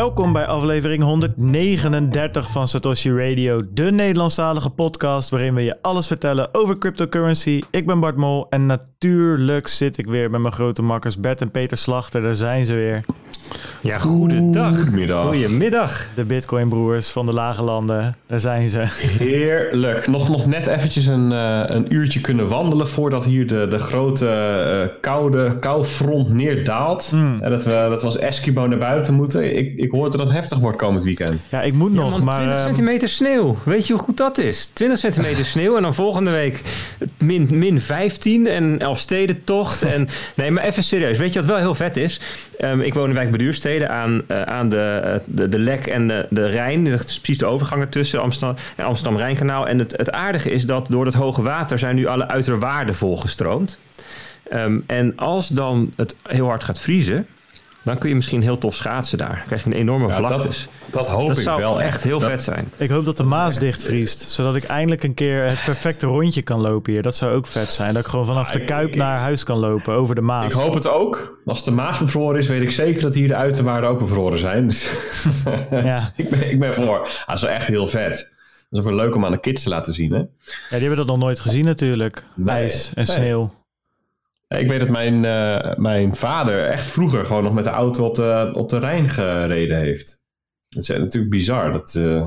Welkom bij aflevering 139 van Satoshi Radio, de Nederlandstalige podcast waarin we je alles vertellen over cryptocurrency. Ik ben Bart Mol en natuurlijk zit ik weer met mijn grote makkers Bert en Peter Slachter. Daar zijn ze weer. Ja, goedendag. Goedemiddag. De Bitcoin broers van de lage landen, daar zijn ze. Heerlijk. Nog net eventjes een uurtje kunnen wandelen voordat hier de grote koufront neerdaalt. En dat we als Eskimo naar buiten moeten. Ik hoor dat het heftig wordt komend weekend. Ja, ik moet nog, maar... 20 centimeter sneeuw. Weet je hoe goed dat is? 20 centimeter sneeuw en dan volgende week min 15 en Elfstedentocht. Nee, maar even serieus. Weet je wat wel heel vet is? Ik woon in wijk Beduurstede aan de Lek en de Rijn. Dat is precies de overgang ertussen, Amsterdam-Rijnkanaal. En het aardige is dat door het hoge water zijn nu alle uiterwaarden volgestroomd. En als dan het heel hard gaat vriezen, dan kun je misschien heel tof schaatsen daar. Dan krijg je een enorme vlaktes. Dat hoop ik wel. Dat zou echt heel vet zijn. Ik hoop dat de Maas dichtvriest, zodat ik eindelijk een keer het perfecte rondje kan lopen hier. Dat zou ook vet zijn. Dat ik gewoon vanaf de Kuip naar huis kan lopen over de Maas. Ik hoop het ook. Als de Maas bevroren is, weet ik zeker dat hier de uiterwaarden ook bevroren zijn. Dus ja. ik ben voor. Dat is wel echt heel vet. Dat is ook wel leuk om aan de kids te laten zien, hè? Ja, die hebben dat nog nooit gezien natuurlijk. IJs en sneeuw. Ik weet dat mijn vader echt vroeger gewoon nog met de auto op de Rijn gereden heeft. Dat is natuurlijk bizar.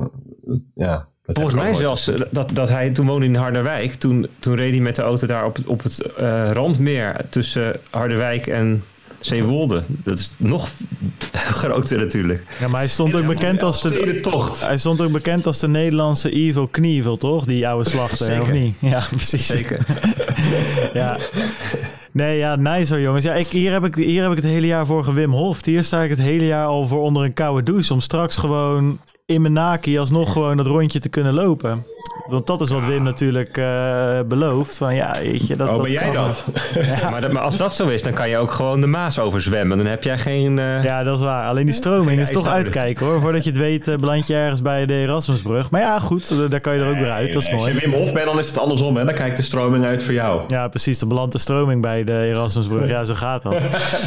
Volgens mij zelfs dat hij toen woonde in Harderwijk. Toen reed hij met de auto daar op het Randmeer tussen Harderwijk en Zeewolde. Dat is nog groter natuurlijk. Ja, maar hij stond ook bekend als hij stond ook bekend als de Nederlandse Evil Knievel, toch? Die oude slachter, of niet? Ja, precies. Zeker. Ja. Nee, ja, nice hoor, jongens. Ja, hier heb ik het hele jaar voor gewim Hof. Hier sta ik het hele jaar al voor onder een koude douche. Om straks gewoon in mijn naki alsnog gewoon dat rondje te kunnen lopen. Want dat is wat Wim natuurlijk belooft. Van ja, weet je, dat ben jij dat? Ja. Maar als dat zo is, dan kan je ook gewoon de Maas overzwemmen. Dan heb jij geen... Ja, dat is waar. Alleen die stroming is toch uitkijken hoor. Voordat je het weet beland je ergens bij de Erasmusbrug. Maar ja, goed, daar kan je er ook weer uit. Dat is mooi. Als je Wim Hof bent, dan is het andersom. Hè? Dan kijkt de stroming uit voor jou. Ja, precies. Dan belandt de stroming bij de Erasmusbrug. Ja, zo gaat dat.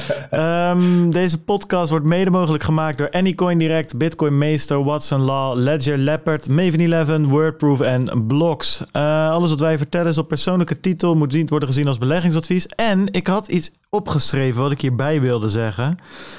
Deze podcast wordt mede mogelijk gemaakt door Anycoin Direct, Bitcoin Meester, Watson Law, Ledger Leopard, Maven 11, Wordproof en Blocks. Alles wat wij vertellen is op persoonlijke titel, moet niet worden gezien als beleggingsadvies. En ik had iets opgeschreven wat ik hierbij wilde zeggen.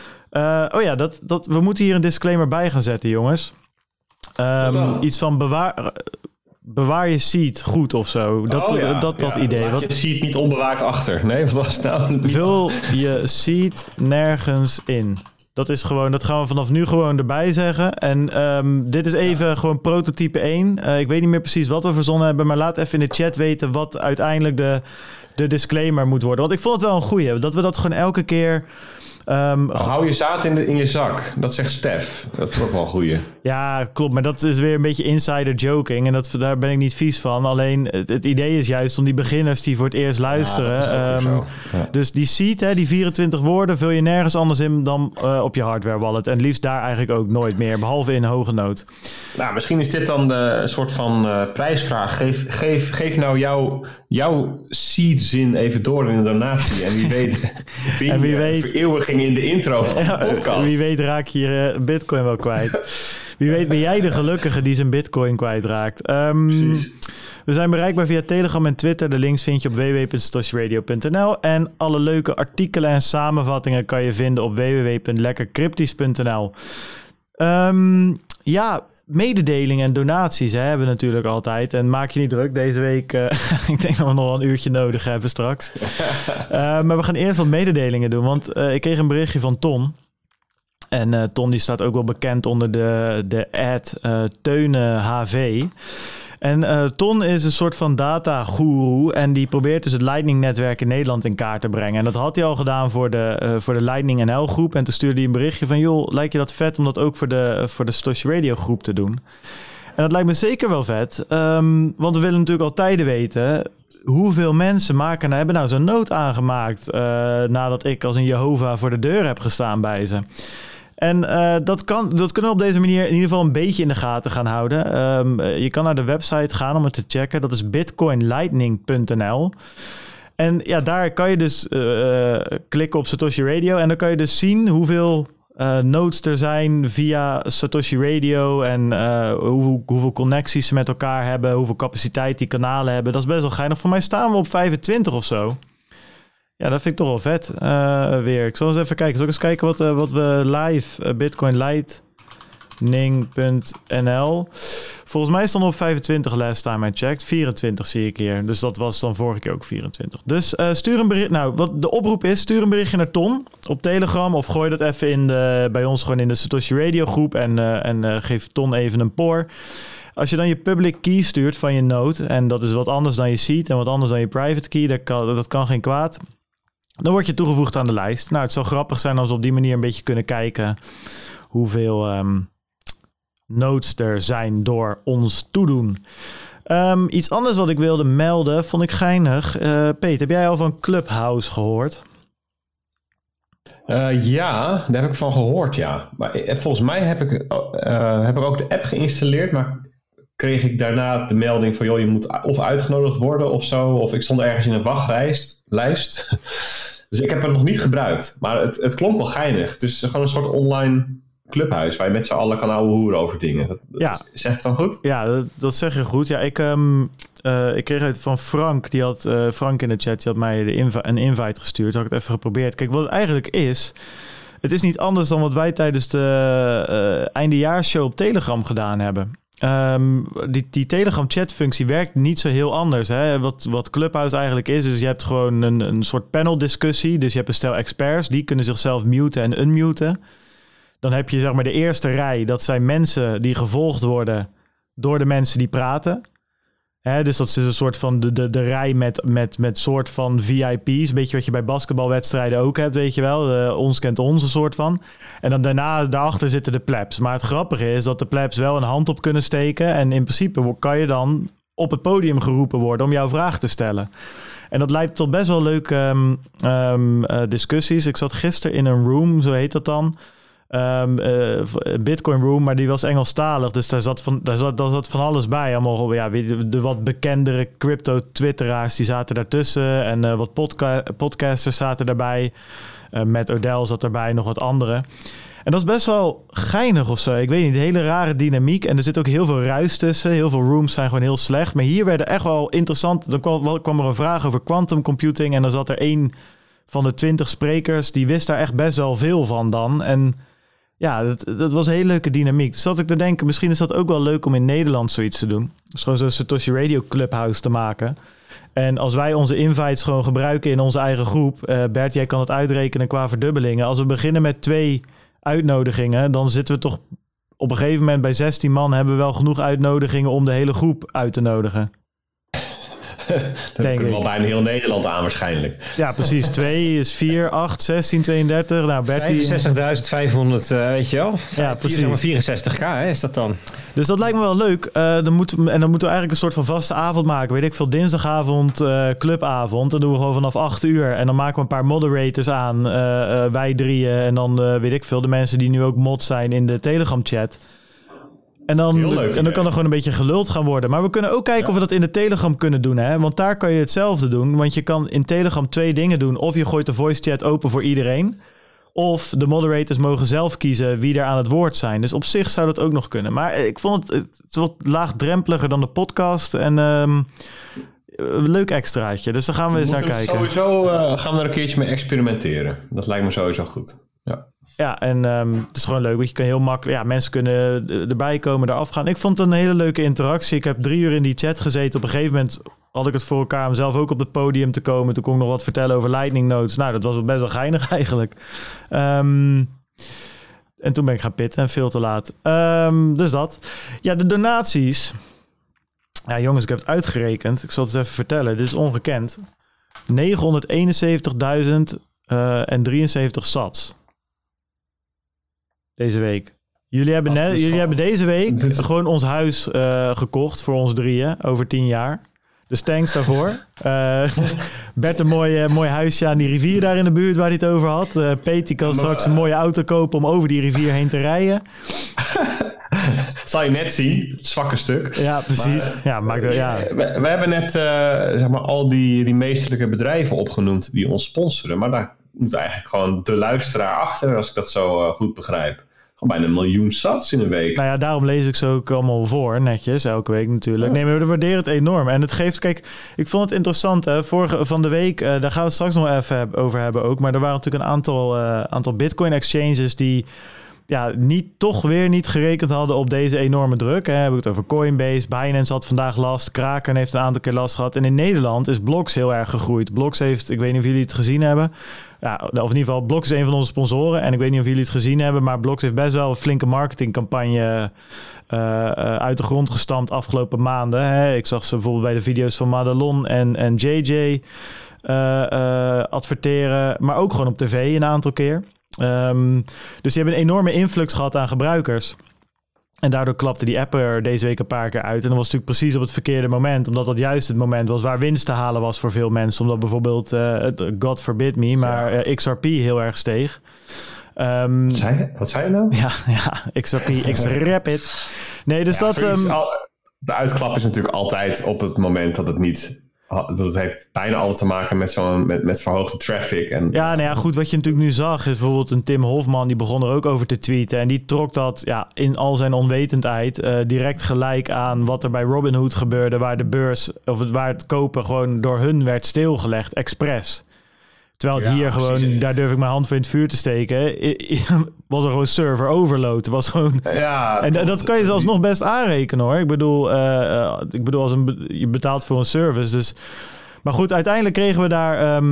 We moeten hier een disclaimer bij gaan zetten, jongens. Iets van bewaar je seed goed of zo. Dat idee. Laat je seed niet onbewaakt achter. Nee, wat was het nou? Vul je seed nergens in. Dat gaan we vanaf nu gewoon erbij zeggen. En dit is even gewoon prototype 1. Ik weet niet meer precies wat we verzonnen hebben, maar laat even in de chat weten wat uiteindelijk de disclaimer moet worden. Want ik vond het wel een goeie, dat we dat gewoon elke keer... hou je zaad in je zak. Dat zegt Stef. Dat is ook wel een goeie. Ja, klopt. Maar dat is weer een beetje insider joking. En daar ben ik niet vies van. Alleen het idee is juist om die beginners die voor het eerst luisteren. Ja. Dus die seed, die 24 woorden, vul je nergens anders in dan op je hardware wallet. En liefst daar eigenlijk ook nooit meer. Behalve in hoge nood. Nou, misschien is dit dan een soort van prijsvraag. Geef nou jouw seed-zin even door in de donatie. En wie weet vereeuwiging in de intro van de podcast. Wie weet raak je je bitcoin wel kwijt. Wie weet ben jij de gelukkige die zijn bitcoin kwijtraakt. We zijn bereikbaar via Telegram en Twitter. De links vind je op www.satoshiradio.nl. En alle leuke artikelen en samenvattingen kan je vinden op www.lekkercryptisch.nl. Mededelingen en donaties hebben we natuurlijk altijd. En maak je niet druk deze week. Ik denk dat we nog wel een uurtje nodig hebben straks. Maar we gaan eerst wat mededelingen doen. Want ik kreeg een berichtje van Ton. En Ton die staat ook wel bekend onder de ad Teune HV. En Ton is een soort van data-goeroe en die probeert dus het Lightning-netwerk in Nederland in kaart te brengen. En dat had hij al gedaan voor de Lightning NL-groep. En toen stuurde hij een berichtje van, joh, lijkt je dat vet om dat ook voor de Satoshi Radio-groep te doen? En dat lijkt me zeker wel vet, want we willen natuurlijk al tijden weten... Hoeveel mensen hebben nou zo'n nood aangemaakt nadat ik als een Jehovah voor de deur heb gestaan bij ze? En dat kunnen we op deze manier in ieder geval een beetje in de gaten gaan houden. Je kan naar de website gaan om het te checken. Dat is bitcoinlightning.nl. En ja, daar kan je dus klikken op Satoshi Radio. En dan kan je dus zien hoeveel nodes er zijn via Satoshi Radio en hoeveel connecties ze met elkaar hebben, hoeveel capaciteit die kanalen hebben. Dat is best wel geinig. Voor mij staan we op 25 of zo. Ja, dat vind ik toch wel vet weer. Ik zal eens even kijken. Zal ik eens kijken wat we live Bitcoin Lightning.nl. Volgens mij stond op 25 last time I checked. 24 zie ik hier. Dus dat was dan vorige keer ook 24. Dus stuur een bericht. Nou, wat de oproep is, stuur een berichtje naar Ton op Telegram. Of gooi dat even bij ons gewoon in de Satoshi Radio groep. En geef Ton even een pour. Als je dan je public key stuurt van je node. En dat is wat anders dan je seed en wat anders dan je private key. Dat kan geen kwaad. Dan word je toegevoegd aan de lijst. Nou, het zou grappig zijn als we op die manier een beetje kunnen kijken hoeveel nodes er zijn door ons toedoen. Iets anders wat ik wilde melden, vond ik geinig. Peet, heb jij al van Clubhouse gehoord? Ja, daar heb ik van gehoord, ja. Maar volgens mij heb ik ook de app geïnstalleerd, maar kreeg ik daarna de melding van, joh, je moet of uitgenodigd worden of zo, of ik stond ergens in een wachtlijst. Dus ik heb het nog niet gebruikt, maar het klonk wel geinig. Het is gewoon een soort online clubhuis waar je met z'n allen kan ouwe hoeren over dingen. Zeg ik dan goed? Ja, dat zeg je goed. Ja, ik kreeg het van Frank. Die had Frank in de chat. Die had mij een invite gestuurd. Had ik het even geprobeerd. Kijk, wat het eigenlijk is. Het is niet anders dan wat wij tijdens de eindejaarsshow op Telegram gedaan hebben. Die Telegram chatfunctie werkt niet zo heel anders. Hè? Wat Clubhouse eigenlijk is je hebt gewoon een soort panel discussie. Dus je hebt een stel experts. Die kunnen zichzelf muten en unmuten. Dan heb je zeg maar de eerste rij. Dat zijn mensen die gevolgd worden door de mensen die praten. Dus dat is een soort van de rij met soort van VIP's. Een beetje wat je bij basketbalwedstrijden ook hebt, weet je wel. Ons kent ons, een soort van. En dan daarachter zitten de plebs. Maar het grappige is dat de plebs wel een hand op kunnen steken. En in principe kan je dan op het podium geroepen worden om jouw vraag te stellen. En dat leidt tot best wel leuke discussies. Ik zat gisteren in een room, zo heet dat dan. Bitcoin Room, maar die was Engelstalig. Dus daar zat van alles bij. Allemaal de wat bekendere crypto-twitteraars die zaten daartussen. En wat podcasters zaten daarbij. Matt Odell zat erbij, nog wat andere. En dat is best wel geinig of zo. Ik weet niet, een hele rare dynamiek. En er zit ook heel veel ruis tussen. Heel veel rooms zijn gewoon heel slecht. Maar hier werden echt wel interessant. Dan kwam er een vraag over quantum computing. En dan zat er één van de 20 sprekers. Die wist daar echt best wel veel van dan. En ja, dat was een hele leuke dynamiek. Dus zat ik te denken, misschien is dat ook wel leuk om in Nederland zoiets te doen. Dus gewoon zo'n Satoshi Radio Clubhouse te maken. En als wij onze invites gewoon gebruiken in onze eigen groep. Bert, jij kan het uitrekenen qua verdubbelingen. Als we beginnen met 2 uitnodigingen, dan zitten we toch op een gegeven moment bij 16 man. Hebben we wel genoeg uitnodigingen om de hele groep uit te nodigen. Dan kunnen we al bijna heel Nederland aan waarschijnlijk. Ja, precies. 2 is 4, 8, 16, 32. Nou, Bertie... 65.500, weet je wel. Ja, precies. 64k hè, is dat dan. Dus dat lijkt me wel leuk. Dan moeten we eigenlijk een soort van vaste avond maken. Weet ik veel, dinsdagavond, clubavond. Dan doen we gewoon vanaf 8 uur. En dan maken we een paar moderators aan. Wij drieën. En dan weet ik veel, de mensen die nu ook mod zijn in de Telegram chat. En dan kan er gewoon een beetje geluld gaan worden. Maar we kunnen ook kijken of we dat in de Telegram kunnen doen. Hè? Want daar kan je hetzelfde doen. Want je kan in Telegram 2 dingen doen. Of je gooit de voice chat open voor iedereen. Of de moderators mogen zelf kiezen wie er aan het woord zijn. Dus op zich zou dat ook nog kunnen. Maar ik vond het wat laagdrempeliger dan de podcast. En leuk extraatje. Dus daar gaan we eens naar kijken. Sowieso gaan we er een keertje mee experimenteren. Dat lijkt me sowieso goed. Ja, en het is gewoon leuk. Want je kan heel makkelijk... Ja, mensen kunnen erbij komen, eraf gaan. Ik vond het een hele leuke interactie. Ik heb 3 uur in die chat gezeten. Op een gegeven moment had ik het voor elkaar om zelf ook op het podium te komen. Toen kon ik nog wat vertellen over Lightning Nodes. Nou, dat was best wel geinig eigenlijk. En toen ben ik gaan pitten en veel te laat. Dus dat. Ja, de donaties. Ja, jongens, ik heb het uitgerekend. Ik zal het eens even vertellen. Dit is ongekend. 971.073 sats. Deze week. Jullie hebben deze week gewoon ons huis gekocht voor ons drieën over 10 jaar. Dus thanks daarvoor. Bert een mooi huisje aan die rivier daar in de buurt waar hij het over had. Peet die kan straks een mooie auto kopen om over die rivier heen te rijden. Zal je net zien, het zwakke stuk. Ja, precies. We hebben net zeg maar, al die meesterlijke bedrijven opgenoemd die ons sponsoren. Maar daar moet eigenlijk gewoon de luisteraar achter, als ik dat zo goed begrijp. Gewoon bijna 1 miljoen sats in een week. Nou ja, daarom lees ik ze ook allemaal voor, netjes, elke week natuurlijk. Nee, maar we waarderen het enorm. En het geeft, kijk, ik vond het interessant, hè. Vorige van de week, daar gaan we het straks nog even over hebben ook. Maar er waren natuurlijk een aantal Bitcoin exchanges die toch weer niet gerekend hadden op deze enorme druk. Hè. Heb ik het over Coinbase, Binance had vandaag last, Kraken heeft een aantal keer last gehad. En in Nederland is Blox heel erg gegroeid. Blox heeft, ik weet niet of jullie het gezien hebben. Ja, of in ieder geval, Blox is een van onze sponsoren. En ik weet niet of jullie het gezien hebben, maar Blox heeft best wel een flinke marketingcampagne uit de grond gestampt afgelopen maanden. Hè. Ik zag ze bijvoorbeeld bij de video's van Madelon en JJ adverteren, maar ook gewoon op tv een aantal keer. Dus die hebben een enorme influx gehad aan gebruikers. En daardoor klapte die app er deze week een paar keer uit. En dat was natuurlijk precies op het verkeerde moment. Omdat dat juist het moment was waar winst te halen was voor veel mensen. Omdat bijvoorbeeld, God forbid me, maar XRP heel erg steeg. Wat zei je nou? Ja, XRP, X-Rapid. Nee, dus dat... de uitklap is natuurlijk altijd op het moment dat het niet... Dat het heeft bijna alles te maken met verhoogde traffic. Goed. Wat je natuurlijk nu zag is bijvoorbeeld een Tim Hofman. Die begon er ook over te tweeten. En die trok dat in al zijn onwetendheid direct gelijk aan wat er bij Robinhood gebeurde. Waar de beurs, waar het kopen gewoon door hun werd stilgelegd, expres. Terwijl het hier gewoon, precies. Daar durf ik mijn hand voor in het vuur te steken. Was er gewoon server overload. Het was gewoon... Ja, en dat kan je zelfs nog best aanrekenen hoor. Ik bedoel je betaalt voor een service. Dus... Maar goed, uiteindelijk kregen we daar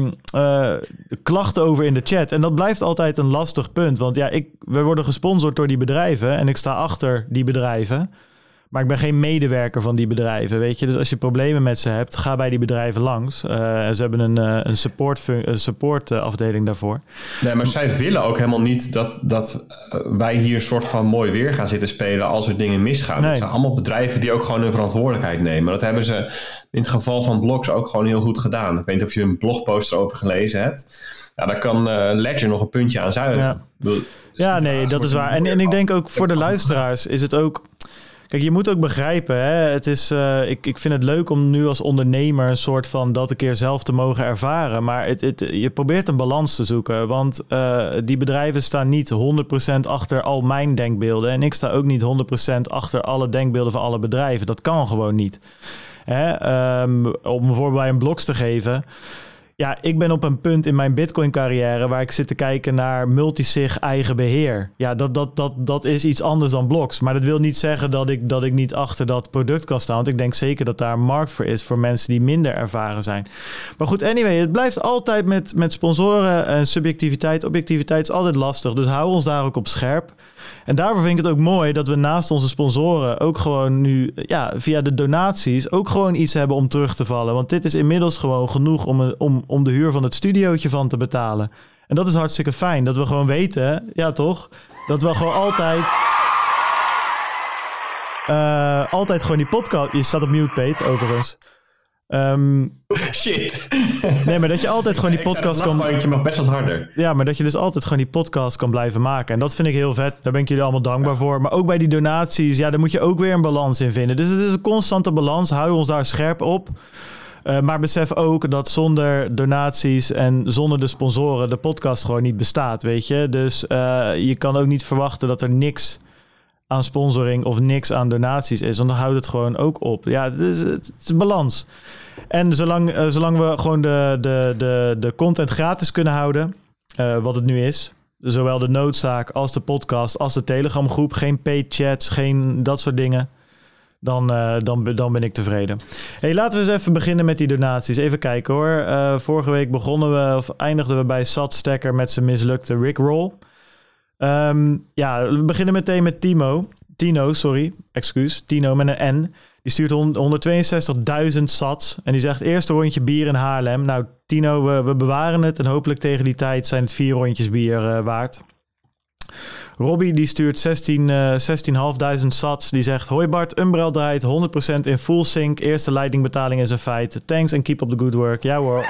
klachten over in de chat. En dat blijft altijd een lastig punt. Want we worden gesponsord door die bedrijven. En ik sta achter die bedrijven. Maar ik ben geen medewerker van die bedrijven, weet je. Dus als je problemen met ze hebt, ga bij die bedrijven langs. Ze hebben een support afdeling daarvoor. Nee, maar zij willen ook helemaal niet dat wij hier een soort van mooi weer gaan zitten spelen als er dingen misgaan. Nee. Het zijn allemaal bedrijven die ook gewoon hun verantwoordelijkheid nemen. Dat hebben ze in het geval van Blox ook gewoon heel goed gedaan. Ik weet niet of je een blogpost erover gelezen hebt. Ja, daar kan Ledger nog een puntje aan zuigen. Dat is waar. En ik denk ook voor de luisteraars is het ook... Kijk, je moet ook begrijpen, hè? Het is, ik vind het leuk om nu als ondernemer een soort van dat een keer zelf te mogen ervaren. Maar je probeert een balans te zoeken. Want die bedrijven staan niet 100% achter al mijn denkbeelden. En ik sta ook niet 100% achter alle denkbeelden van alle bedrijven. Dat kan gewoon niet. Om bijvoorbeeld bij een Blox te geven... Ja, ik ben op een punt in mijn Bitcoin-carrière waar ik zit te kijken naar multisig eigen beheer. Ja, dat is iets anders dan Blox. Maar dat wil niet zeggen dat ik niet achter dat product kan staan. Want ik denk zeker dat daar een markt voor is voor mensen die minder ervaren zijn. Maar goed, anyway, het blijft altijd met sponsoren en subjectiviteit. Objectiviteit is altijd lastig. Dus hou ons daar ook op scherp. En daarvoor vind ik het ook mooi dat we naast onze sponsoren ook gewoon nu via de donaties ook gewoon iets hebben om terug te vallen. Want dit is inmiddels gewoon genoeg om de huur van het studiootje van te betalen. En dat is hartstikke fijn. Dat we gewoon weten, ja toch? Dat we gewoon altijd gewoon die podcast... Je staat op mute, Pete, overigens. Shit. Nee, maar dat je altijd gewoon die podcast kan... Je mag best wat harder. Ja, maar dat je dus altijd gewoon die podcast kan blijven maken. En dat vind ik heel vet. Daar ben ik jullie allemaal dankbaar voor. Maar ook bij die donaties, daar moet je ook weer een balans in vinden. Dus het is een constante balans. Houden we ons daar scherp op. Maar besef ook dat zonder donaties en zonder de sponsoren de podcast gewoon niet bestaat, weet je. Dus je kan ook niet verwachten dat er niks aan sponsoring of niks aan donaties is. Want dan houdt het gewoon ook op. Ja, het is balans. En zolang we gewoon de content gratis kunnen houden, wat het nu is, zowel de noodzaak als de podcast als de Telegram groep, geen paid chats, geen dat soort dingen, dan ben ik tevreden. Hey, laten we eens even beginnen met die donaties. Even kijken hoor. Vorige week eindigden we bij Satstacker met zijn mislukte Rickroll. We beginnen meteen met Tino met een N. Die stuurt 162.000 sats. En die zegt eerste rondje bier in Haarlem. Nou Tino, we bewaren het. En hopelijk tegen die tijd zijn het 4 rondjes bier waard. Robbie die stuurt 16.500 sats. Die zegt: hoi Bart, Umbrel draait 100% in full sync. Eerste leidingbetaling is een feit. Thanks and keep up the good work. Ja hoor.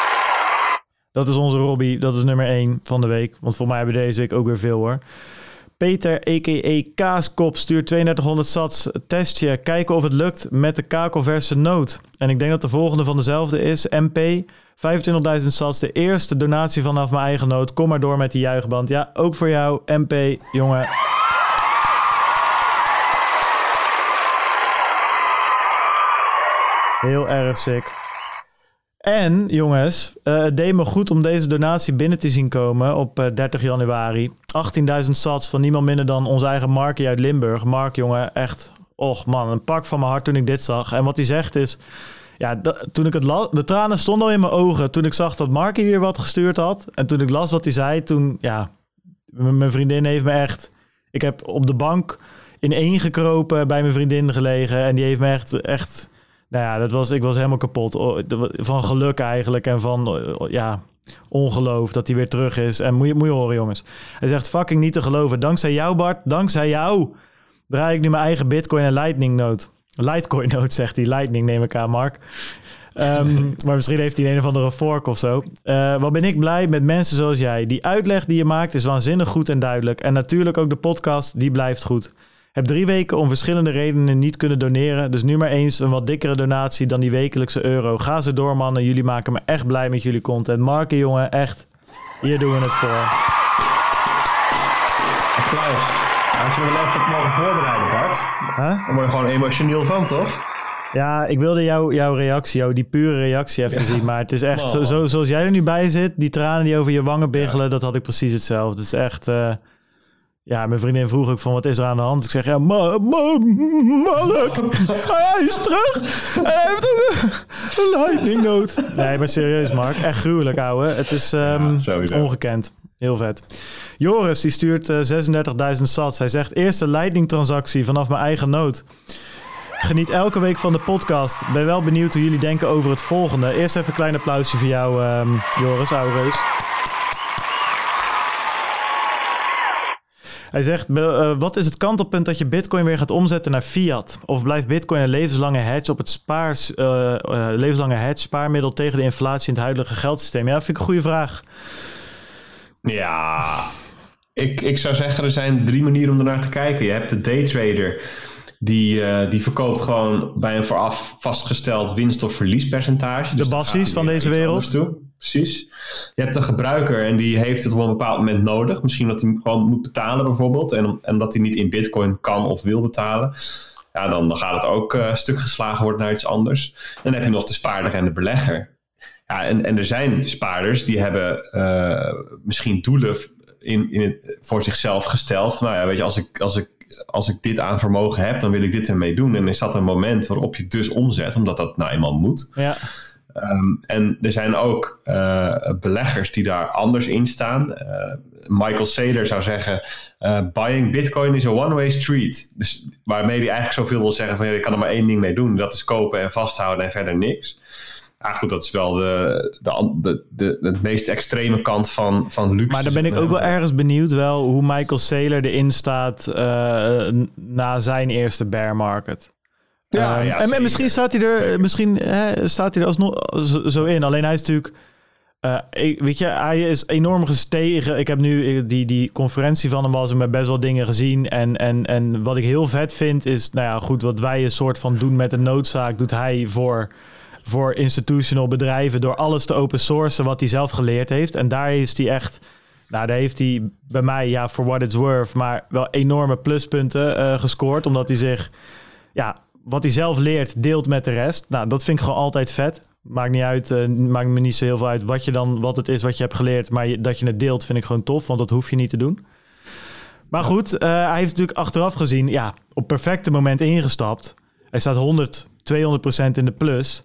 Dat is onze Robbie. Dat is nummer 1 van de week. Want voor mij hebben we deze week ook weer veel hoor. Peter, a.k.a. Kaaskop, stuurt 3200 sats. Testje, kijken of het lukt met de kakelverse noot. En ik denk dat de volgende van dezelfde is. MP, 25.000 sats. De eerste donatie vanaf mijn eigen noot. Kom maar door met die juichband. Ja, ook voor jou, MP, jongen. Heel erg sick. En jongens, het deed me goed om deze donatie binnen te zien komen op 30 januari. 18.000 sats van niemand minder dan onze eigen Markie uit Limburg. Mark, jongen, echt, och man, een pak van mijn hart toen ik dit zag. En wat hij zegt is, ja, toen ik het de tranen stonden al in mijn ogen toen ik zag dat Markie weer wat gestuurd had. En toen ik las wat hij zei, toen, ja, mijn vriendin heeft me echt, ik heb op de bank ineengekropen bij mijn vriendin gelegen en die heeft me echt... Nou ja, ik was helemaal kapot. Van geluk eigenlijk en van ongeloof dat hij weer terug is. En moet je horen, jongens. Hij zegt fucking niet te geloven. Dankzij jou, Bart, dankzij jou draai ik nu mijn eigen Bitcoin en Lightning note. Litecoin note, zegt hij. Lightning neem ik aan, Mark. Maar misschien heeft hij een of andere fork of zo. Wat ben ik blij met mensen zoals jij. Die uitleg die je maakt is waanzinnig goed en duidelijk. En natuurlijk ook de podcast, die blijft goed. Heb 3 weken om verschillende redenen niet kunnen doneren. Dus nu maar eens een wat dikkere donatie dan die wekelijkse euro. Ga zo door, mannen. Jullie maken me echt blij met jullie content. Marken, jongen, echt. Hier doen we het voor. Applaus. Als je er wel even mogen voorbereiden, Bart. Huh? Dan word je gewoon emotioneel van, toch? Ja, ik wilde jouw reactie, die pure reactie even zien. Maar het is echt, zoals jij er nu bij zit, die tranen die over je wangen biggelen, dat had ik precies hetzelfde. Het is echt... Ja, mijn vriendin vroeg ook van wat is er aan de hand? Ik zeg, ja, Malek, hij is terug. Hij heeft een lightning note. Nee, maar serieus, Mark. Echt gruwelijk, ouwe. Het is ongekend. Heel vet. Joris, die stuurt 36.000 sats. Hij zegt, eerste lightning transactie vanaf mijn eigen note. Geniet elke week van de podcast. Ben wel benieuwd hoe jullie denken over het volgende. Eerst even een klein applausje voor jou, Joris, ouwe reus. Hij zegt, wat is het kantelpunt dat je Bitcoin weer gaat omzetten naar fiat? Of blijft Bitcoin een levenslange hedge spaarmiddel tegen de inflatie in het huidige geldsysteem? Ja, dat vind ik een goede vraag. Ja, ik zou zeggen, er zijn 3 manieren om ernaar te kijken. Je hebt de daytrader, die verkoopt gewoon bij een vooraf vastgesteld winst- of verliespercentage. De bassies van deze wereld. Precies. Je hebt een gebruiker en die heeft het op een bepaald moment nodig. Misschien dat hij gewoon moet betalen bijvoorbeeld. En dat hij niet in Bitcoin kan of wil betalen. Ja, dan gaat het ook stuk geslagen worden naar iets anders. En dan heb je nog de spaarder en de belegger. Ja, en er zijn spaarders die hebben misschien doelen voor zichzelf gesteld. Van, nou ja, weet je, als ik dit aan vermogen heb, dan wil ik dit ermee doen. En is dat een moment waarop je dus omzet, omdat dat nou eenmaal moet. Ja. En er zijn ook beleggers die daar anders in staan. Michael Saylor zou zeggen, buying Bitcoin is a one-way street. Dus waarmee hij eigenlijk zoveel wil zeggen van, je kan er maar 1 ding mee doen. Dat is kopen en vasthouden en verder niks. Ja, goed, dat is wel de meest extreme kant van luxe. Maar dan ben ik ook wel ergens benieuwd hoe Michael Saylor erin staat na zijn eerste bear market. Ja, en misschien staat hij er alsnog zo in. Alleen hij is natuurlijk... weet je, hij is enorm gestegen. Ik heb nu die conferentie van hem was met best wel dingen gezien. En wat ik heel vet vind is... Nou ja, goed, wat wij een soort van doen met de noodzaak... doet hij voor institutional bedrijven... door alles te open sourcen wat hij zelf geleerd heeft. En daar is hij echt... Nou, daar heeft hij bij mij, ja, for what it's worth... maar wel enorme pluspunten gescoord. Omdat hij zich... Ja, wat hij zelf leert, deelt met de rest. Nou, dat vind ik gewoon altijd vet. Maakt niet uit, maakt me niet zo heel veel uit wat het is wat je hebt geleerd. Maar dat je het deelt vind ik gewoon tof, want dat hoef je niet te doen. Maar goed, hij heeft natuurlijk achteraf gezien, ja, op perfecte moment ingestapt. Hij staat 200% in de plus.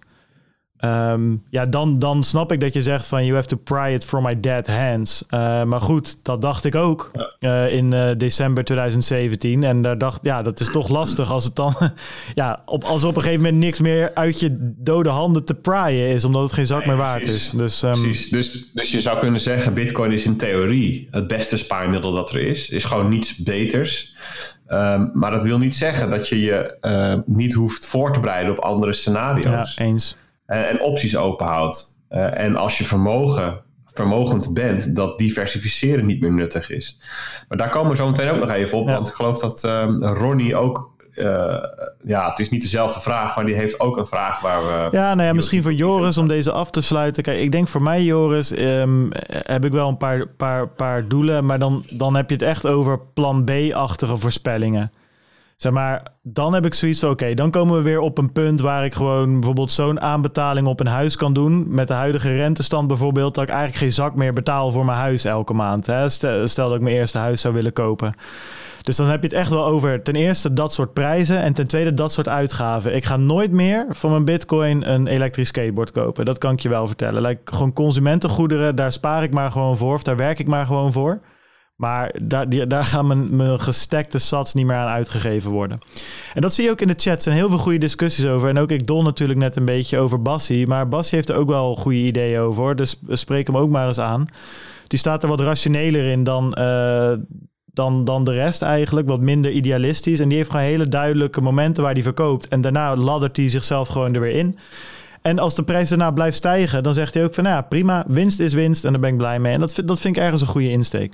Ja, dan snap ik dat je zegt van you have to pry it from my dead hands. Maar goed, dat dacht ik ook in december 2017. En daar dacht dat is toch lastig als het dan als op een gegeven moment niks meer uit je dode handen te pryen is, omdat het geen zak meer waard is. Dus, precies. Dus je zou kunnen zeggen, Bitcoin is in theorie het beste spaarmiddel dat er is. Is gewoon niets beters. Maar dat wil niet zeggen dat je je niet hoeft voor te bereiden op andere scenario's. Ja, eens. En opties openhoudt. En als je vermogen vermogend bent, dat diversificeren niet meer nuttig is. Maar daar komen we zo meteen ook nog even op, want ik geloof dat Ronnie ook, het is niet dezelfde vraag, maar die heeft ook een vraag waar we... Ja, misschien voor Joris om deze af te sluiten. Kijk, ik denk voor mij, Joris, heb ik wel een paar doelen, maar dan heb je het echt over plan B-achtige voorspellingen. Zeg maar, dan heb ik zoiets van, oké, dan komen we weer op een punt waar ik gewoon bijvoorbeeld zo'n aanbetaling op een huis kan doen. Met de huidige rentestand bijvoorbeeld, dat ik eigenlijk geen zak meer betaal voor mijn huis elke maand. Hè? Stel dat ik mijn eerste huis zou willen kopen. Dus dan heb je het echt wel over ten eerste dat soort prijzen en ten tweede dat soort uitgaven. Ik ga nooit meer van mijn bitcoin een elektrisch skateboard kopen. Dat kan ik je wel vertellen. Gewoon consumentengoederen, daar spaar ik maar gewoon voor of daar werk ik maar gewoon voor. Maar daar gaan mijn gestekte sats niet meer aan uitgegeven worden. En dat zie je ook in de chat. Er zijn heel veel goede discussies over. En ook ik dol natuurlijk net een beetje over Bassie. Maar Bassie heeft er ook wel goede ideeën over, hoor. Dus spreek hem ook maar eens aan. Die staat er wat rationeler in dan de rest eigenlijk. Wat minder idealistisch. En die heeft gewoon hele duidelijke momenten waar hij verkoopt. En daarna laddert hij zichzelf gewoon er weer in. En als de prijs daarna blijft stijgen, dan zegt hij ook van, prima, winst is winst en daar ben ik blij mee. En dat vind ik ergens een goede insteek.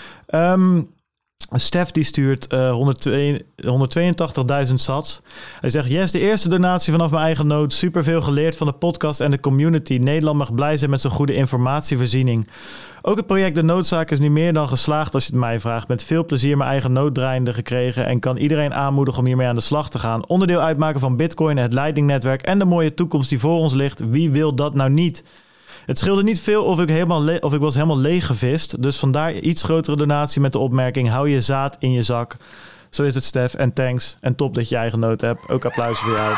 Stef die stuurt 182.000 sats. Hij zegt, yes, de eerste donatie vanaf mijn eigen nood. Superveel geleerd van de podcast en de community. Nederland mag blij zijn met zo'n goede informatievoorziening. Ook het project De Noodzaak is nu meer dan geslaagd als je het mij vraagt. Met veel plezier mijn eigen nooddraaiende gekregen en kan iedereen aanmoedigen om hiermee aan de slag te gaan. Onderdeel uitmaken van Bitcoin, het Lightning-netwerk en de mooie toekomst die voor ons ligt. Wie wil dat nou niet? Het scheelde niet veel of ik was helemaal leeggevist. Dus vandaar iets grotere donatie met de opmerking, hou je zaad in je zak. Zo is het, Stef. En thanks. En top dat je eigen nood hebt. Ook applaus voor jou.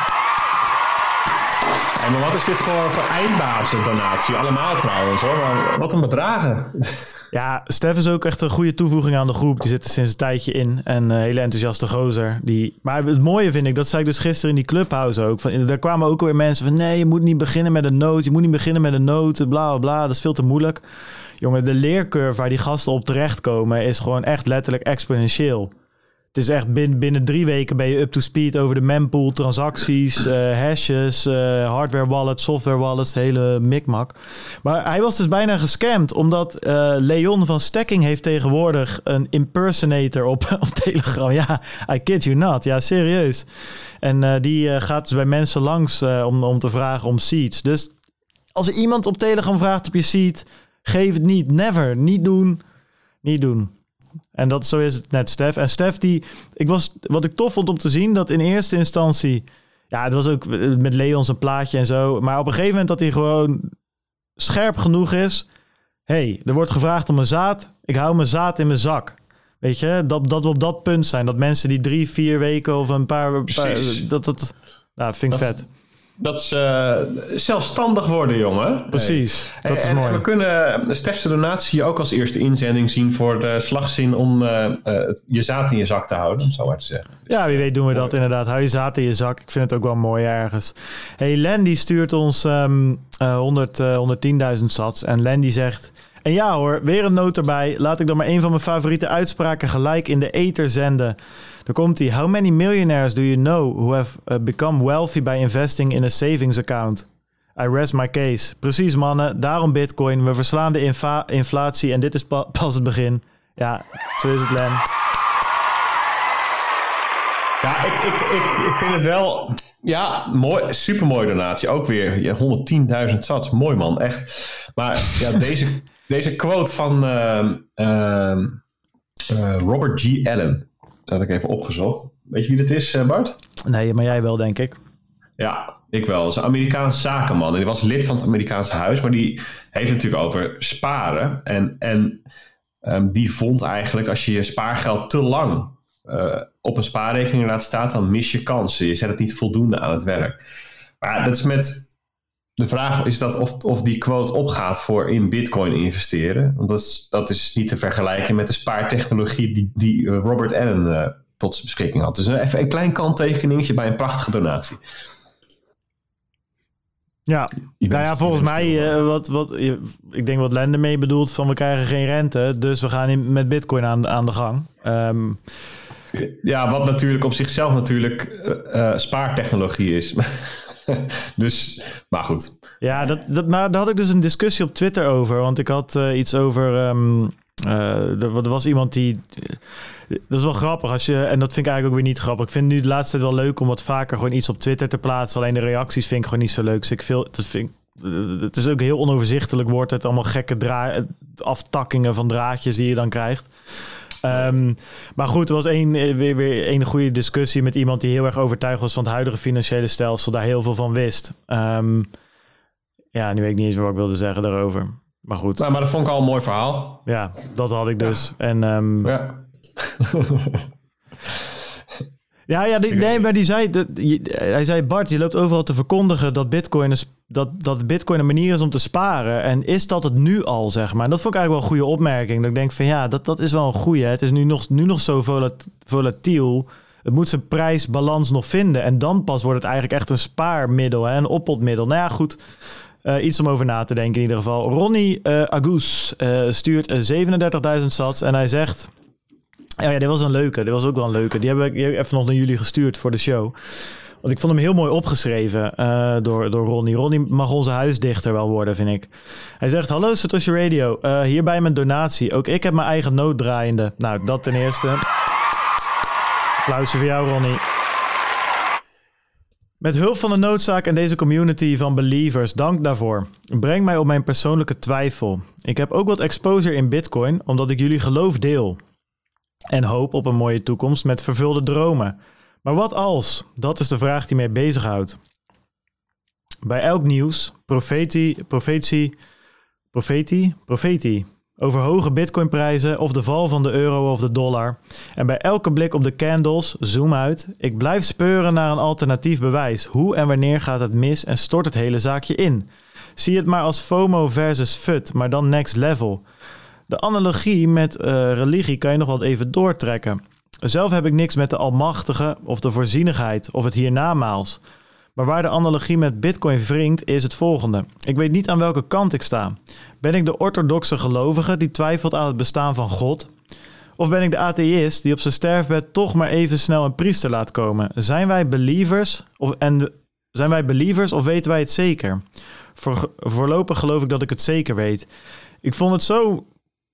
Hey, maar wat is dit voor eindbazen donatie? Allemaal trouwens, hoor. Maar wat een bedragen. Ja, Stef is ook echt een goede toevoeging aan de groep. Die zit er sinds een tijdje in. En een hele enthousiaste gozer. Maar het mooie vind ik, dat zei ik dus gisteren in die Clubhouse ook. Daar kwamen ook weer mensen van, nee, je moet niet beginnen met een nood. Je moet niet beginnen met een nood, bla, bla. Dat is veel te moeilijk. Jongen, de leercurve waar die gasten op terechtkomen is gewoon echt letterlijk exponentieel. Het is echt binnen 3 weken ben je up to speed over de mempool, transacties, hashes, hardware wallets, software wallets, de hele mikmak. Maar hij was dus bijna gescamd, omdat Leon van Stacking heeft tegenwoordig een impersonator op Telegram. Ja, I kid you not. Ja, serieus. En die gaat dus bij mensen langs om te vragen om seeds. Dus als er iemand op Telegram vraagt op je seed, geef het niet. Never. Niet doen. Niet doen. En zo is het net, Stef. En Stef, wat ik tof vond om te zien, dat in eerste instantie, ja, het was ook met Leon zijn plaatje en zo, maar op een gegeven moment dat hij gewoon scherp genoeg is. Er wordt gevraagd om een zaad. Ik hou mijn zaad in mijn zak. Weet je, dat we op dat punt zijn. Dat mensen die 3-4 weken of een paar dat vind ik vet. Dat is zelfstandig worden, jongen. Precies, dat is mooi. We kunnen Stef's donatie ook als eerste inzending zien voor de slagzin om je zaad in je zak te houden, om zo maar te zeggen. Ja, wie weet doen we dat inderdaad. Hou je zaad in je zak. Ik vind het ook wel mooi ergens. Len die stuurt ons 110.000 sats. En Len die zegt, en ja hoor, weer een noot erbij. Laat ik dan maar een van mijn favoriete uitspraken gelijk in de ether zenden. Daar komt hij. How many millionaires do you know who have become wealthy by investing in a savings account? I rest my case. Precies, mannen. Daarom Bitcoin. We verslaan de inflatie en dit is pas het begin. Ja, zo is het, Len. Ja, ik vind het wel... Ja, mooi, supermooi donatie. Ook weer 110.000 sats. Mooi, man. Echt. Maar ja, deze quote van Robert G. Allen. Dat had ik even opgezocht. Weet je wie dit is, Bart? Nee, maar jij wel, denk ik. Ja, ik wel. Dat is een Amerikaanse zakenman. En die was lid van het Amerikaanse huis. Maar die heeft het natuurlijk over sparen. En die vond eigenlijk, als je je spaargeld te lang op een spaarrekening laat staan, dan mis je kansen. Je zet het niet voldoende aan het werk. Maar dat is met... De vraag is dat of die quote opgaat voor in Bitcoin investeren. Want dat is niet te vergelijken met de spaartechnologie die Robert Allen tot zijn beschikking had. Dus even een klein kanttekeningetje bij een prachtige donatie. Ja, volgens mij, ik denk wat Len ermee bedoelt van we krijgen geen rente, dus we gaan met Bitcoin aan de gang. Ja, wat natuurlijk op zichzelf natuurlijk spaartechnologie is. Dus, maar goed. Ja, maar daar had ik dus een discussie op Twitter over. Want ik had iets over... er was iemand die... dat is wel grappig. En dat vind ik eigenlijk ook weer niet grappig. Ik vind nu de laatste tijd wel leuk om wat vaker gewoon iets op Twitter te plaatsen. Alleen de reacties vind ik gewoon niet zo leuk. Dus het is ook heel onoverzichtelijk. Wordt het allemaal gekke aftakkingen van draadjes die je dan krijgt. Maar goed, er was weer een goede discussie met iemand die heel erg overtuigd was van het huidige financiële stelsel. Daar heel veel van wist. Nu weet ik niet eens wat ik wilde zeggen daarover. Maar goed. Nou, maar dat vond ik al een mooi verhaal. Ja, dat had ik dus. Ja. En, maar hij zei, Bart, je loopt overal te verkondigen dat Bitcoin een manier is om te sparen. En is dat het nu al, zeg maar? En dat vond ik eigenlijk wel een goede opmerking. Dat ik denk van dat is wel een goede. Het is nu nog zo volatiel. Het moet zijn prijsbalans nog vinden. En dan pas wordt het eigenlijk echt een spaarmiddel, een oppotmiddel. Nou ja, goed. Iets om over na te denken in ieder geval. Ronnie Agus stuurt 37.000 sats en hij zegt... Ja, dit was een leuke. Dit was ook wel een leuke. Die heb ik even nog naar jullie gestuurd voor de show. Want ik vond hem heel mooi opgeschreven door Ronnie. Ronnie mag onze huisdichter wel worden, vind ik. Hij zegt, hallo Satoshi Radio. Hierbij mijn donatie. Ook ik heb mijn eigen noot draaiende. Nou, dat ten eerste. Applausje voor jou, Ronnie. Met hulp van de noodzaak en deze community van believers, dank daarvoor. Breng mij op mijn persoonlijke twijfel. Ik heb ook wat exposure in Bitcoin, omdat ik jullie geloof deel. En hoop op een mooie toekomst met vervulde dromen. Maar wat als? Dat is de vraag die mij bezighoudt. Bij elk nieuws, profetie over hoge bitcoinprijzen of de val van de euro of de dollar. En bij elke blik op de candles, zoom uit. Ik blijf speuren naar een alternatief bewijs. Hoe en wanneer gaat het mis en stort het hele zaakje in? Zie het maar als FOMO versus FUD, maar dan next level. De analogie met religie kan je nog wel even doortrekken. Zelf heb ik niks met de almachtige of de voorzienigheid of het hiernamaals. Maar waar de analogie met Bitcoin wringt is het volgende. Ik weet niet aan welke kant ik sta. Ben ik de orthodoxe gelovige die twijfelt aan het bestaan van God? Of ben ik de atheïst die op zijn sterfbed toch maar even snel een priester laat komen? Zijn wij believers of weten wij het zeker? Voorlopig geloof ik dat ik het zeker weet. Ik vond het zo...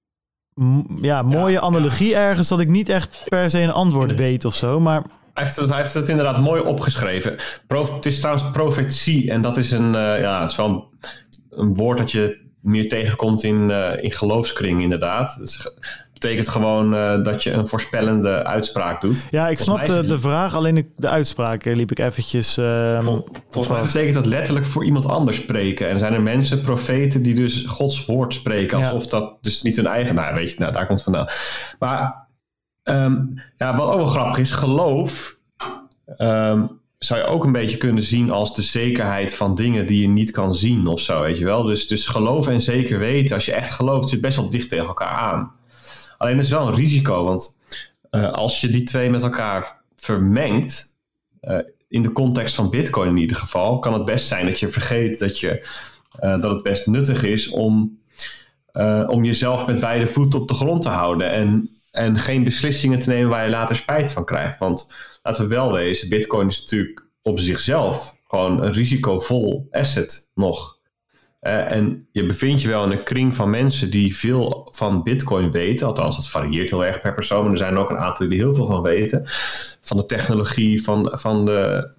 mooie analogie ergens dat ik niet echt per se een antwoord weet of zo, maar... Hij heeft het inderdaad mooi opgeschreven. Het is trouwens profetie en dat is het is wel een woord dat je meer tegenkomt in geloofskring inderdaad. Het betekent gewoon dat je een voorspellende uitspraak doet. Ja, ik snapte de vraag, alleen de uitspraak liep ik eventjes... Volgens mij betekent dat letterlijk voor iemand anders spreken. En zijn er mensen, profeten, die dus Gods woord spreken, alsof dat dus niet hun eigen... daar komt het vandaan. Maar wat ook wel grappig is, geloof zou je ook een beetje kunnen zien als de zekerheid van dingen die je niet kan zien of zo, weet je wel. Dus geloven en zeker weten, als je echt gelooft, zit best wel dicht tegen elkaar aan. Alleen dat is wel een risico, want als je die twee met elkaar vermengt, in de context van Bitcoin in ieder geval, kan het best zijn dat je vergeet dat het best nuttig is om jezelf met beide voeten op de grond te houden en geen beslissingen te nemen waar je later spijt van krijgt. Want laten we wel wezen, Bitcoin is natuurlijk op zichzelf gewoon een risicovol asset nog. En je bevindt je wel in een kring van mensen die veel van Bitcoin weten. Althans, dat varieert heel erg per persoon. Maar er zijn ook een aantal die heel veel van weten. Van de technologie, van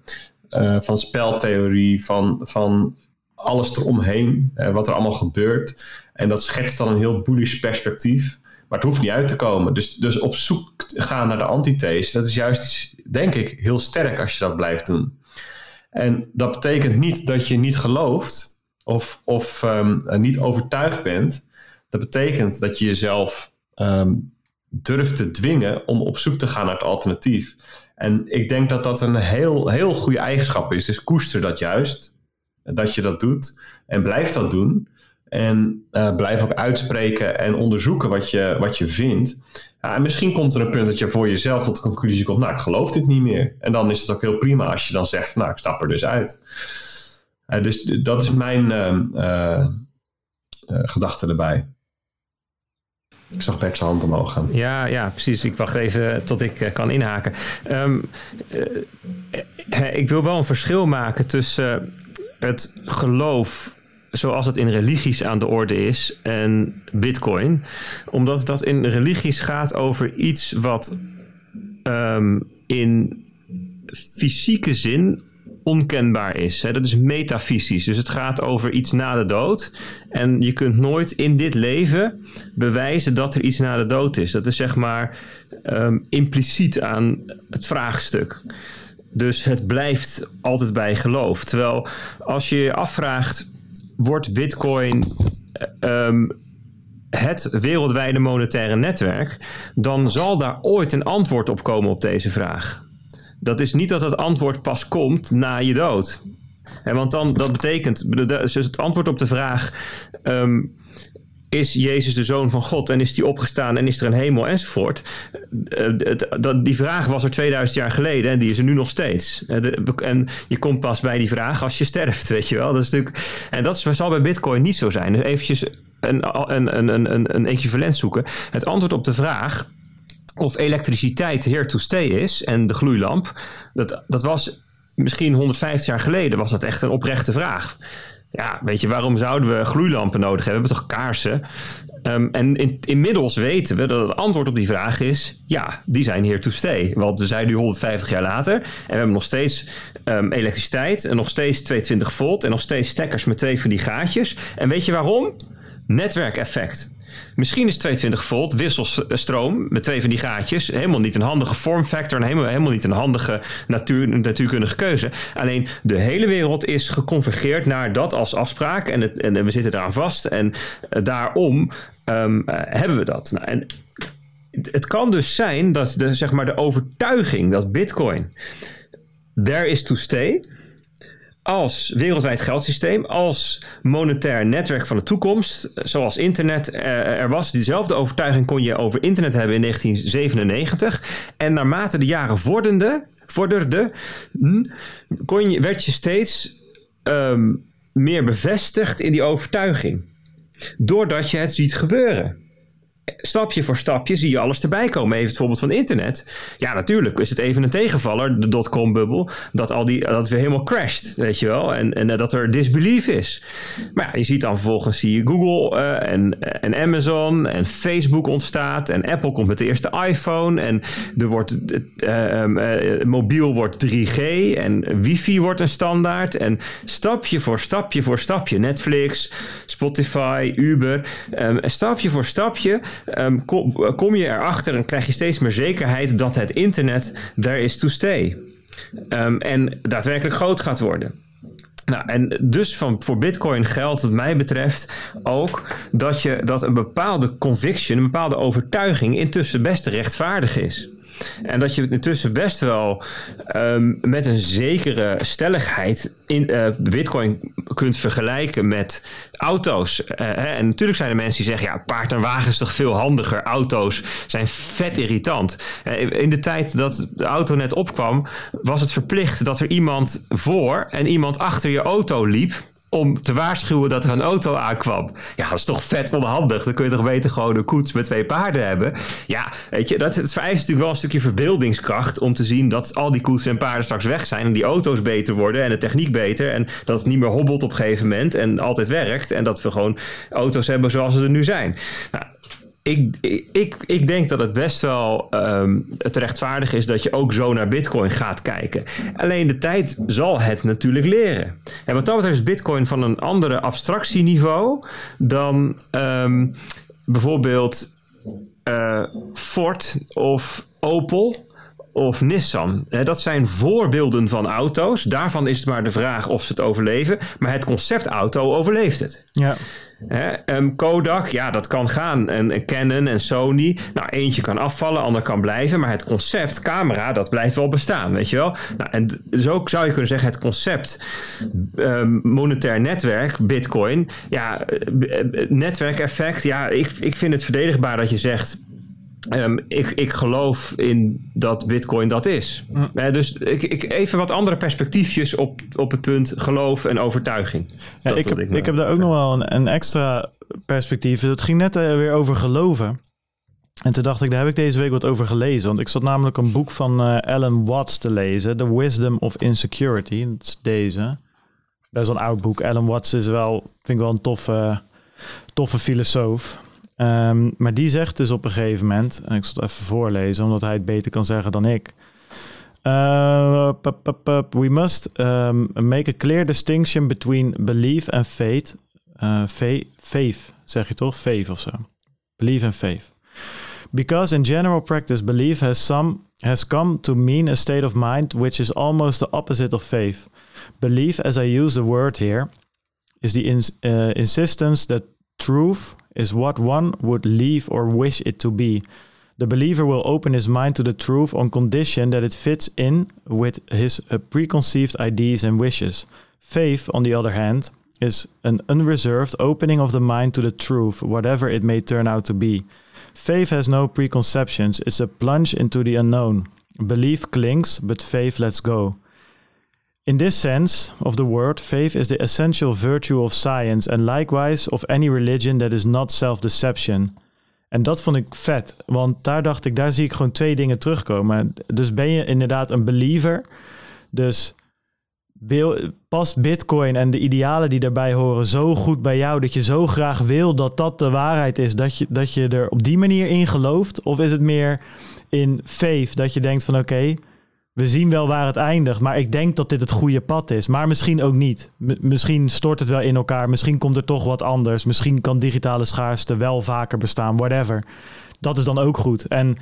speltheorie, van alles eromheen. Wat er allemaal gebeurt. En dat schetst dan een heel bullish perspectief. Maar het hoeft niet uit te komen. Dus op zoek gaan naar de antithese, dat is juist, denk ik, heel sterk als je dat blijft doen. En dat betekent niet dat je niet gelooft of niet overtuigd bent. Dat betekent dat je jezelf durft te dwingen om op zoek te gaan naar het alternatief. En ik denk dat dat een heel goede eigenschap is. Dus koester dat juist, dat je dat doet en blijf dat doen. En blijf ook uitspreken en onderzoeken wat je vindt. Ja, en misschien komt er een punt dat je voor jezelf tot de conclusie komt, ik geloof dit niet meer. En dan is het ook heel prima als je dan zegt, ik stap er dus uit. Dus dat is mijn gedachte erbij. Ik zag Bert zijn hand omhoog gaan. Ja, precies. Ik wacht even tot ik kan inhaken. Ik wil wel een verschil maken tussen het geloof zoals het in religies aan de orde is en Bitcoin. Omdat dat in religies gaat over iets wat in fysieke zin onkenbaar is. Dat is metafysisch. Dus het gaat over iets na de dood. En je kunt nooit in dit leven bewijzen dat er iets na de dood is. Dat is zeg maar impliciet aan het vraagstuk. Dus het blijft altijd bij geloof. Terwijl als je je afvraagt, wordt Bitcoin het wereldwijde monetaire netwerk, dan zal daar ooit een antwoord op komen op deze vraag. Dat is niet dat het antwoord pas komt na je dood. Want dan, dat betekent, dus het antwoord op de vraag, is Jezus de Zoon van God en is die opgestaan en is er een hemel enzovoort. Die vraag was er 2000 jaar geleden en die is er nu nog steeds. En je komt pas bij die vraag als je sterft, weet je wel. Dat is natuurlijk, en dat zal bij Bitcoin niet zo zijn. Dus eventjes een equivalent zoeken. Het antwoord op de vraag of elektriciteit here to stay is en de gloeilamp, dat was misschien 150 jaar geleden was dat echt een oprechte vraag. Ja, weet je, waarom zouden we gloeilampen nodig hebben? We hebben toch kaarsen? En inmiddels weten we dat het antwoord op die vraag is, ja, die zijn here to stay. Want we zijn nu 150 jaar later en we hebben nog steeds elektriciteit en nog steeds 220 volt en nog steeds stekkers met 2 van die gaatjes. En weet je waarom? Netwerkeffect. Misschien is 220 volt wisselstroom met 2 van die gaatjes helemaal niet een handige vormfactor en helemaal niet een handige natuurkundige keuze. Alleen de hele wereld is geconvergeerd naar dat als afspraak en we zitten eraan vast en daarom hebben we dat. Nou, en het kan dus zijn dat de overtuiging dat Bitcoin there is to stay als wereldwijd geldsysteem, als monetair netwerk van de toekomst, zoals internet er was. Diezelfde overtuiging kon je over internet hebben in 1997. En naarmate de jaren vorderde, werd je steeds meer bevestigd in die overtuiging. Doordat je het ziet gebeuren. Stapje voor stapje zie je alles erbij komen. Even het voorbeeld van internet. Ja, natuurlijk is het even een tegenvaller, de dotcom-bubbel, dat het weer helemaal crasht, weet je wel. En dat er disbelief is. Maar ja, je ziet dan vervolgens zie je Google en Amazon en Facebook ontstaat en Apple komt met de eerste iPhone en er wordt mobiel wordt 3G en wifi wordt een standaard en stapje voor stapje Netflix, Spotify, Uber, stapje voor stapje kom je erachter en krijg je steeds meer zekerheid dat het internet there is to stay. En daadwerkelijk groot gaat worden. Nou, en dus voor Bitcoin geldt wat mij betreft ook dat een bepaalde conviction, een bepaalde overtuiging intussen best rechtvaardig is. En dat je intussen best wel met een zekere stelligheid Bitcoin kunt vergelijken met auto's. En natuurlijk zijn er mensen die zeggen, ja, paard en wagen is toch veel handiger. Auto's zijn vet irritant. In de tijd dat de auto net opkwam, was het verplicht dat er iemand voor en iemand achter je auto liep om te waarschuwen dat er een auto aankwam. Ja, dat is toch vet onhandig. Dan kun je toch beter gewoon een koets met 2 paarden hebben. Ja, weet je, het vereist natuurlijk wel een stukje verbeeldingskracht om te zien dat al die koetsen en paarden straks weg zijn en die auto's beter worden en de techniek beter en dat het niet meer hobbelt op een gegeven moment en altijd werkt en dat we gewoon auto's hebben zoals ze er nu zijn. Nou, ik denk dat het best wel het rechtvaardig is dat je ook zo naar Bitcoin gaat kijken. Alleen de tijd zal het natuurlijk leren. En wat dat betreft is Bitcoin van een andere abstractieniveau dan bijvoorbeeld Ford of Opel of Nissan. Dat zijn voorbeelden van auto's. Daarvan is het maar de vraag of ze het overleven. Maar het concept auto overleeft het. Ja. Kodak, ja, dat kan gaan. En Canon en Sony. Nou, eentje kan afvallen, ander kan blijven. Maar het concept camera, dat blijft wel bestaan, weet je wel. Nou, en dus ook zou je kunnen zeggen, het concept monetair netwerk, Bitcoin. Ja, netwerkeffect. Ja, ik vind het verdedigbaar dat je zegt, ik geloof in dat Bitcoin dat is. Dus even wat andere perspectiefjes op het punt geloof en overtuiging. Ja, ik heb daar ook nog wel een extra perspectief. Het ging net weer over geloven. En toen dacht ik, daar heb ik deze week wat over gelezen. Want ik zat namelijk een boek van Alan Watts te lezen. The Wisdom of Insecurity. Dat is deze. Best wel een oud boek. Alan Watts is vind ik wel een toffe filosoof. Maar die zegt dus op een gegeven moment... En ik zal het even voorlezen, omdat hij het beter kan zeggen dan ik. We must make a clear distinction between belief and faith. Faith, zeg je toch? Faith of zo. Belief and faith. Because in general practice, belief has come to mean a state of mind which is almost the opposite of faith. Belief, as I use the word here, is the insistence that truth is what one would leave or wish it to be. The believer will open his mind to the truth on condition that it fits in with his preconceived ideas and wishes. Faith, on the other hand, is an unreserved opening of the mind to the truth, whatever it may turn out to be. Faith has no preconceptions. It's a plunge into the unknown. Belief clings, but faith lets go. In this sense of the word, faith is the essential virtue of science and likewise of any religion that is not self-deception. En dat vond ik vet, want daar zie ik gewoon 2 dingen terugkomen. Dus ben je inderdaad een believer, dus past Bitcoin en de idealen die daarbij horen zo goed bij jou, dat je zo graag wil dat dat de waarheid is, dat je er op die manier in gelooft? Of is het meer in faith, dat je denkt van oké, we zien wel waar het eindigt, maar ik denk dat dit het goede pad is. Maar misschien ook niet. Misschien stort het wel in elkaar. Misschien komt er toch wat anders. Misschien kan digitale schaarste wel vaker bestaan. Whatever. Dat is dan ook goed. En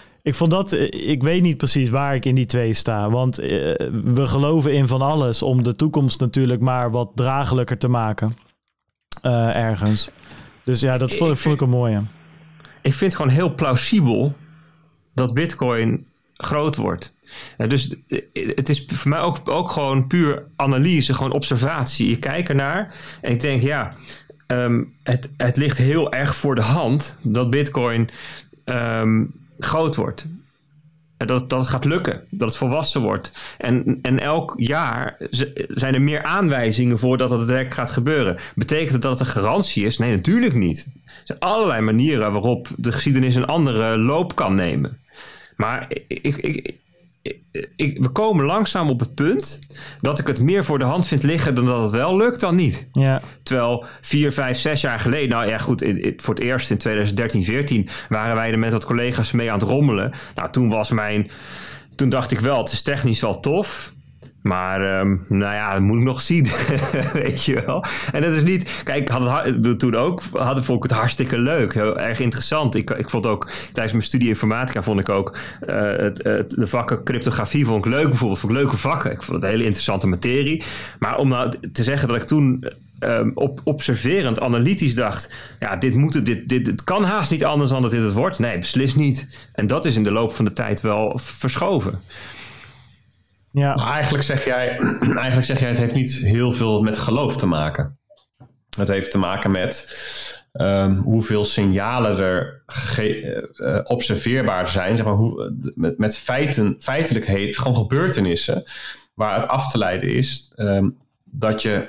ik weet niet precies waar ik in die 2 sta. Want we geloven in van alles om de toekomst natuurlijk maar wat draaglijker te maken. Ergens. Dus ja, dat vond ik een mooie. Ik vind het gewoon heel plausibel dat Bitcoin groot wordt. Dus het is voor mij ook gewoon puur analyse, gewoon observatie. Ik kijk ernaar en ik denk, het ligt heel erg voor de hand dat Bitcoin groot wordt. Dat het gaat lukken, dat het volwassen wordt. En elk jaar zijn er meer aanwijzingen voor dat het werk gaat gebeuren. Betekent het dat het een garantie is? Nee, natuurlijk niet. Er zijn allerlei manieren waarop de geschiedenis een andere loop kan nemen. Maar we komen langzaam op het punt dat ik het meer voor de hand vind liggen dan dat het wel lukt dan niet. Ja. Terwijl 4, 5, 6 jaar geleden, nou ja goed, voor het eerst in 2013, 14 waren wij er met wat collega's mee aan het rommelen. Nou, toen dacht ik wel, het is technisch wel tof. Maar dat moet ik nog zien. Weet je wel. En dat is niet... Kijk, vond ik het hartstikke leuk. Heel erg interessant. Ik vond ook... Tijdens mijn studie informatica vond ik ook... de vakken cryptografie vond ik leuk. Bijvoorbeeld vond ik leuke vakken. Ik vond het een hele interessante materie. Maar om nou te zeggen dat ik toen... observerend, analytisch dacht... Ja, dit kan haast niet anders dan dat dit het wordt. Nee, beslist niet. En dat is in de loop van de tijd wel verschoven. Ja. Nou, eigenlijk zeg jij, het heeft niet heel veel met geloof te maken. Het heeft te maken met hoeveel signalen er observeerbaar zijn. Zeg maar, met feitelijkheden, gewoon gebeurtenissen, waar het af te leiden is dat je...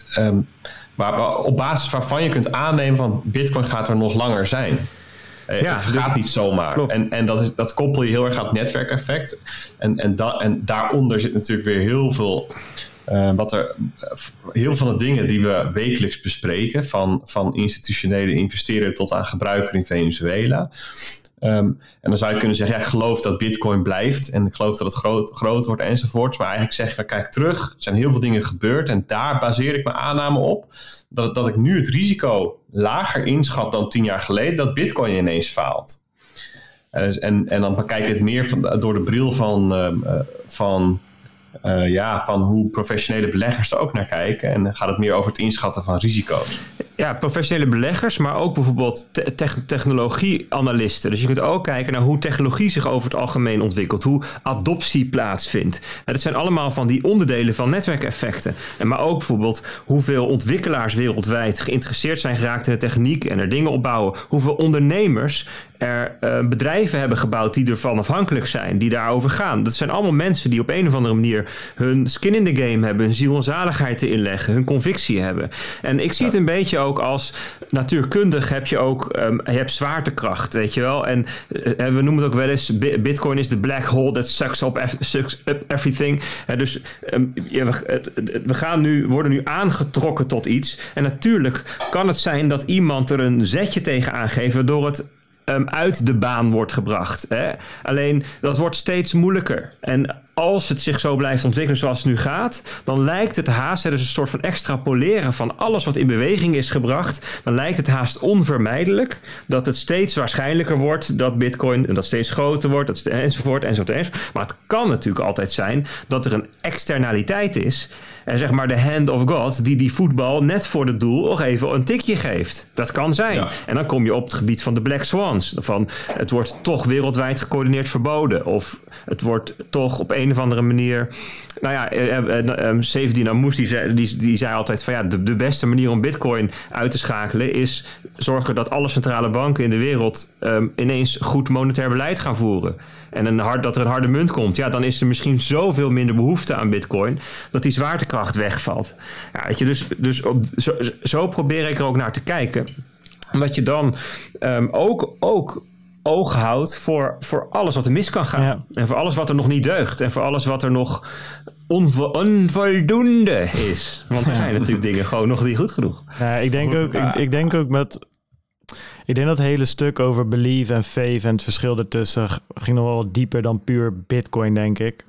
op basis waarvan je kunt aannemen van Bitcoin gaat er nog langer zijn. Het gaat niet zomaar. En dat koppel je heel erg aan het netwerkeffect. En daaronder zit natuurlijk weer heel veel... heel veel van de dingen die we wekelijks bespreken... van institutionele investeerder tot aan gebruiker in Venezuela... en dan zou je kunnen zeggen, ik geloof dat Bitcoin blijft... en ik geloof dat het groot wordt enzovoorts. Maar eigenlijk zeg je, kijk terug, er zijn heel veel dingen gebeurd... en daar baseer ik mijn aanname op... dat ik nu het risico lager inschat dan 10 jaar geleden... dat Bitcoin ineens faalt. En dan bekijk je het meer door de bril van hoe professionele beleggers er ook naar kijken. En dan gaat het meer over het inschatten van risico's. Ja, professionele beleggers, maar ook bijvoorbeeld technologieanalisten. Dus je kunt ook kijken naar hoe technologie zich over het algemeen ontwikkelt. Hoe adoptie plaatsvindt. Dat zijn allemaal van die onderdelen van netwerkeffecten. Maar ook bijvoorbeeld hoeveel ontwikkelaars wereldwijd geïnteresseerd zijn geraakt in de techniek en er dingen opbouwen. Hoeveel ondernemers er bedrijven hebben gebouwd die ervan afhankelijk zijn, die daarover gaan. Dat zijn allemaal mensen die op een of andere manier hun skin in the game hebben, hun ziel en zaligheid te inleggen, hun convictie hebben. En ik zie het een beetje ook als natuurkundig heb je ook je hebt zwaartekracht, weet je wel. En we noemen het ook wel eens Bitcoin is the black hole that sucks up everything. Dus we worden nu aangetrokken tot iets. En natuurlijk kan het zijn dat iemand er een zetje tegen aangeeft waardoor het uit de baan wordt gebracht. Hè? Alleen, dat wordt steeds moeilijker. En als het zich zo blijft ontwikkelen zoals het nu gaat, dan lijkt het haast, er is een soort van extrapoleren van alles wat in beweging is gebracht, dan lijkt het haast onvermijdelijk dat het steeds waarschijnlijker wordt dat Bitcoin dat steeds groter wordt, enzovoort. Maar het kan natuurlijk altijd zijn dat er een externaliteit is, en zeg maar de hand of God, die voetbal net voor het doel nog even een tikje geeft. Dat kan zijn. Ja. En dan kom je op het gebied van de Black Swans. Van het wordt toch wereldwijd gecoördineerd verboden. Of het wordt toch op een of andere manier. Nou ja, Saifedean Ammous die zei altijd van ja, de beste manier om Bitcoin uit te schakelen is zorgen dat alle centrale banken in de wereld ineens goed monetair beleid gaan voeren. En dat er een harde munt komt. Ja, dan is er misschien zoveel minder behoefte aan Bitcoin dat die zwaartekracht wegvalt. Ja, weet je, dus zo probeer ik er ook naar te kijken. Omdat je dan ook oog houdt voor alles wat er mis kan gaan. Ja. En voor alles wat er nog niet deugt. En voor alles wat er nog onvoldoende is. Want er zijn natuurlijk dingen gewoon nog niet goed genoeg. Ja, ik denk ook met... Ik denk dat het hele stuk over belief en faith en het verschil ertussen ging nog wel wat dieper dan puur Bitcoin, denk ik.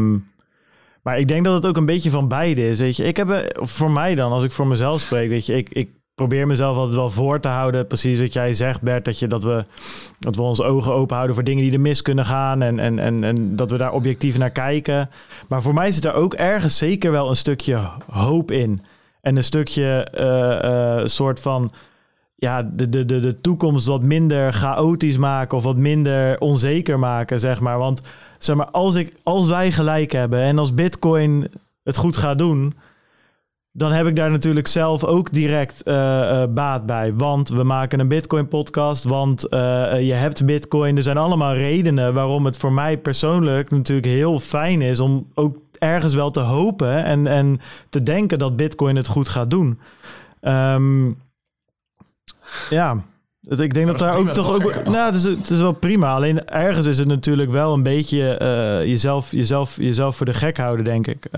Maar ik denk dat het ook een beetje van beide is, weet je. Ik heb voor mij dan, als ik voor mezelf spreek, weet je, ik probeer mezelf altijd wel voor te houden. Precies wat jij zegt, Bert, dat we onze ogen open houden voor dingen die er mis kunnen gaan en dat we daar objectief naar kijken. Maar voor mij zit er ook ergens zeker wel een stukje hoop in. En een stukje soort van... ja, de toekomst wat minder chaotisch maken of wat minder onzeker maken, zeg maar. Want zeg maar, als wij gelijk hebben en als Bitcoin het goed gaat doen, dan heb ik daar natuurlijk zelf ook direct baat bij. Want we maken een Bitcoin-podcast, want je hebt Bitcoin. Er zijn allemaal redenen waarom het voor mij persoonlijk natuurlijk heel fijn is om ook ergens wel te hopen en te denken dat Bitcoin het goed gaat doen. Ja, ik denk dat daar ook toch ook... Nou, het is wel prima. Alleen ergens is het natuurlijk wel een beetje jezelf voor de gek houden, denk ik.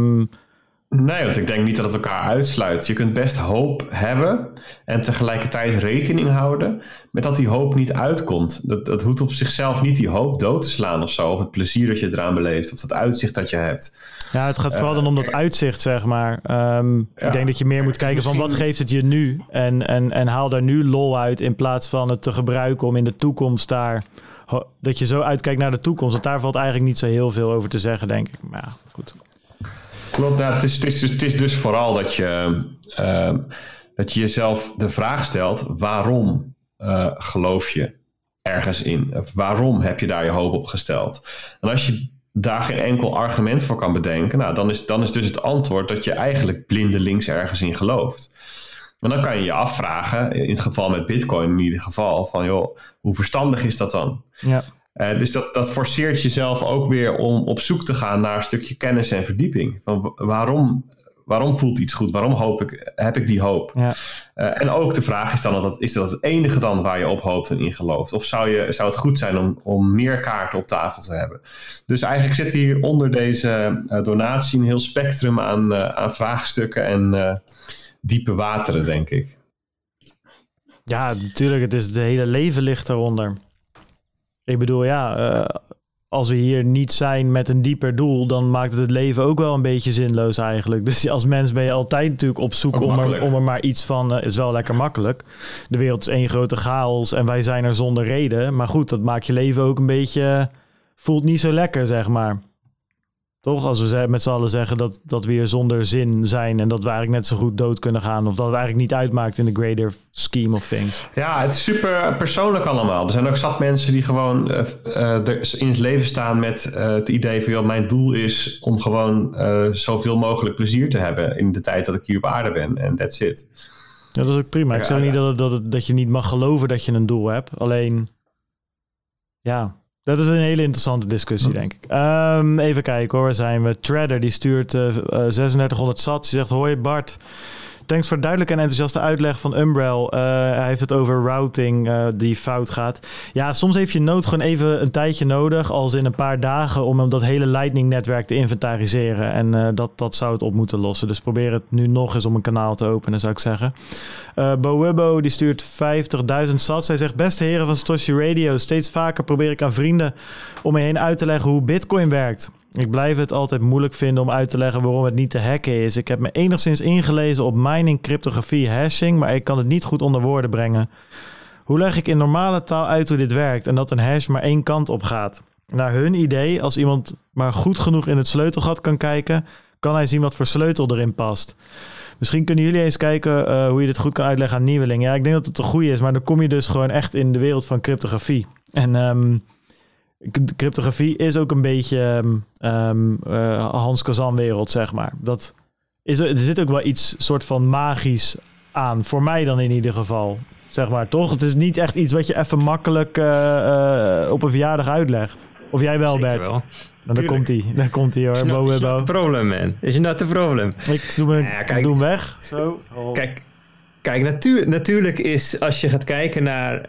Nee, want ik denk niet dat het elkaar uitsluit. Je kunt best hoop hebben en tegelijkertijd rekening houden met dat die hoop niet uitkomt. Dat hoeft op zichzelf niet die hoop dood te slaan of zo. Of het plezier dat je eraan beleeft. Of dat uitzicht dat je hebt. Ja, het gaat vooral dan om dat uitzicht, zeg maar. Ik denk dat je meer moet kijken van wat geeft het je nu? En haal daar nu lol uit in plaats van het te gebruiken om in de toekomst daar... Dat je zo uitkijkt naar de toekomst. Want daar valt eigenlijk niet zo heel veel over te zeggen, denk ik. Maar ja, goed. Klopt, nou, het is dus vooral dat je jezelf de vraag stelt: waarom geloof je ergens in? Of waarom heb je daar je hoop op gesteld? En als je daar geen enkel argument voor kan bedenken, nou, dan is dus het antwoord dat je eigenlijk blindelings ergens in gelooft. En dan kan je je afvragen, in het geval met Bitcoin in ieder geval, van joh, hoe verstandig is dat dan? Ja. Dus dat forceert jezelf ook weer om op zoek te gaan naar een stukje kennis en verdieping. Van waarom voelt iets goed? Waarom heb ik die hoop? Ja. En ook de vraag is dan, is dat het enige dan waar je op hoopt en in gelooft? Of zou het goed zijn om meer kaarten op tafel te hebben? Dus eigenlijk zit hier onder deze donatie een heel spectrum aan vraagstukken en diepe wateren, denk ik. Ja, natuurlijk. Het hele leven ligt eronder. Ik bedoel, als we hier niet zijn met een dieper doel, dan maakt het leven ook wel een beetje zinloos eigenlijk. Dus als mens ben je altijd natuurlijk op zoek om er maar iets van... is wel lekker makkelijk. De wereld is één grote chaos en wij zijn er zonder reden. Maar goed, dat maakt je leven ook een beetje... voelt niet zo lekker, zeg maar. Toch? Als we met z'n allen zeggen dat we hier zonder zin zijn en dat we eigenlijk net zo goed dood kunnen gaan. Of dat het eigenlijk niet uitmaakt in de greater scheme of things. Ja, het is super persoonlijk allemaal. Er zijn ook zat mensen die gewoon in het leven staan met het idee van... joh, mijn doel is om gewoon zoveel mogelijk plezier te hebben in de tijd dat ik hier op aarde ben. En that's it. Ja, dat is ook prima. Ik zeg niet dat je niet mag geloven dat je een doel hebt. Alleen, ja... Dat is een hele interessante discussie, denk ik. Even kijken hoor, waar zijn we? Tradder, die stuurt 3600 sats. Die zegt, hoi Bart. Thanks voor duidelijke en enthousiaste uitleg van Umbrel. Hij heeft het over routing die fout gaat. Ja, soms heeft je node gewoon even een tijdje nodig, als in een paar dagen, om dat hele Lightning-netwerk te inventariseren. En dat zou het op moeten lossen. Dus probeer het nu nog eens om een kanaal te openen, zou ik zeggen. Bowibbo, die stuurt 50.000 sats. Hij zegt, beste heren van Satoshi Radio, steeds vaker probeer ik aan vrienden om me heen uit te leggen hoe Bitcoin werkt. Ik blijf het altijd moeilijk vinden om uit te leggen waarom het niet te hacken is. Ik heb me enigszins ingelezen op mining, cryptografie, hashing, maar ik kan het niet goed onder woorden brengen. Hoe leg ik in normale taal uit hoe dit werkt en dat een hash maar één kant op gaat? Naar hun idee, als iemand maar goed genoeg in het sleutelgat kan kijken, kan hij zien wat voor sleutel erin past. Misschien kunnen jullie eens kijken hoe je dit goed kan uitleggen aan nieuwelingen. Ja, ik denk dat het een goede is, maar dan kom je dus gewoon echt in de wereld van cryptografie. En cryptografie is ook een beetje Hans Kazan wereld, zeg maar. Er zit ook wel iets soort van magisch aan. Voor mij dan in ieder geval. Zeg maar, toch? Het is niet echt iets wat je even makkelijk op een verjaardag uitlegt. Of jij wel, Bert? Wel. Nou, daar komt hij hoor. Is not the problem, man. Is not the problem. Ik doe hem weg. Zo. Oh. Kijk, natuurlijk is, als je gaat kijken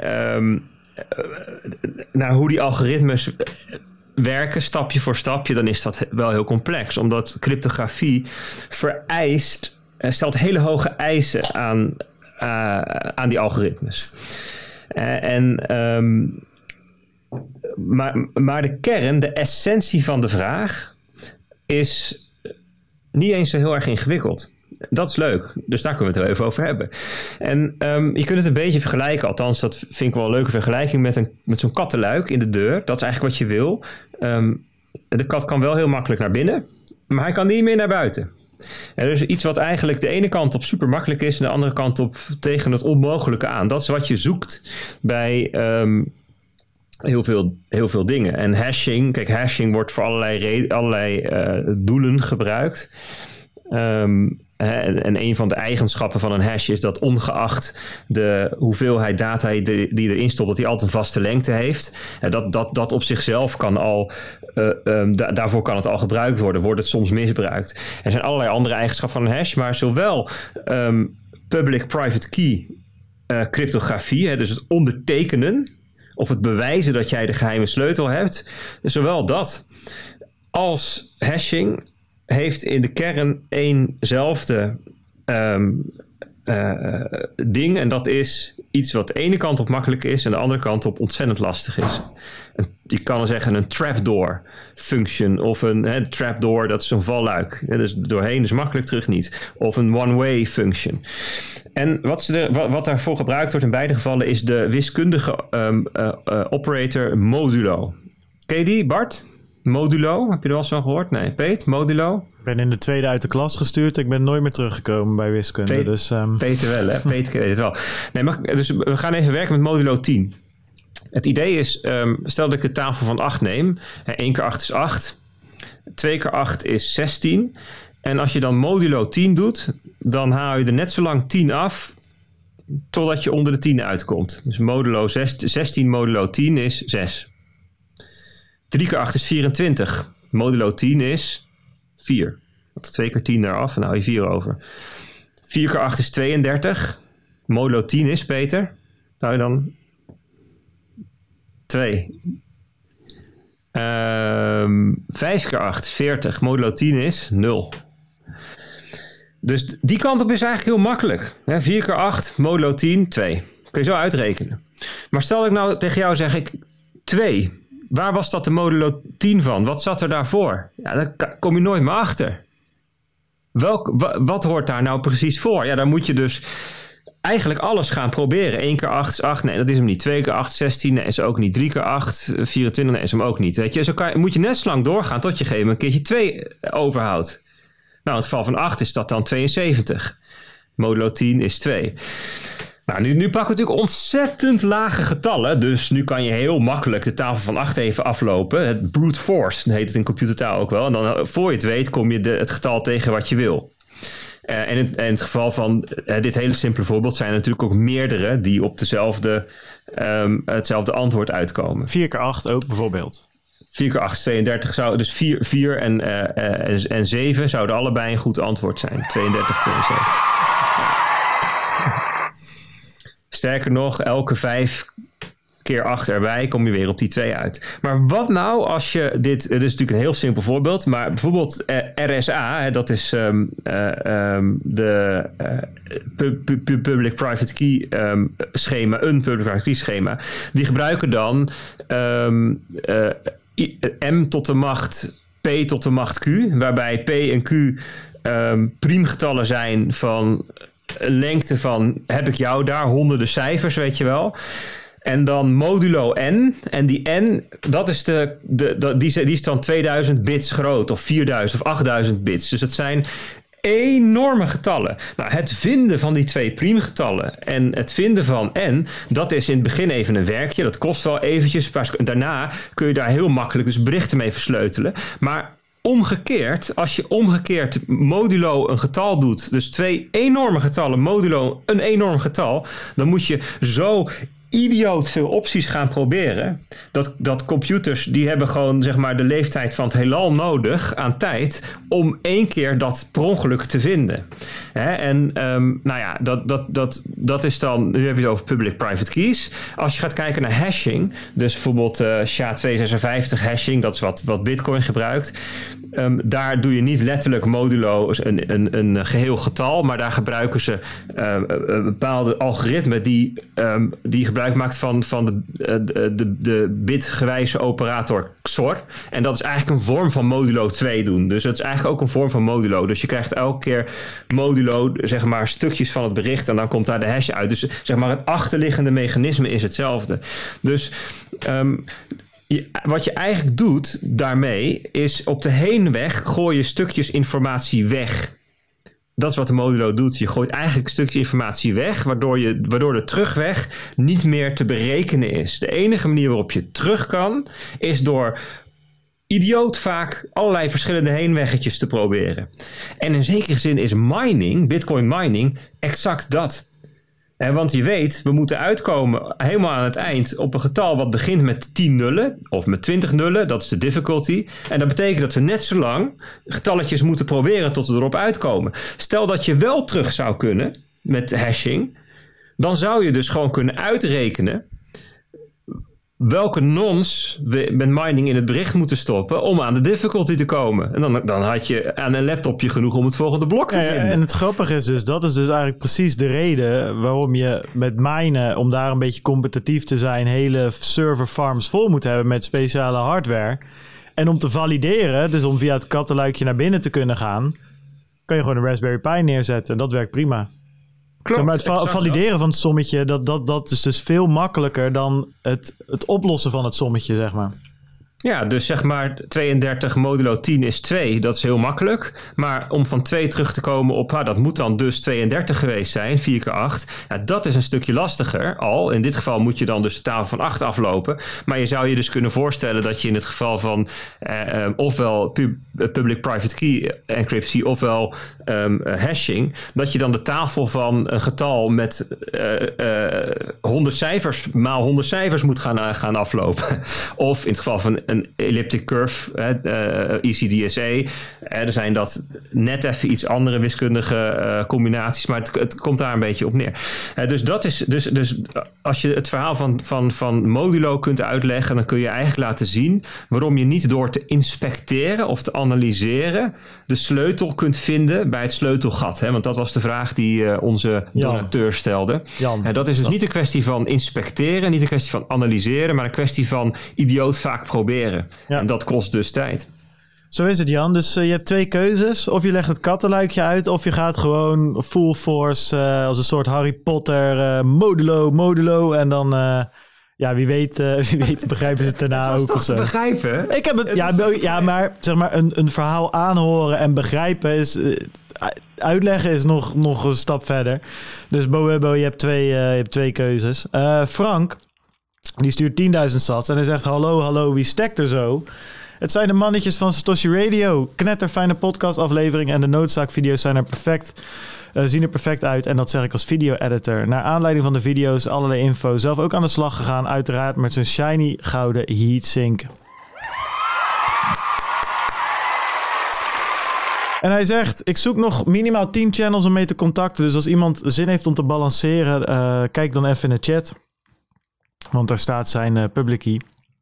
naar hoe die algoritmes werken, stapje voor stapje, dan is dat wel heel complex. Omdat cryptografie stelt hele hoge eisen aan die algoritmes. Maar de kern, de essentie van de vraag, is niet eens zo heel erg ingewikkeld. Dat is leuk, dus daar kunnen we het wel even over hebben. En je kunt het een beetje vergelijken, althans dat vind ik wel een leuke vergelijking met zo'n kattenluik in de deur. Dat is eigenlijk wat je wil. De kat kan wel heel makkelijk naar binnen, maar hij kan niet meer naar buiten. En dus iets wat eigenlijk de ene kant op super makkelijk is en de andere kant op tegen het onmogelijke aan. Dat is wat je zoekt bij heel veel dingen. En hashing wordt voor allerlei doelen gebruikt. En een van de eigenschappen van een hash is dat ongeacht de hoeveelheid data die erin stopt, dat die altijd een vaste lengte heeft. Dat op zichzelf kan al, daarvoor kan het al gebruikt worden, wordt het soms misbruikt. Er zijn allerlei andere eigenschappen van een hash, maar zowel public-private key cryptografie, dus het ondertekenen of het bewijzen dat jij de geheime sleutel hebt, zowel dat als hashing heeft in de kern éénzelfde ding. En dat is iets wat de ene kant op makkelijk is en de andere kant op ontzettend lastig is. Je kan zeggen een trapdoor function of een trapdoor, dat is een valluik. Dus doorheen is makkelijk, terug niet. Of een one-way function. En wat daarvoor gebruikt wordt in beide gevallen is de wiskundige operator modulo. Ken je die, Bart? Modulo, heb je er wel eens van gehoord? Nee, Peet, modulo? Ik ben in de tweede uit de klas gestuurd. Ik ben nooit meer teruggekomen bij wiskunde. Peter wel, hè? Peter weet het wel. Nee, maar, dus we gaan even werken met modulo 10. Het idee is, stel dat ik de tafel van 8 neem. 1 keer 8 is 8. 2 keer 8 is 16. En als je dan modulo 10 doet, dan haal je er net zo lang 10 af totdat je onder de 10 uitkomt. Dus modulo 16 modulo 10 is 6. 3 keer 8 is 24. Modulo 10 is 4. 2 keer 10 eraf en dan hou je 4 over. 4 keer 8 is 32. Modulo 10 is, Peter, hou je dan 2. 5 keer 8 is 40. Modulo 10 is 0. Dus die kant op is eigenlijk heel makkelijk. 4 keer 8, modulo 10, 2. Kun je zo uitrekenen. Maar stel ik nou tegen jou zeg ik 2. Waar was dat de modulo 10 van? Wat zat er daarvoor? Ja, daar kom je nooit meer achter. Wat hoort daar nou precies voor? Ja, dan moet je dus eigenlijk alles gaan proberen. 1 keer 8 is 8. Nee, dat is hem niet. 2 keer 8 is 16. Nee, is ook niet. 3 keer 8, 24. Nee, is hem ook niet. Weet je, zo moet je net zo lang doorgaan tot je gegeven een keertje 2 overhoudt. Nou, in het geval van 8 is dat dan 72. Modulo 10 is 2. Nou, nu pakken we natuurlijk ontzettend lage getallen. Dus nu kan je heel makkelijk de tafel van 8 even aflopen. Het brute force heet het in computertaal ook wel. En dan voor je het weet kom je het getal tegen wat je wil. En in het geval van dit hele simpele voorbeeld zijn er natuurlijk ook meerdere die op hetzelfde antwoord uitkomen. 4 keer 8 ook bijvoorbeeld. 4 keer 8 is 32. Dus 4 en 7 zouden allebei een goed antwoord zijn. 32, 72. Sterker nog, elke 5 keer 8 erbij, kom je weer op die 2 uit. Maar wat nou als je dit is natuurlijk een heel simpel voorbeeld, maar bijvoorbeeld RSA, dat is de public-private key schema, een public-private key schema, die gebruiken dan m tot de macht p tot de macht q, waarbij p en q priemgetallen zijn van een lengte van, heb ik jou daar, honderden cijfers, weet je wel. En dan modulo n. En die n, dat is die is dan 2000 bits groot. Of 4000 of 8000 bits. Dus het zijn enorme getallen. Nou, het vinden van die 2 priemgetallen en het vinden van n, dat is in het begin even een werkje. Dat kost wel eventjes. Daarna kun je daar heel makkelijk dus berichten mee versleutelen. Maar omgekeerd, als je omgekeerd modulo een getal doet, dus 2 enorme getallen modulo een enorm getal, dan moet je zo idioot veel opties gaan proberen. Dat computers, die hebben gewoon zeg maar de leeftijd van het heelal nodig aan tijd om 1 keer dat per ongeluk te vinden. En nou ja, dat is dan, nu heb je het over public-private keys. Als je gaat kijken naar hashing, dus bijvoorbeeld SHA-256 hashing, dat is wat Bitcoin gebruikt. Daar doe je niet letterlijk modulo een geheel getal, maar daar gebruiken ze een bepaalde algoritme die gebruik maakt van de bitgewijze operator XOR. En dat is eigenlijk een vorm van modulo 2 doen. Dus dat is eigenlijk ook een vorm van modulo. Dus je krijgt elke keer modulo, zeg maar, stukjes van het bericht en dan komt daar de hash uit. Dus zeg maar, het achterliggende mechanisme is hetzelfde. Dus wat je eigenlijk doet daarmee is op de heenweg gooi je stukjes informatie weg. Dat is wat de modulo doet. Je gooit eigenlijk een stukje informatie weg, waardoor de terugweg niet meer te berekenen is. De enige manier waarop je terug kan, is door idioot vaak allerlei verschillende heenweggetjes te proberen. En in zekere zin is mining, Bitcoin mining, exact dat. Want je weet, we moeten uitkomen helemaal aan het eind op een getal wat begint met 10 nullen of met 20 nullen. Dat is de difficulty. En dat betekent dat we net zo lang getalletjes moeten proberen tot we erop uitkomen. Stel dat je wel terug zou kunnen met hashing, dan zou je dus gewoon kunnen uitrekenen welke nons we met mining in het bericht moeten stoppen om aan de difficulty te komen. En dan had je aan een laptopje genoeg om het volgende blok te vinden. En het grappige is dus, dat is dus eigenlijk precies de reden waarom je met minen, om daar een beetje competitief te zijn, hele server farms vol moet hebben met speciale hardware. En om te valideren, dus om via het kattenluikje naar binnen te kunnen gaan, kan je gewoon een Raspberry Pi neerzetten. En dat werkt prima. Klopt, zeg maar het valideren van het sommetje, dat is dus veel makkelijker dan het oplossen van het sommetje, zeg maar. Ja, dus zeg maar 32 modulo 10 is 2. Dat is heel makkelijk. Maar om van 2 terug te komen op, dat moet dan dus 32 geweest zijn, 4 keer 8. Ja, dat is een stukje lastiger al. In dit geval moet je dan dus de tafel van 8 aflopen. Maar je zou je dus kunnen voorstellen dat je in het geval van ofwel public-private key encryptie ofwel hashing, dat je dan de tafel van een getal met 100 cijfers maal 100 cijfers moet gaan aflopen. Of in het geval van een elliptic curve, ECDSA. Er zijn dat net even iets andere wiskundige combinaties, maar het komt daar een beetje op neer. Dus dat is dus als je het verhaal van modulo kunt uitleggen, dan kun je eigenlijk laten zien waarom je niet door te inspecteren of te analyseren de sleutel kunt vinden bij het sleutelgat. Want dat was de vraag die onze donateur stelde. Dat is dus niet een kwestie van inspecteren, niet een kwestie van analyseren, maar een kwestie van idioot vaak proberen. Ja. En dat kost dus tijd. Zo is het, Jan. Dus je hebt 2 keuzes. Of je legt het kattenluikje uit, of je gaat gewoon full force als een soort Harry Potter modulo. En dan, wie weet begrijpen ze het daarna ook of zo. Begrijpen? Ik heb het, maar zeg maar een verhaal aanhoren en begrijpen is... uitleggen is nog een stap verder. Dus Boebo, je hebt 2 keuzes. Frank, die stuurt 10.000 sats en hij zegt: hallo, wie stekt er zo? Het zijn de mannetjes van Satoshi Radio. Knetterfijne podcastaflevering en de noodzaakvideo's zien er perfect uit. En dat zeg ik als video-editor. Naar aanleiding van de video's, allerlei info. Zelf ook aan de slag gegaan, uiteraard met zijn shiny gouden heatsink. En hij zegt, ik zoek nog minimaal 10 channels om mee te contacten. Dus als iemand zin heeft om te balanceren, kijk dan even in de chat. Want daar staat zijn public key.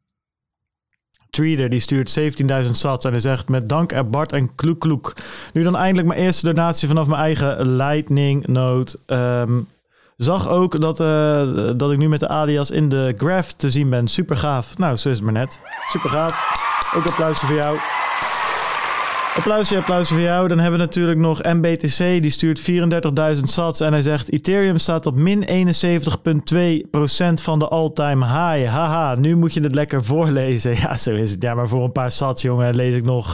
Treader, die stuurt 17.000 sats en hij zegt met dank Bart en Kloek. Nu dan eindelijk mijn eerste donatie vanaf mijn eigen Lightning Node. Zag ook dat ik nu met de alias in de graph te zien ben. Super gaaf. Nou, zo is het maar net. Super gaaf. Ook applausje voor jou. Applausje voor jou. Dan hebben we natuurlijk nog MBTC. Die stuurt 34.000 sats. En hij zegt Ethereum staat op min 71,2% van de all-time high. Haha, nu moet je het lekker voorlezen. Ja, zo is het. Ja, maar voor een paar sats, jongen, lees ik nog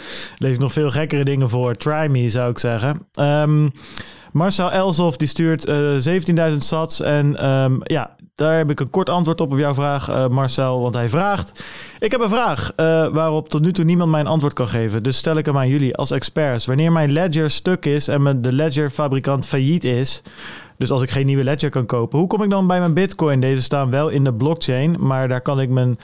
veel gekkere dingen voor. Try me, zou ik zeggen. Marcel Elsof, die stuurt 17.000 sats. En daar heb ik een kort antwoord op jouw vraag, Marcel. Want hij vraagt... Ik heb een vraag waarop tot nu toe niemand mij een antwoord kan geven. Dus stel ik hem aan jullie als experts. Wanneer mijn ledger stuk is en de ledger-fabrikant failliet is... Dus als ik geen nieuwe ledger kan kopen... Hoe kom ik dan bij mijn bitcoin? Deze staan wel in de blockchain, maar daar kan ik mijn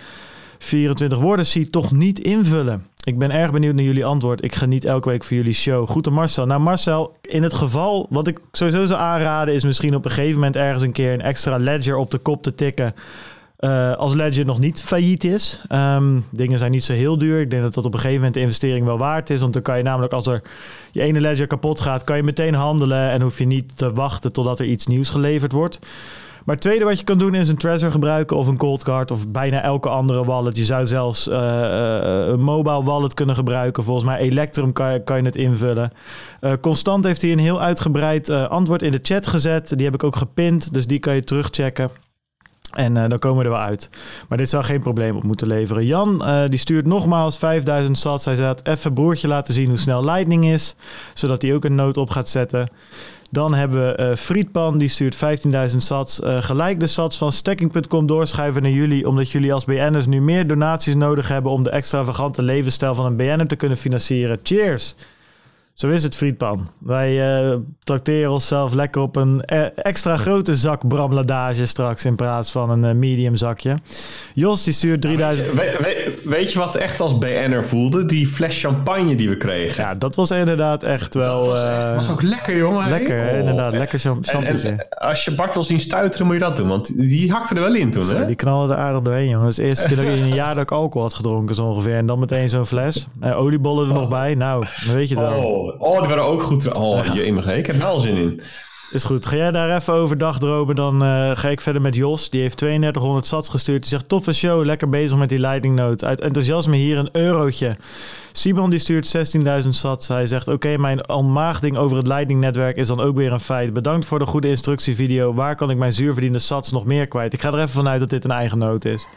24 woorden sheet toch niet invullen. Ik ben erg benieuwd naar jullie antwoord. Ik geniet elke week voor jullie show. Groeten Marcel. Nou Marcel, in het geval... Wat ik sowieso zou aanraden is misschien op een gegeven moment ergens een keer een extra ledger op de kop te tikken. Als ledger nog niet failliet is. Dingen zijn niet zo heel duur. Ik denk dat dat op een gegeven moment de investering wel waard is. Want dan kan je namelijk als er je ene ledger kapot gaat, kan je meteen handelen en hoef je niet te wachten totdat er iets nieuws geleverd wordt. Maar het tweede wat je kan doen is een Trezor gebruiken of een Coldcard of bijna elke andere wallet. Je zou zelfs een mobile wallet kunnen gebruiken. Volgens mij Electrum kan je het invullen. Constant heeft hij een heel uitgebreid antwoord in de chat gezet. Die heb ik ook gepind, dus die kan je terugchecken. En dan komen we er wel uit. Maar dit zou geen probleem op moeten leveren. Jan, die stuurt nogmaals 5.000 sats. Hij zegt even broertje laten zien hoe snel Lightning is. Zodat hij ook een nood op gaat zetten. Dan hebben we Friedpan, die stuurt 15.000 sats. Gelijk de sats van stacking.com doorschuiven naar jullie. Omdat jullie als BN'ers nu meer donaties nodig hebben om de extravagante levensstijl van een BN'er te kunnen financieren. Cheers! Zo is het, Friedpan. Wij trakteren onszelf lekker op een extra grote zak bramladage straks in plaats van een medium zakje. Jos, die stuurt 3000... Weet je wat echt als BN'er voelde? Die fles champagne die we kregen. Ja, dat was inderdaad echt wel... Dat was ook lekker, jongen. Lekker, inderdaad. Lekker champagne. En als je Bart wil zien stuiteren, moet je dat doen. Want die hakte er wel in toen, zo, hè? Die knalde er aardig doorheen, jongen. Dat is de eerste keer dat ik in een jaar dat ik alcohol had gedronken, zo ongeveer. En dan meteen zo'n fles. Oliebollen er nog bij. Nou, dan weet je het wel. Oh, die waren ook goed. Oh, jemig, ik heb er wel zin in. Is goed. Ga jij daar even over dagdromen, dan ga ik verder met Jos. Die heeft 3200 sats gestuurd. Die zegt, toffe show, lekker bezig met die Lightning Node. Uit enthousiasme hier een eurotje. Simon die stuurt 16.000 sats. Hij zegt, oké, mijn ontmaagding over het Lightning-netwerk is dan ook weer een feit. Bedankt voor de goede instructievideo. Waar kan ik mijn zuurverdiende sats nog meer kwijt? Ik ga er even vanuit dat dit een eigen node is.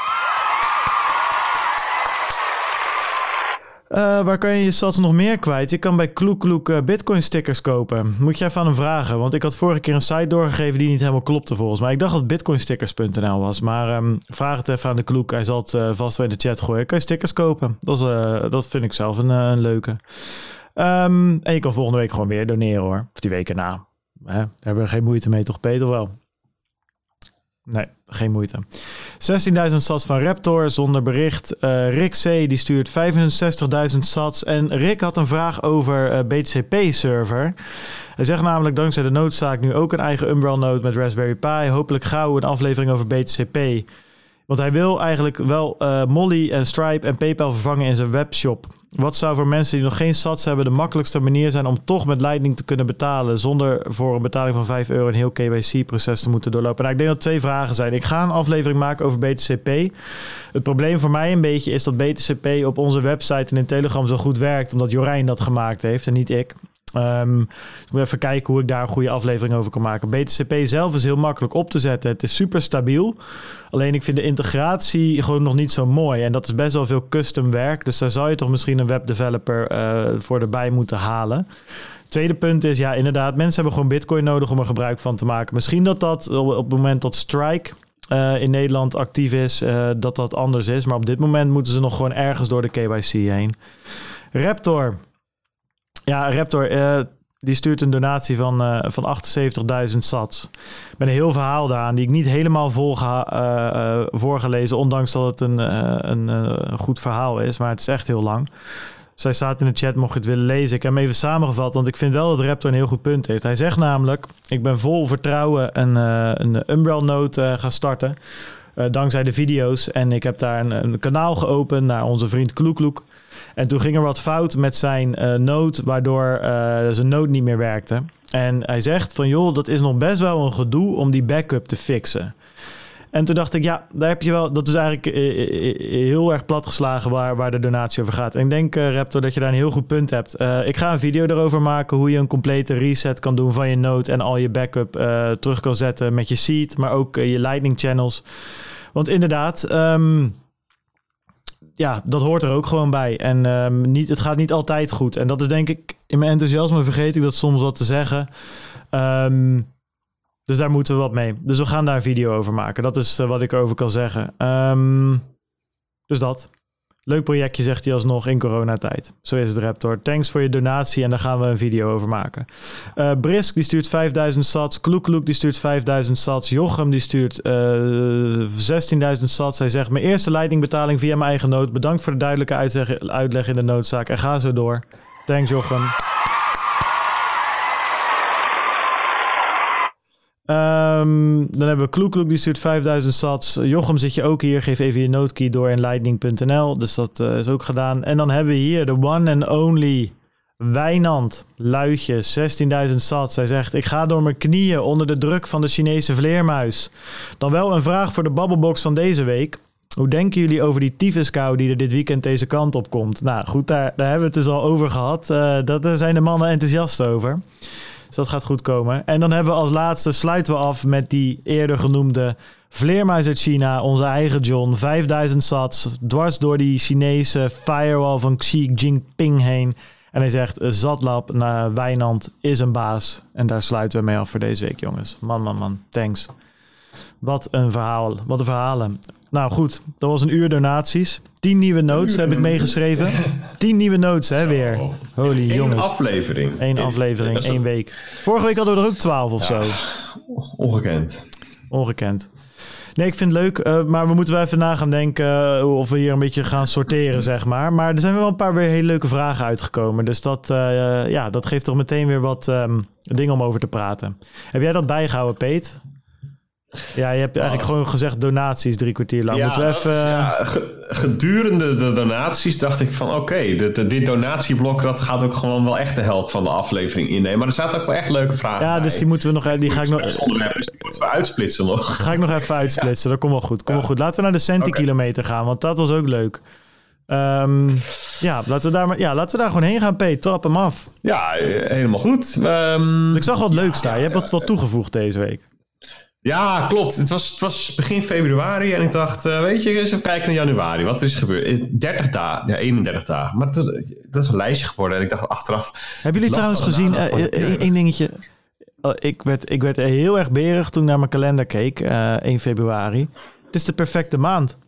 Waar kan je je sats nog meer kwijt? Je kan bij Kloek Bitcoin stickers kopen. Moet je even aan hem vragen. Want ik had vorige keer een site doorgegeven die niet helemaal klopte volgens mij. Ik dacht dat het bitcoinstickers.nl was. Maar vraag het even aan de Kloek. Hij zal het vast wel in de chat gooien. Kan je stickers kopen? Dat vind ik zelf een leuke. En je kan volgende week gewoon weer doneren hoor. Of die weken na. Daar hebben we geen moeite mee toch, Peter? Wel? Nee, geen moeite. 16.000 sats van Raptor zonder bericht. Rick C. die stuurt 65.000 sats. En Rick had een vraag over BTCP-server. Hij zegt namelijk dankzij de noodzaak nu ook een eigen Umbrel-node met Raspberry Pi. Hopelijk gauw een aflevering over BTCP. Want hij wil eigenlijk wel Molly en Stripe en PayPal vervangen in zijn webshop. Wat zou voor mensen die nog geen sats hebben de makkelijkste manier zijn om toch met Lightning te kunnen betalen zonder voor een betaling van €5 een heel KYC-proces te moeten doorlopen? Nou, ik denk dat 2 vragen zijn. Ik ga een aflevering maken over BTCP. Het probleem voor mij een beetje is dat BTCP op onze website en in Telegram zo goed werkt, omdat Jorijn dat gemaakt heeft en niet ik. Ik moet even kijken hoe ik daar een goede aflevering over kan maken. BTCP zelf is heel makkelijk op te zetten. Het is super stabiel. Alleen ik vind de integratie gewoon nog niet zo mooi. En dat is best wel veel custom werk. Dus daar zou je toch misschien een webdeveloper voor erbij moeten halen. Tweede punt is, ja inderdaad, mensen hebben gewoon Bitcoin nodig om er gebruik van te maken. Misschien dat op het moment dat Strike in Nederland actief is, dat anders is. Maar op dit moment moeten ze nog gewoon ergens door de KYC heen. Raptor. Ja, Raptor, die stuurt een donatie van 78.000 sats. Met een heel verhaal daaraan, die ik niet helemaal voorgelezen, ondanks dat het een goed verhaal is. Maar het is echt heel lang. Zij staat in de chat, mocht je het willen lezen. Ik heb hem even samengevat, want ik vind wel dat Raptor een heel goed punt heeft. Hij zegt namelijk, ik ben vol vertrouwen een Umbrel node gaan starten. Dankzij de video's. En ik heb daar een kanaal geopend naar onze vriend Kloekloek. En toen ging er wat fout met zijn node, waardoor zijn node niet meer werkte. En hij zegt van joh, dat is nog best wel een gedoe om die backup te fixen. En toen dacht ik, ja, daar heb je wel. Dat is eigenlijk heel erg platgeslagen waar de donatie over gaat. En ik denk, Raptor, dat je daar een heel goed punt hebt. Ik ga een video erover maken hoe je een complete reset kan doen van je node en al je backup terug kan zetten met je seed, maar ook je Lightning channels. Want inderdaad, ja, dat hoort er ook gewoon bij. En het gaat niet altijd goed. En dat is denk ik, in mijn enthousiasme vergeet ik dat soms wat te zeggen. Dus daar moeten we wat mee. Dus we gaan daar een video over maken. Dat is wat ik erover kan zeggen. Dus dat. Leuk projectje, zegt hij alsnog in coronatijd. Zo is het, Raptor. Thanks voor je donatie en daar gaan we een video over maken. Brisk, die stuurt 5000 sats. Kloekloek, die stuurt 5000 sats. Jochem, die stuurt 16.000 sats. Hij zegt, mijn eerste leidingbetaling via mijn eigen node. Bedankt voor de duidelijke uitleg in de noodzaak. En ga zo door. Thanks, Jochem. Dan hebben we Kloekloek, die stuurt 5000 sats. Jochem, zit je ook hier? Geef even je nodekey door in lightning.nl. Dus dat is ook gedaan. En dan hebben we hier de one and only Wijnand Luitje, 16.000 sats. Hij zegt, ik ga door mijn knieën onder de druk van de Chinese vleermuis. Dan wel een vraag voor de babbelbox van deze week. Hoe denken jullie over die tyfuskou die er dit weekend deze kant op komt? Nou goed, daar hebben we het dus al over gehad. Daar zijn de mannen enthousiast over. Dus dat gaat goed komen. En dan hebben we als laatste, sluiten we af met die eerder genoemde vleermuis uit China. Onze eigen John, 5000 sats, dwars door die Chinese firewall van Xi Jinping heen. En hij zegt, Zatlab naar Wijnand is een baas. En daar sluiten we mee af voor deze week, jongens. Man. Thanks. Wat een verhaal. Wat een verhalen. Nou goed, dat was een uur donaties. 10 nieuwe notes heb ik meegeschreven. 10 nieuwe notes, hè, weer. Holy jongens. Eén aflevering. Eén aflevering, 1 week. Vorige week hadden we er ook 12 of zo. Ongekend. Nee, ik vind het leuk, maar we moeten wel even na gaan denken of we hier een beetje gaan sorteren, zeg maar. Maar er zijn wel een paar weer hele leuke vragen uitgekomen. Dus dat geeft toch meteen weer wat dingen om over te praten. Heb jij dat bijgehouden, Peet? Ja, je hebt eigenlijk gewoon gezegd donaties 3 kwartier lang. Ja, gedurende de donaties dacht ik van oké, dit donatieblok dat gaat ook gewoon wel echt de helft van de aflevering innemen. Maar er zaten ook wel echt leuke vragen bij. Dus die moeten we nog... Die ga ik nog... onderwerp, dus die moeten we uitsplitsen nog. Ga ik nog even uitsplitsen, dat komt wel goed. Goed. Laten we naar de centikilometer gaan, want dat was ook leuk. Laten we daar gewoon heen gaan, Peet. Trap hem af. Ja, helemaal goed. Ik zag wat leuks daar. Je hebt wat toegevoegd deze week. Ja, klopt. Het was begin februari en ik dacht, weet je, eens even kijken naar januari. Wat is er gebeurd? 30 dagen, 31 dagen. Maar dat is een lijstje geworden en ik dacht achteraf... Hebben jullie trouwens gezien, één dingetje... Ik werd heel erg berig toen ik naar mijn kalender keek, 1 februari. Het is de perfecte maand.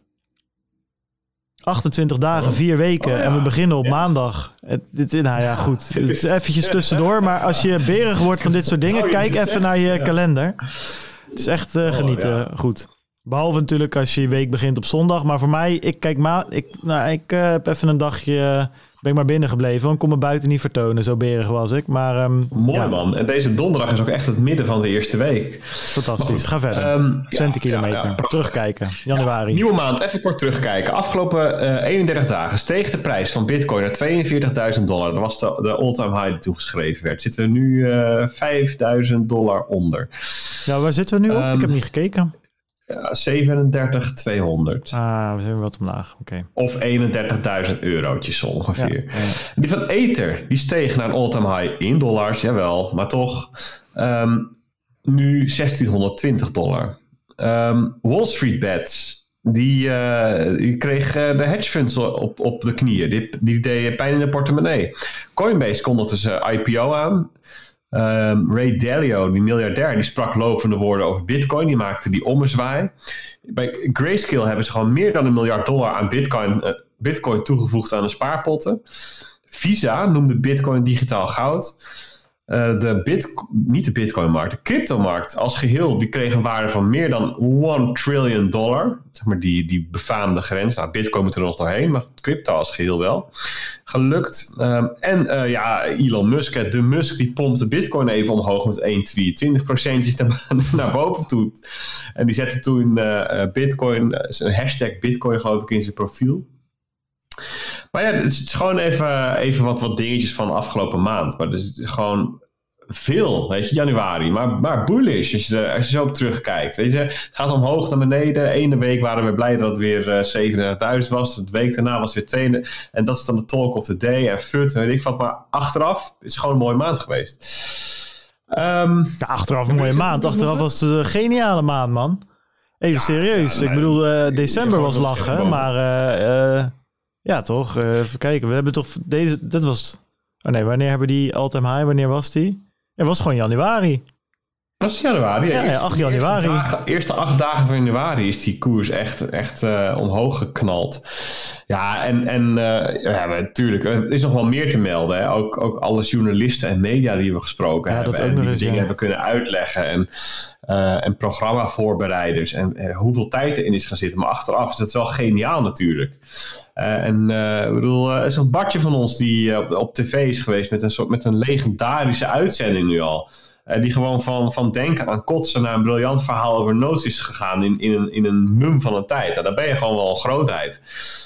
28 dagen, 4 weken en we beginnen op maandag. Goed. Het is eventjes tussendoor, maar als je berig wordt van dit soort dingen, kijk even naar je kalender. Het is echt genieten. Goed. Behalve natuurlijk als je week begint op zondag. Maar voor mij, ik heb even een dagje... Ben ik maar binnen gebleven. Want ik kon me buiten niet vertonen. Zo berig was ik. Maar, mooi man. En deze donderdag is ook echt het midden van de eerste week. Fantastisch. Ga verder. Centikilometer. Terugkijken. Januari. Nieuwe maand. Even kort terugkijken. Afgelopen 31 dagen steeg de prijs van Bitcoin naar $42.000. Dat was de all-time high die toegeschreven werd. Zitten we nu $5.000 onder. Ja, waar zitten we nu op? Ik heb niet gekeken. Ja, 37.200. We zijn wat omlaag. Okay. Of 31.000 eurotjes zo ongeveer. Ja. Die van Ether, die steeg naar een all-time high in dollars, jawel, maar toch. Nu $1.620. Wall Street Bets, die kreeg de hedge funds op de knieën. Die deden pijn in de portemonnee. Coinbase kondigde zijn IPO aan. Ray Dalio, die miljardair, die sprak lovende woorden over Bitcoin. Die maakte die ommezwaai. Bij Grayscale hebben ze gewoon meer dan $1 miljard aan Bitcoin toegevoegd aan de spaarpotten. Visa noemde Bitcoin digitaal goud. niet de Bitcoin-markt, de cryptomarkt als geheel, die kreeg een waarde van meer dan $1 trillion. Zeg maar die befaamde grens. Nou, Bitcoin moet er nog doorheen, maar crypto als geheel wel. Gelukt. Elon Musk, de Musk, die pompte Bitcoin even omhoog met 1 tweet. 20% naar boven toe. En die zette toen Bitcoin, een hashtag Bitcoin geloof ik in zijn profiel. Maar ja, het is gewoon even wat dingetjes van de afgelopen maand. Maar het is gewoon veel, weet je, januari. Maar bullish, als je zo op terugkijkt. Weet je, het gaat omhoog naar beneden. Ene week waren we blij dat het weer 37.000 was. De week daarna was het weer 2. En dat is dan de talk of the day. En fut, weet ik wat. Maar achteraf is het gewoon een mooie maand geweest. Achteraf een mooie maand. Achteraf was het een geniale maand, man. Even serieus. Ik bedoel, december was lachen, maar... ja, toch? Even kijken. We hebben toch dit was... Oh nee, wanneer hebben die all-time high? Wanneer was die? Het was gewoon januari. Dat is januari. Ja, 8 januari. Eerste 8 dagen van januari is die koers echt omhoog geknald. Ja, en natuurlijk, er is nog wel meer te melden. Hè. Ook alle journalisten en media die we gesproken hebben. Dat ook en nog die eens, dingen hebben kunnen uitleggen. En programmavoorbereiders. En hoeveel tijd erin is gaan zitten. Maar achteraf is dat wel geniaal natuurlijk. Ik bedoel, er is een Bartje van ons die op tv is geweest met een legendarische uitzending nu al. Die gewoon van denken aan kotsen naar een briljant verhaal over notes is gegaan in een mum van een tijd. Daar ben je gewoon wel een grootheid.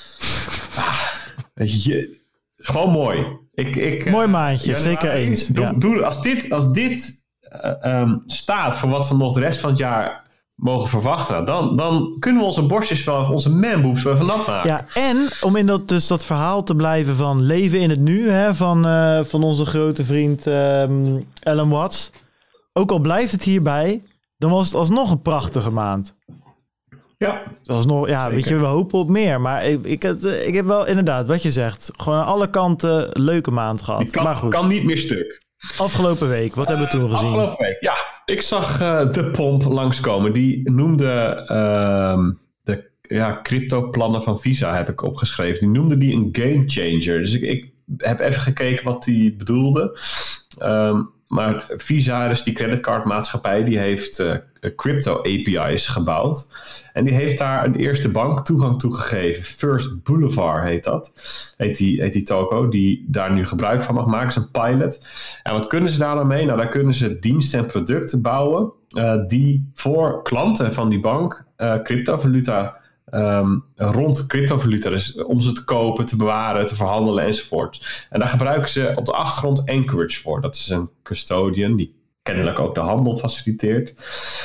Weet je, gewoon mooi. Mooi maandje, zeker eens. Als dit staat voor wat we nog de rest van het jaar mogen verwachten, dan kunnen we onze borstjes wel, onze manboobs wel van nat maken. Ja, en om in dat verhaal te blijven van leven in het nu, hè, van onze grote vriend Alan Watts. Ook al blijft het hierbij, dan was het alsnog een prachtige maand. Ja. Alsnog, ja, weet je, we hopen op meer. Maar ik heb wel inderdaad, wat je zegt, gewoon aan alle kanten leuke maand gehad. Maar goed. Kan niet meer stuk. Afgelopen week, wat hebben we toen gezien? Afgelopen week, ja. Ik zag de pomp langskomen. Die noemde de crypto-plannen van Visa, heb ik opgeschreven. Die noemde die een game changer. Dus ik heb even gekeken wat die bedoelde. Maar Visa, dus die creditcardmaatschappij, die heeft crypto API's gebouwd. En die heeft daar een eerste bank toegang toe gegeven. First Boulevard heet dat. Heet die toko, die daar nu gebruik van mag maken. Het is een pilot. En wat kunnen ze daar dan mee? Nou, daar kunnen ze diensten en producten bouwen die voor klanten van die bank cryptovaluta rond cryptovaluta, dus om ze te kopen, te bewaren, te verhandelen enzovoort. En daar gebruiken ze op de achtergrond Anchorage voor. Dat is een custodian die kennelijk ook de handel faciliteert.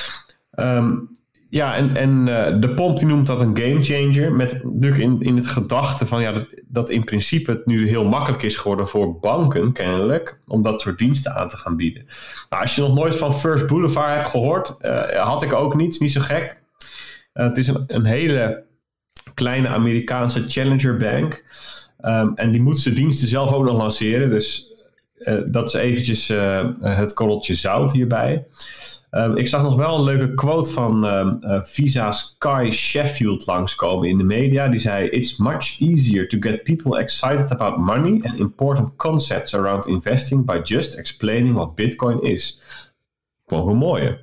De pomp die noemt dat een game changer, met natuurlijk in het gedachte van dat in principe het nu heel makkelijk is geworden voor banken kennelijk om dat soort diensten aan te gaan bieden. Nou, als je nog nooit van First Boulevard hebt gehoord, had ik ook niet zo gek. Het is een hele kleine Amerikaanse challenger bank. En die moet zijn diensten zelf ook nog lanceren. Dus dat is eventjes het korreltje zout hierbij. Ik zag nog wel een leuke quote van Visa's Kai Sheffield langskomen in de media. Die zei: "It's much easier to get people excited about money and important concepts around investing by just explaining what Bitcoin is." Gewoon een mooie.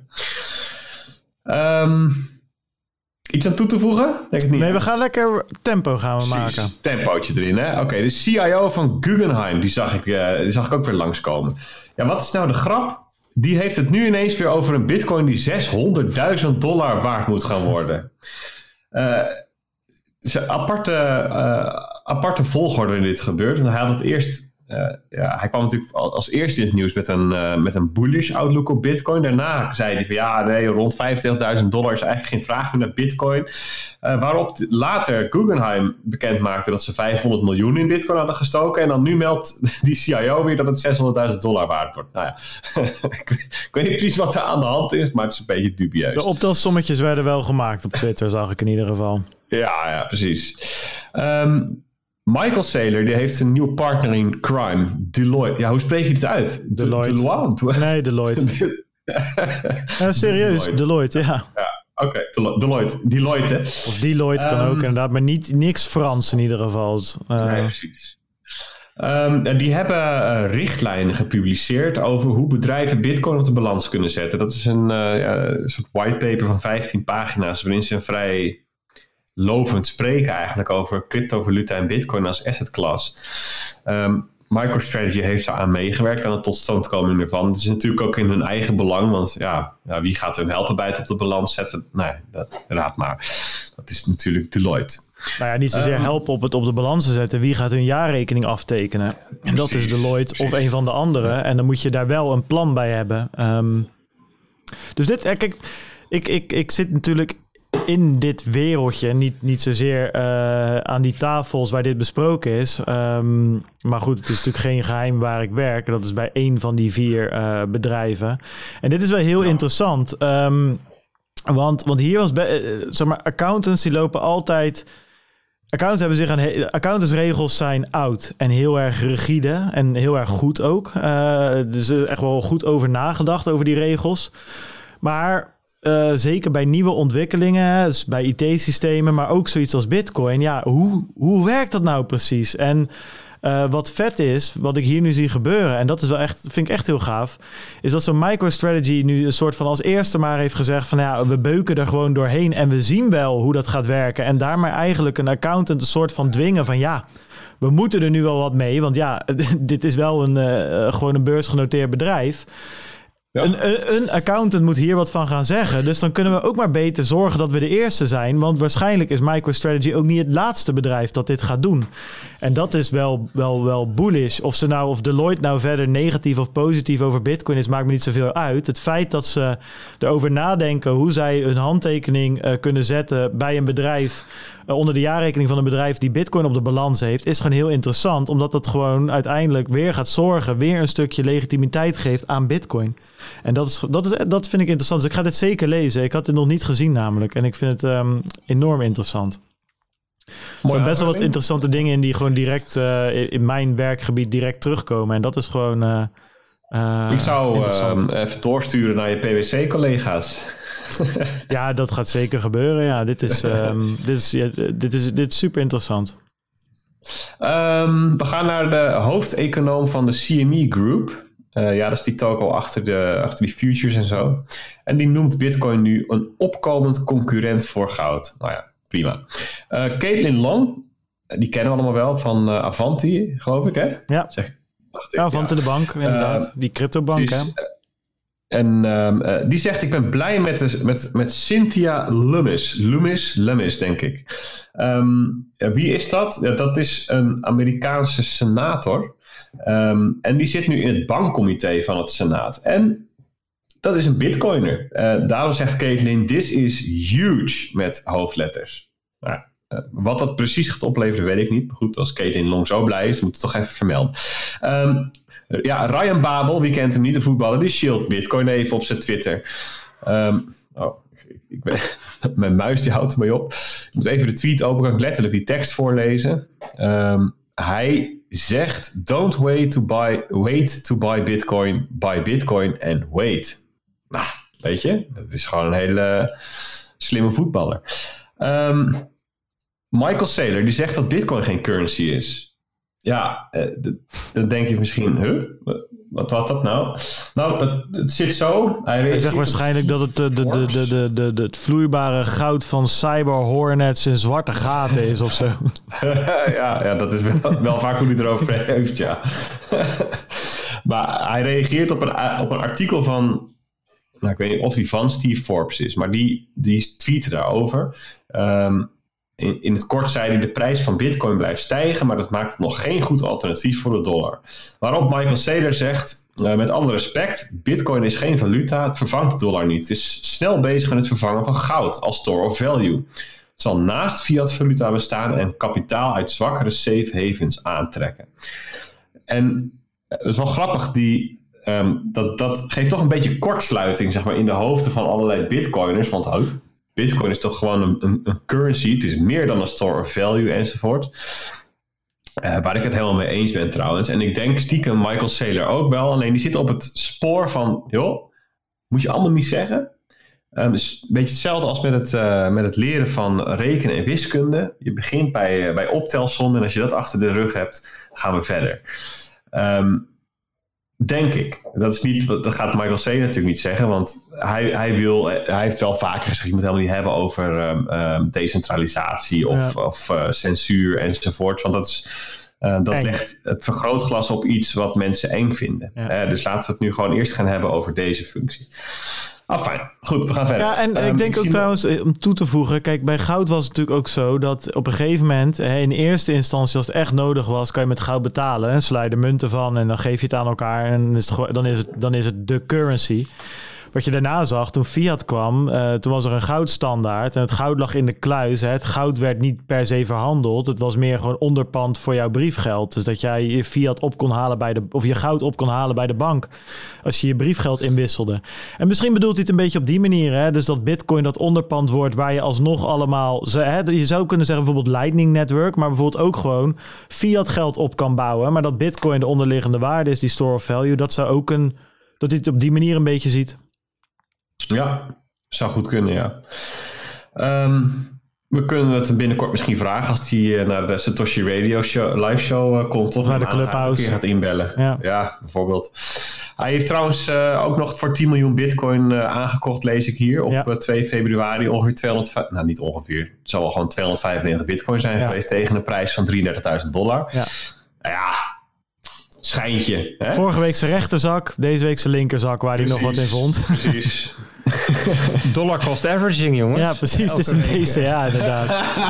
Iets aan toe te voegen? Denk ik niet. Nee, we gaan lekker tempo maken. Tempootje erin, hè? Oké, de CIO van Guggenheim, die zag ik ook weer langskomen. Ja, wat is nou de grap? Die heeft het nu ineens weer over een bitcoin die $600.000 waard moet gaan worden. Het is een aparte volgorde in dit gebeurt. Want hij had het eerst... hij kwam natuurlijk als eerste in het nieuws met een bullish outlook op Bitcoin. Daarna zei hij van rond $35.000 is eigenlijk geen vraag meer naar Bitcoin. Waarop later Guggenheim bekend maakte dat ze $500 miljoen in Bitcoin hadden gestoken. En dan nu meldt die CIO weer dat het $600.000 waard wordt. Nou ja, ik weet niet precies wat er aan de hand is, maar het is een beetje dubieus. De optelsommetjes werden wel gemaakt op Twitter, zag ik in ieder geval. Ja, precies. Michael Saylor, die heeft een nieuwe partner in crime, Deloitte. Ja, hoe spreek je dit uit? Deloitte. Nee, Deloitte. Serieus, Deloitte, ja. Oké, Deloitte. Of Deloitte kan ook inderdaad, maar niks Frans in ieder geval. Nee, precies. Die hebben richtlijnen gepubliceerd over hoe bedrijven Bitcoin op de balans kunnen zetten. Dat is een soort whitepaper van 15 pagina's waarin ze vrij lovend spreken eigenlijk over cryptovaluta en Bitcoin als asset class. MicroStrategy heeft daaraan meegewerkt aan de totstandkoming ervan. Het is natuurlijk ook in hun eigen belang, want wie gaat hun helpen bij het op de balans zetten? Nee, raad maar. Dat is natuurlijk Deloitte. Nou ja, niet zozeer helpen op het op de balans te zetten. Wie gaat hun jaarrekening aftekenen? En dat is Deloitte of een van de anderen. En dan moet je daar wel een plan bij hebben. Dus dit, kijk, ik zit natuurlijk in dit wereldje. Niet zozeer aan die tafels waar dit besproken is. Maar goed, het is natuurlijk geen geheim waar ik werk. Dat is bij één van die 4 bedrijven. En dit is wel heel interessant. Want hier was zeg maar, accountants die lopen altijd. Accountantsregels zijn oud en heel erg rigide en heel erg goed ook. Dus er is echt wel goed over nagedacht over die regels. Maar zeker bij nieuwe ontwikkelingen, dus bij IT-systemen, maar ook zoiets als Bitcoin. Ja, hoe werkt dat nou precies? En wat vet is, wat ik hier nu zie gebeuren, en dat is wel echt, vind ik echt heel gaaf, is dat zo'n MicroStrategy nu een soort van als eerste maar heeft gezegd van we beuken er gewoon doorheen en we zien wel hoe dat gaat werken. En daarmee eigenlijk een accountant een soort van dwingen van we moeten er nu wel wat mee, want dit is wel gewoon een beursgenoteerd bedrijf. Ja. Een accountant moet hier wat van gaan zeggen. Dus dan kunnen we ook maar beter zorgen dat we de eerste zijn. Want waarschijnlijk is MicroStrategy ook niet het laatste bedrijf dat dit gaat doen. En dat is wel bullish. Of Deloitte nou verder negatief of positief over Bitcoin is, maakt me niet zoveel uit. Het feit dat ze erover nadenken hoe zij hun handtekening kunnen zetten bij een bedrijf, onder de jaarrekening van een bedrijf die Bitcoin op de balans heeft, is gewoon heel interessant. Omdat dat gewoon uiteindelijk weer gaat zorgen, weer een stukje legitimiteit geeft aan Bitcoin. En dat vind ik interessant. Dus ik ga dit zeker lezen. Ik had dit nog niet gezien namelijk. En ik vind het enorm interessant. Er zijn best wel wat interessante dingen in die gewoon direct in mijn werkgebied direct terugkomen. En dat is gewoon ik zou even doorsturen naar je PwC-collega's. Ja, dat gaat zeker gebeuren. Ja, dit is super interessant. We gaan naar de hoofdeconoom van de CME Group. Dat is die toko achter die futures en zo. En die noemt Bitcoin nu een opkomend concurrent voor goud. Nou ja, prima. Caitlin Long, die kennen we allemaal wel van Avanti, geloof ik, hè? Ja, Avanti de bank, inderdaad. Die cryptobank, hè? En die zegt, ik ben blij met Cynthia Lummis, denk ik. Wie is dat? Ja, dat is een Amerikaanse senator. En die zit nu in het bankcomité van het Senaat. En dat is een bitcoiner. Daarom zegt Caitlin, this is huge met hoofdletters. Nou, wat dat precies gaat opleveren, weet ik niet. Maar goed, als Caitlin Long zo blij is, moet het toch even vermelden. Ryan Babel, wie kent hem niet, de voetballer, die shield Bitcoin even op zijn Twitter. Mijn muis die houdt ermee op. Ik moet even de tweet open, kan ik letterlijk die tekst voorlezen. Hij zegt, don't wait to buy Bitcoin, buy Bitcoin and wait. Nou, weet je, dat is gewoon een hele slimme voetballer. Michael Saylor, die zegt dat Bitcoin geen currency is. Ja, dan denk je misschien, wat was dat nou? Nou, het zit zo. Hij zegt waarschijnlijk dat het het vloeibare goud van cyber hornets en zwarte gaten is of zo. ja, dat is wel vaak hoe hij erover heeft, ja. Maar hij reageert op een artikel van, ik weet niet of die van Steve Forbes is, maar die tweette daarover. In het kort zei hij, de prijs van Bitcoin blijft stijgen, maar dat maakt het nog geen goed alternatief voor de dollar. Waarop Michael Saylor zegt, met alle respect, Bitcoin is geen valuta, het vervangt de dollar niet. Het is snel bezig met het vervangen van goud als store of value. Het zal naast fiat valuta bestaan en kapitaal uit zwakkere safe havens aantrekken. En het is wel grappig, dat geeft toch een beetje kortsluiting, zeg maar, in de hoofden van allerlei bitcoiners, want Bitcoin is toch gewoon een currency. Het is meer dan een store of value enzovoort. Waar ik het helemaal mee eens ben trouwens. En ik denk stiekem Michael Saylor ook wel. Alleen die zit op het spoor van, joh, moet je allemaal niet zeggen. Dus een beetje hetzelfde als met het leren van rekenen en wiskunde. Je begint bij optelsom en als je dat achter de rug hebt, gaan we verder. Denk ik. Dat gaat Michael Saylor natuurlijk niet zeggen, want hij heeft wel vaker gezegd, je moet helemaal niet hebben over decentralisatie of censuur enzovoort, want dat legt het vergrootglas op iets wat mensen eng vinden. Ja. Dus laten we het nu gewoon eerst gaan hebben over deze functie. Fijn. Goed, we gaan verder. Ja, en ik denk ook trouwens, om toe te voegen, kijk, bij goud was het natuurlijk ook zo dat op een gegeven moment, in eerste instantie, als het echt nodig was, kan je met goud betalen. Hè? Sla je er munten van en dan geef je het aan elkaar en dan is het de currency. Wat je daarna zag, toen fiat kwam, toen was er een goudstandaard en het goud lag in de kluis. Hè. Het goud werd niet per se verhandeld. Het was meer gewoon onderpand voor jouw briefgeld. Dus dat jij je fiat op kon halen of je goud op kon halen bij de bank als je je briefgeld inwisselde. En misschien bedoelt hij het een beetje op die manier. Hè. Dus dat bitcoin dat onderpand wordt waar je alsnog allemaal... je zou kunnen zeggen bijvoorbeeld Lightning Network, maar bijvoorbeeld ook gewoon fiat geld op kan bouwen. Maar dat bitcoin de onderliggende waarde is, die store of value, dat zou ook dat hij het op die manier een beetje ziet. Ja, zou goed kunnen, ja. We kunnen het binnenkort misschien vragen als hij naar de Satoshi Radio live show komt. Of naar de Clubhouse. Hij gaat inbellen. Ja, bijvoorbeeld. Hij heeft trouwens ook nog voor 10 miljoen bitcoin aangekocht, lees ik hier. Op 2 februari ongeveer niet ongeveer. Het zal wel gewoon 295 bitcoin zijn geweest tegen een prijs van $33.000. Ja. Nou ja, schijntje. Hè? Vorige week zijn rechterzak, deze week zijn linkerzak, waar hij nog wat in vond. Precies. Dollar cost averaging, jongens. Ja, precies. Het is een DCA, inderdaad.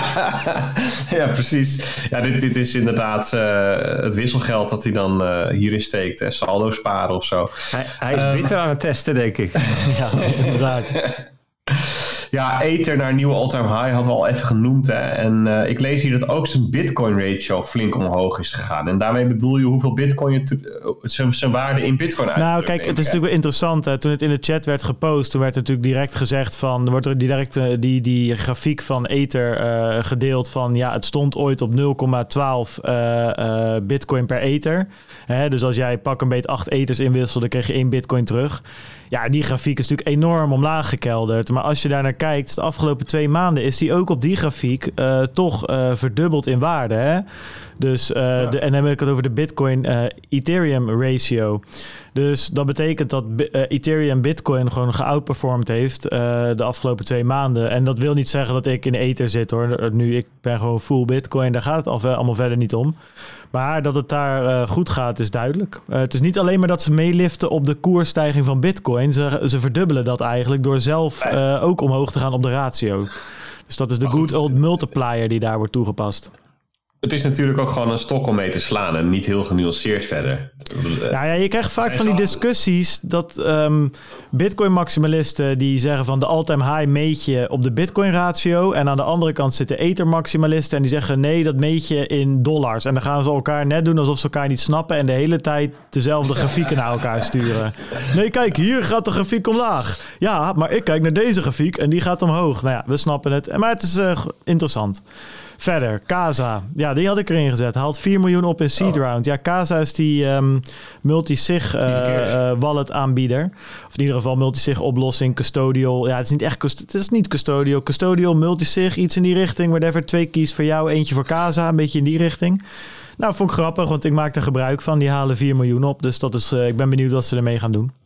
Ja, precies. Ja, dit is inderdaad het wisselgeld dat hij dan hierin steekt. Saldo sparen of zo. Hij is bitter aan het testen, denk ik. Ja, inderdaad. Ja, Ether naar een nieuwe all-time high hadden we al even genoemd. Hè. En ik lees hier dat ook zijn bitcoin ratio flink omhoog is gegaan. En daarmee bedoel je hoeveel bitcoin zijn waarde in bitcoin uit. Nou, kijk, het is natuurlijk wel interessant. Hè. Toen het in de chat werd gepost, toen werd natuurlijk direct gezegd van... Er wordt er direct die grafiek van Ether gedeeld van... Ja, het stond ooit op 0,12 bitcoin per Ether. Hè, dus als jij pak een beet 8 Ethers inwisselde, kreeg je 1 bitcoin terug. Ja, die grafiek is natuurlijk enorm omlaag gekelderd. Maar als je daar naar kijkt, de afgelopen 2 maanden is die ook op die grafiek toch verdubbeld in waarde. Hè? Dus, en dan heb ik het over de Bitcoin-Ethereum ratio. Dus dat betekent dat Ethereum Bitcoin gewoon geoutperformed heeft de afgelopen 2 maanden. En dat wil niet zeggen dat ik in de Ether zit, hoor. Nu, ik ben gewoon full Bitcoin, daar gaat het allemaal verder niet om. Maar dat het daar goed gaat, is duidelijk. Het is niet alleen maar dat ze meeliften op de koersstijging van Bitcoin. Ze verdubbelen dat eigenlijk door zelf ook omhoog te gaan op de ratio. Dus dat is de good old multiplier die daar wordt toegepast. Het is natuurlijk ook gewoon een stok om mee te slaan en niet heel genuanceerd verder. Ja, je krijgt vaak van die discussies dat Bitcoin-maximalisten die zeggen van de all-time high meet je op de Bitcoin-ratio. En aan de andere kant zitten Ether-maximalisten en die zeggen nee, dat meet je in dollars. En dan gaan ze elkaar net doen alsof ze elkaar niet snappen en de hele tijd dezelfde grafieken naar elkaar sturen. Nee, kijk, hier gaat de grafiek omlaag. Ja, maar ik kijk naar deze grafiek en die gaat omhoog. Nou ja, we snappen het. Maar het is interessant. Verder, Casa. Ja, die had ik erin gezet. Haalt 4 miljoen op in seed round. Ja, Casa is die multisig wallet aanbieder. Of in ieder geval multisig oplossing, custodial. Ja, het is niet echt het is niet custodial. Custodial, multisig, iets in die richting. Whatever, 2 keys voor jou, eentje voor Casa. Een beetje in die richting. Nou, vond ik grappig, want ik maak er gebruik van. Die halen 4 miljoen op. Dus dat is, ik ben benieuwd wat ze ermee gaan doen.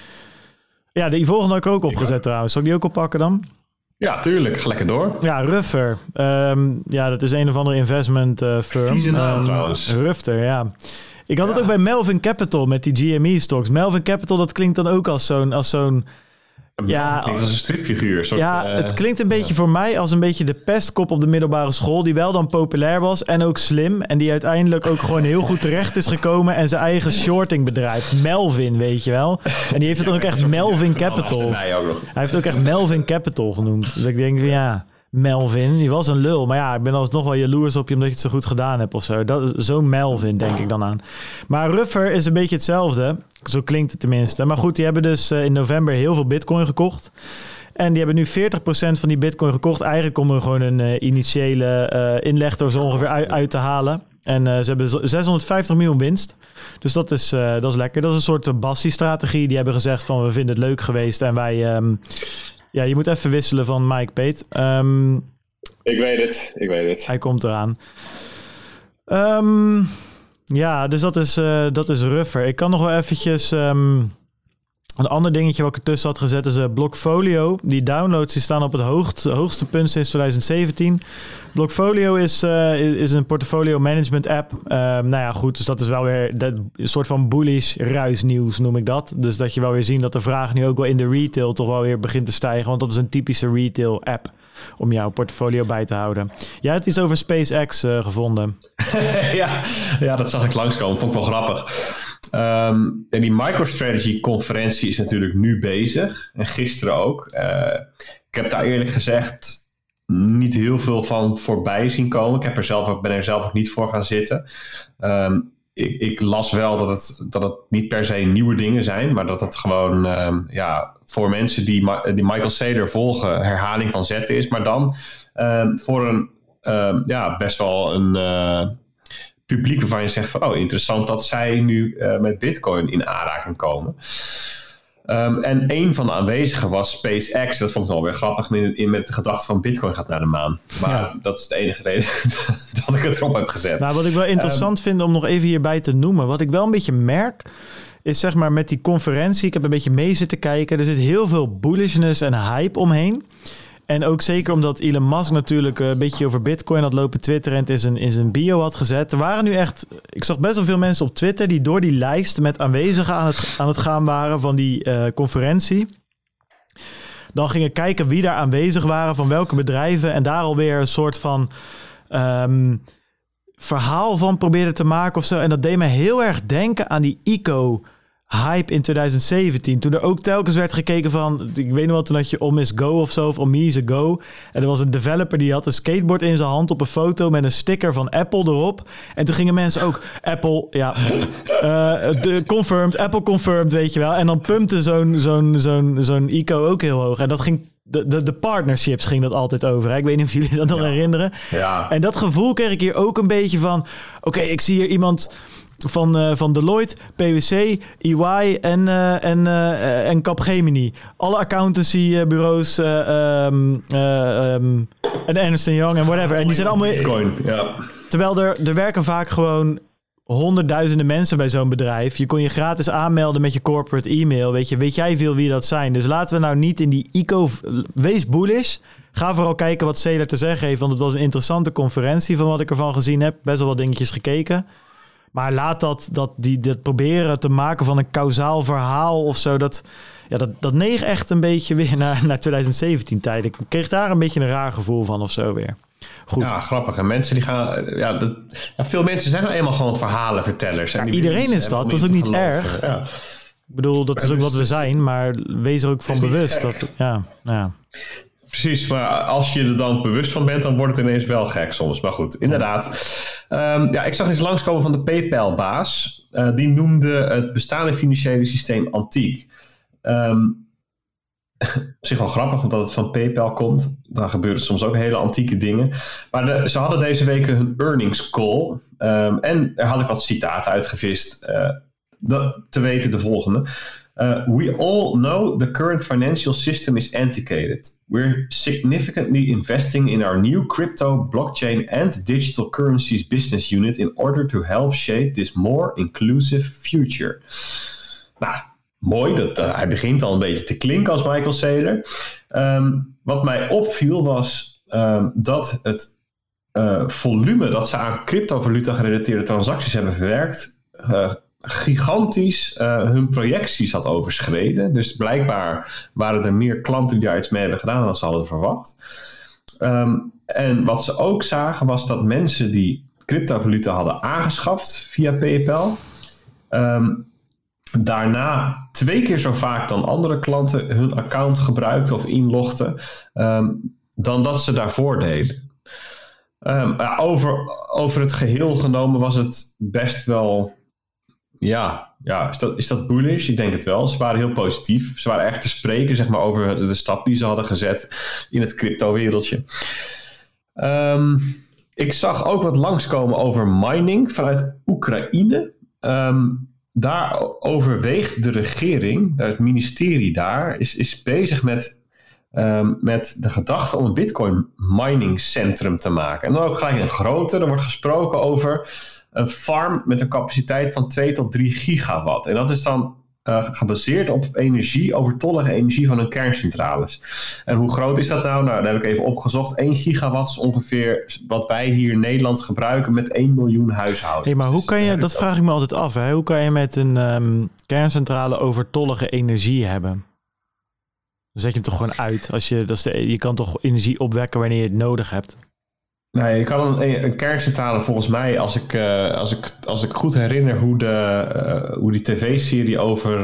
Ja, die volgende had ik ook opgezet trouwens. Zal ik die ook oppakken dan? Ja, tuurlijk. Ga lekker door. Ja, Ruffer. Ja, dat is een of andere investment firm. Vieze naam trouwens. Ruffer, ja. Ik had het ook bij Melvin Capital met die GME-stocks. Melvin Capital, dat klinkt dan ook als zo'n Ja, het klinkt als een stripfiguur. Soort, het klinkt een beetje voor mij als een beetje de pestkop op de middelbare school, die wel dan populair was en ook slim. En die uiteindelijk ook gewoon heel goed terecht is gekomen en zijn eigen shortingbedrijf, Melvin, weet je wel. En die heeft het dan ook echt Melvin Capital. Hij heeft ook echt Melvin Capital genoemd. Dus ik denk van ja, Melvin, die was een lul. Maar ja, ik ben alsnog wel jaloers op je omdat je het zo goed gedaan hebt of zo. Dat is zo'n Melvin, denk ik dan aan. Maar Ruffer is een beetje hetzelfde. Zo klinkt het tenminste. Maar goed, die hebben dus in november heel veel bitcoin gekocht. En die hebben nu 40% van die bitcoin gekocht. Eigenlijk om er gewoon een initiële inleg er zo ongeveer uit te halen. En ze hebben 650 miljoen winst. Dus dat is lekker. Dat is een soort Bassi-strategie. Die hebben gezegd van we vinden het leuk geweest. En wij Ja, je moet even wisselen van Mike Peet. Ik weet het. Hij komt eraan. Ja, dus dat is rougher. Ik kan nog wel eventjes... een ander dingetje wat ik ertussen had gezet is Blockfolio. Die downloads die staan op het hoogste punt sinds 2017. Blockfolio is een portfolio management app. Nou ja, goed, dus dat is wel weer een soort van bullish ruisnieuws noem ik dat. Dus dat je wel weer ziet dat de vraag nu ook wel in de retail toch wel weer begint te stijgen. Want dat is een typische retail app om jouw portfolio bij te houden. Jij hebt iets over SpaceX gevonden. ja, dat zag ik langskomen. Vond ik wel grappig. En die MicroStrategy-conferentie is natuurlijk nu bezig. En gisteren ook. Ik heb daar eerlijk gezegd niet heel veel van voorbij zien komen. Ik ben er zelf ook niet voor gaan zitten. Ik las wel dat het niet per se nieuwe dingen zijn. Maar dat het gewoon voor mensen die Michael Saylor volgen herhaling van zetten is. Maar dan voor een best wel een... publiek waarvan je zegt van, interessant dat zij nu met Bitcoin in aanraking komen. En een van de aanwezigen was SpaceX. Dat vond ik wel weer grappig met de gedachte van Bitcoin gaat naar de maan. Maar dat is de enige reden dat ik het erop heb gezet. Nou, wat ik wel interessant vind om nog even hierbij te noemen. Wat ik wel een beetje merk is zeg maar met die conferentie. Ik heb een beetje mee zitten kijken. Er zit heel veel bullishness en hype omheen. En ook zeker omdat Elon Musk natuurlijk een beetje over Bitcoin had lopen twitteren en het in zijn bio had gezet. Er waren nu echt, ik zag best wel veel mensen op Twitter die door die lijst met aanwezigen aan het gaan waren van die conferentie. Dan gingen kijken wie daar aanwezig waren, van welke bedrijven. En daar alweer een soort van verhaal van probeerden te maken of zo. En dat deed me heel erg denken aan die hype in 2017. Toen er ook telkens werd gekeken van... Ik weet nog wel, toen had je On Is Go of zo. Of On Me Is A Go. En er was een developer die had een skateboard in zijn hand op een foto met een sticker van Apple erop. En toen gingen mensen ook... Apple, confirmed. Apple confirmed, weet je wel. En dan pumpte zo'n ICO ook heel hoog. En dat ging... De partnerships ging dat altijd over. Hè? Ik weet niet of jullie dat nog herinneren. Ja. En dat gevoel kreeg ik hier ook een beetje van... Oké, ik zie hier iemand... Van Deloitte, PwC, EY en Capgemini. Alle accountancybureaus en Ernst Young en whatever. En die zijn allemaal... Bitcoin, ja. Terwijl er werken vaak gewoon honderdduizenden mensen bij zo'n bedrijf. Je kon je gratis aanmelden met je corporate e-mail. Weet jij veel wie dat zijn. Dus laten we nou niet in die eco... Wees bullish. Ga vooral kijken wat Saylor te zeggen heeft. Want het was een interessante conferentie van wat ik ervan gezien heb. Best wel wat dingetjes gekeken. Maar laat dat proberen te maken van een kausaal verhaal of zo. Dat neeg echt een beetje weer naar 2017 tijd. Ik kreeg daar een beetje een raar gevoel van of zo weer. Goed. Ja, grappig. En mensen die gaan... veel mensen zijn nou eenmaal gewoon verhalenvertellers. En iedereen is dat. Dat is ook niet erg. Ja. Ik bedoel, dat is ook wat we zijn. Maar wees er ook van bewust. Precies, maar als je er dan bewust van bent, dan wordt het ineens wel gek soms. Maar goed, inderdaad. Ik zag iets langskomen van de PayPal-baas. Die noemde het bestaande financiële systeem antiek. Op zich wel grappig, omdat het van PayPal komt. Dan gebeuren soms ook hele antieke dingen. Maar ze hadden deze week hun earnings call. En daar had ik wat citaten uitgevist. Te weten de volgende. We all know the current financial system is antiquated. We're significantly investing in our new crypto, blockchain and digital currencies business unit in order to help shape this more inclusive future. Nou, mooi. Hij begint al een beetje te klinken als Michael Saylor. Wat mij opviel was dat het volume dat ze aan cryptovaluta gerelateerde transacties hebben verwerkt... gigantisch hun projecties had overschreden. Dus blijkbaar waren er meer klanten die daar iets mee hebben gedaan dan ze hadden verwacht. En wat ze ook zagen was dat mensen die cryptovaluta hadden aangeschaft via PayPal... daarna 2 keer zo vaak dan andere klanten hun account gebruikten of inlogden dan dat ze daarvoor deden. Over het geheel genomen was het best wel... Ja, is dat bullish? Ik denk het wel. Ze waren heel positief. Ze waren echt te spreken zeg maar, over de stap die ze hadden gezet in het crypto-wereldje. Ik zag ook wat langskomen over mining vanuit Oekraïne. Daar overweegt de regering, het ministerie daar, is bezig met met de gedachte om een Bitcoin mining centrum te maken. En dan ook gelijk een grote. Er wordt gesproken over een farm met een capaciteit van 2 tot 3 gigawatt. En dat is dan gebaseerd op overtollige energie van hun kerncentrales. En hoe groot is dat nou? Nou, daar heb ik even opgezocht. 1 gigawatt is ongeveer wat wij hier in Nederland gebruiken met 1 miljoen huishoudens. Hey, maar hoe kan je, dat vraag ik me altijd af, hè? Hoe kan je met een kerncentrale overtollige energie hebben? Dan zet je hem toch gewoon uit. Je kan toch energie opwekken wanneer je het nodig hebt? Nee, je kan een kerncentrale volgens mij, als ik goed herinner hoe die tv-serie over,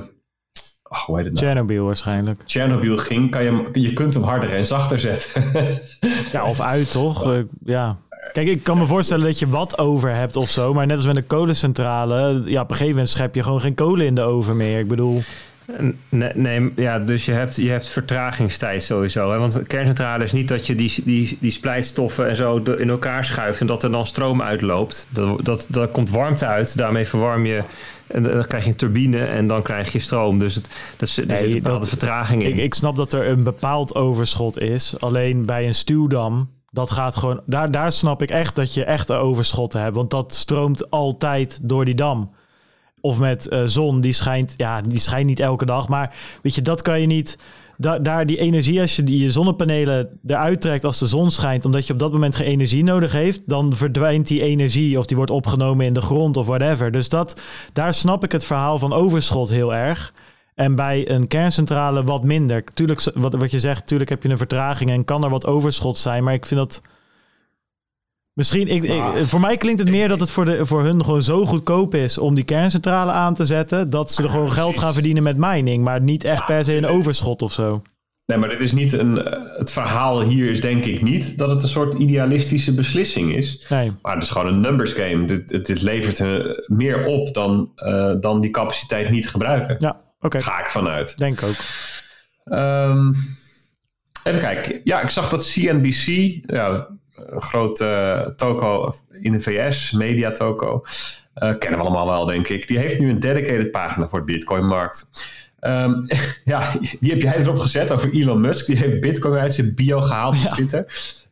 hoe heet het nou? Chernobyl waarschijnlijk. Chernobyl ging, je kunt hem harder en zachter zetten. Ja, of uit toch? Ja. Kijk, ik kan me voorstellen dat je wat over hebt of zo, maar net als met een kolencentrale, ja, op een gegeven moment schep je gewoon geen kolen in de oven meer. Ik bedoel... Nee, ja, dus je hebt vertragingstijd sowieso. Hè? Want een kerncentrale is niet dat je die splijtstoffen en zo in elkaar schuift en dat er dan stroom uitloopt. Daar komt warmte uit, daarmee verwarm je en dan krijg je een turbine en dan krijg je stroom. Dus er zit een bepaalde vertraging in. Ik snap dat er een bepaald overschot is. Alleen bij een stuwdam, dat gaat gewoon... Daar snap ik echt dat je echt een overschot hebt. Want dat stroomt altijd door die dam. Of met zon, die schijnt niet elke dag. Maar weet je, dat kan je niet... Daar die energie, als je je zonnepanelen eruit trekt als de zon schijnt, omdat je op dat moment geen energie nodig heeft, dan verdwijnt die energie of die wordt opgenomen in de grond of whatever. Dus daar snap ik het verhaal van overschot heel erg. En bij een kerncentrale wat minder. Tuurlijk, wat je zegt, tuurlijk heb je een vertraging en kan er wat overschot zijn. Maar ik vind dat... Misschien, voor mij klinkt het meer dat het voor hun gewoon zo goedkoop is om die kerncentrale aan te zetten, dat ze er gewoon geld gaan verdienen met mining, maar niet echt per se een overschot of zo. Nee, maar dit is niet het verhaal hier is denk ik niet dat het een soort idealistische beslissing is. Nee. Maar het is gewoon een numbers game. Dit levert meer op dan die capaciteit niet gebruiken. Ja, oké. Ga ik vanuit. Denk ook. Even kijken. Ja, ik zag dat CNBC... een grote toko in de VS, media toko. Kennen we allemaal wel, denk ik. Die heeft nu een dedicated pagina voor de Bitcoin-markt. Die heb jij erop gezet over Elon Musk. Die heeft Bitcoin uit zijn bio gehaald op Twitter.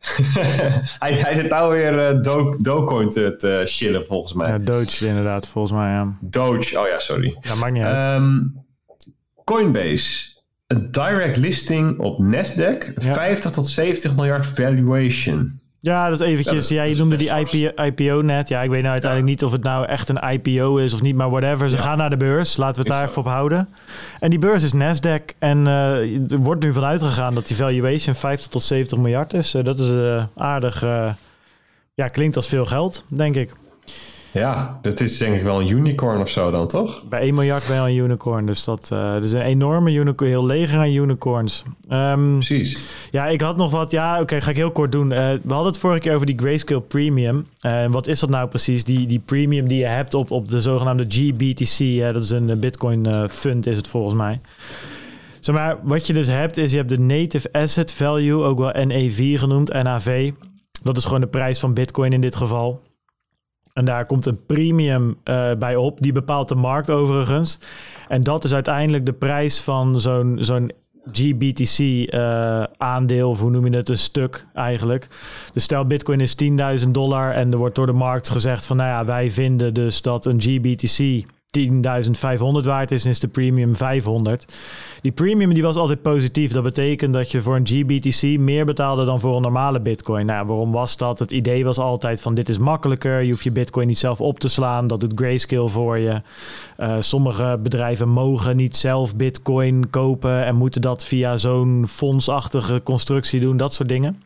hij zit nou weer Dogecoin te chillen, volgens mij. Ja, Doge inderdaad, volgens mij, ja. Doge, oh ja, sorry. Dat maakt niet uit. Coinbase... Een direct listing op Nasdaq. 50 tot 70 miljard valuation. Ja, dat is eventjes... je noemde die IPO net. Ja, ik weet nou uiteindelijk niet of het nou echt een IPO is of niet, maar whatever. Ze gaan naar de beurs. Laten we het daar even op houden. En die beurs is Nasdaq. En er wordt nu vanuit gegaan dat die valuation 50 tot 70 miljard is. Dat is aardig... klinkt als veel geld, denk ik. Ja, dat is denk ik wel een unicorn of zo dan, toch? Bij 1 miljard ben je al een unicorn. Dus dat is een enorme unicorn. Heel leger aan unicorns. Precies. Ja, ik had nog wat. Ja, oké, ga ik heel kort doen. We hadden het vorige keer over die Grayscale Premium. Wat is dat nou precies? Die premium die je hebt op de zogenaamde GBTC. Dat is een Bitcoin fund, is het volgens mij. Zeg maar, wat je dus hebt, is je hebt de Native Asset Value, ook wel NAV genoemd, NAV. Dat is gewoon de prijs van Bitcoin in dit geval. En daar komt een premium bij op. Die bepaalt de markt overigens. En dat is uiteindelijk de prijs van zo'n GBTC aandeel. Of hoe noem je het? Een stuk eigenlijk. Dus stel Bitcoin is $10.000 en er wordt door de markt gezegd van... nou ja, wij vinden dus dat een GBTC 10.500 waard is en is de premium 500. Die premium die was altijd positief. Dat betekent dat je voor een GBTC meer betaalde dan voor een normale Bitcoin. Nou, waarom was dat? Het idee was altijd van dit is makkelijker. Je hoeft je Bitcoin niet zelf op te slaan. Dat doet Grayscale voor je. Sommige bedrijven mogen niet zelf Bitcoin kopen en moeten dat via zo'n fondsachtige constructie doen. Dat soort dingen.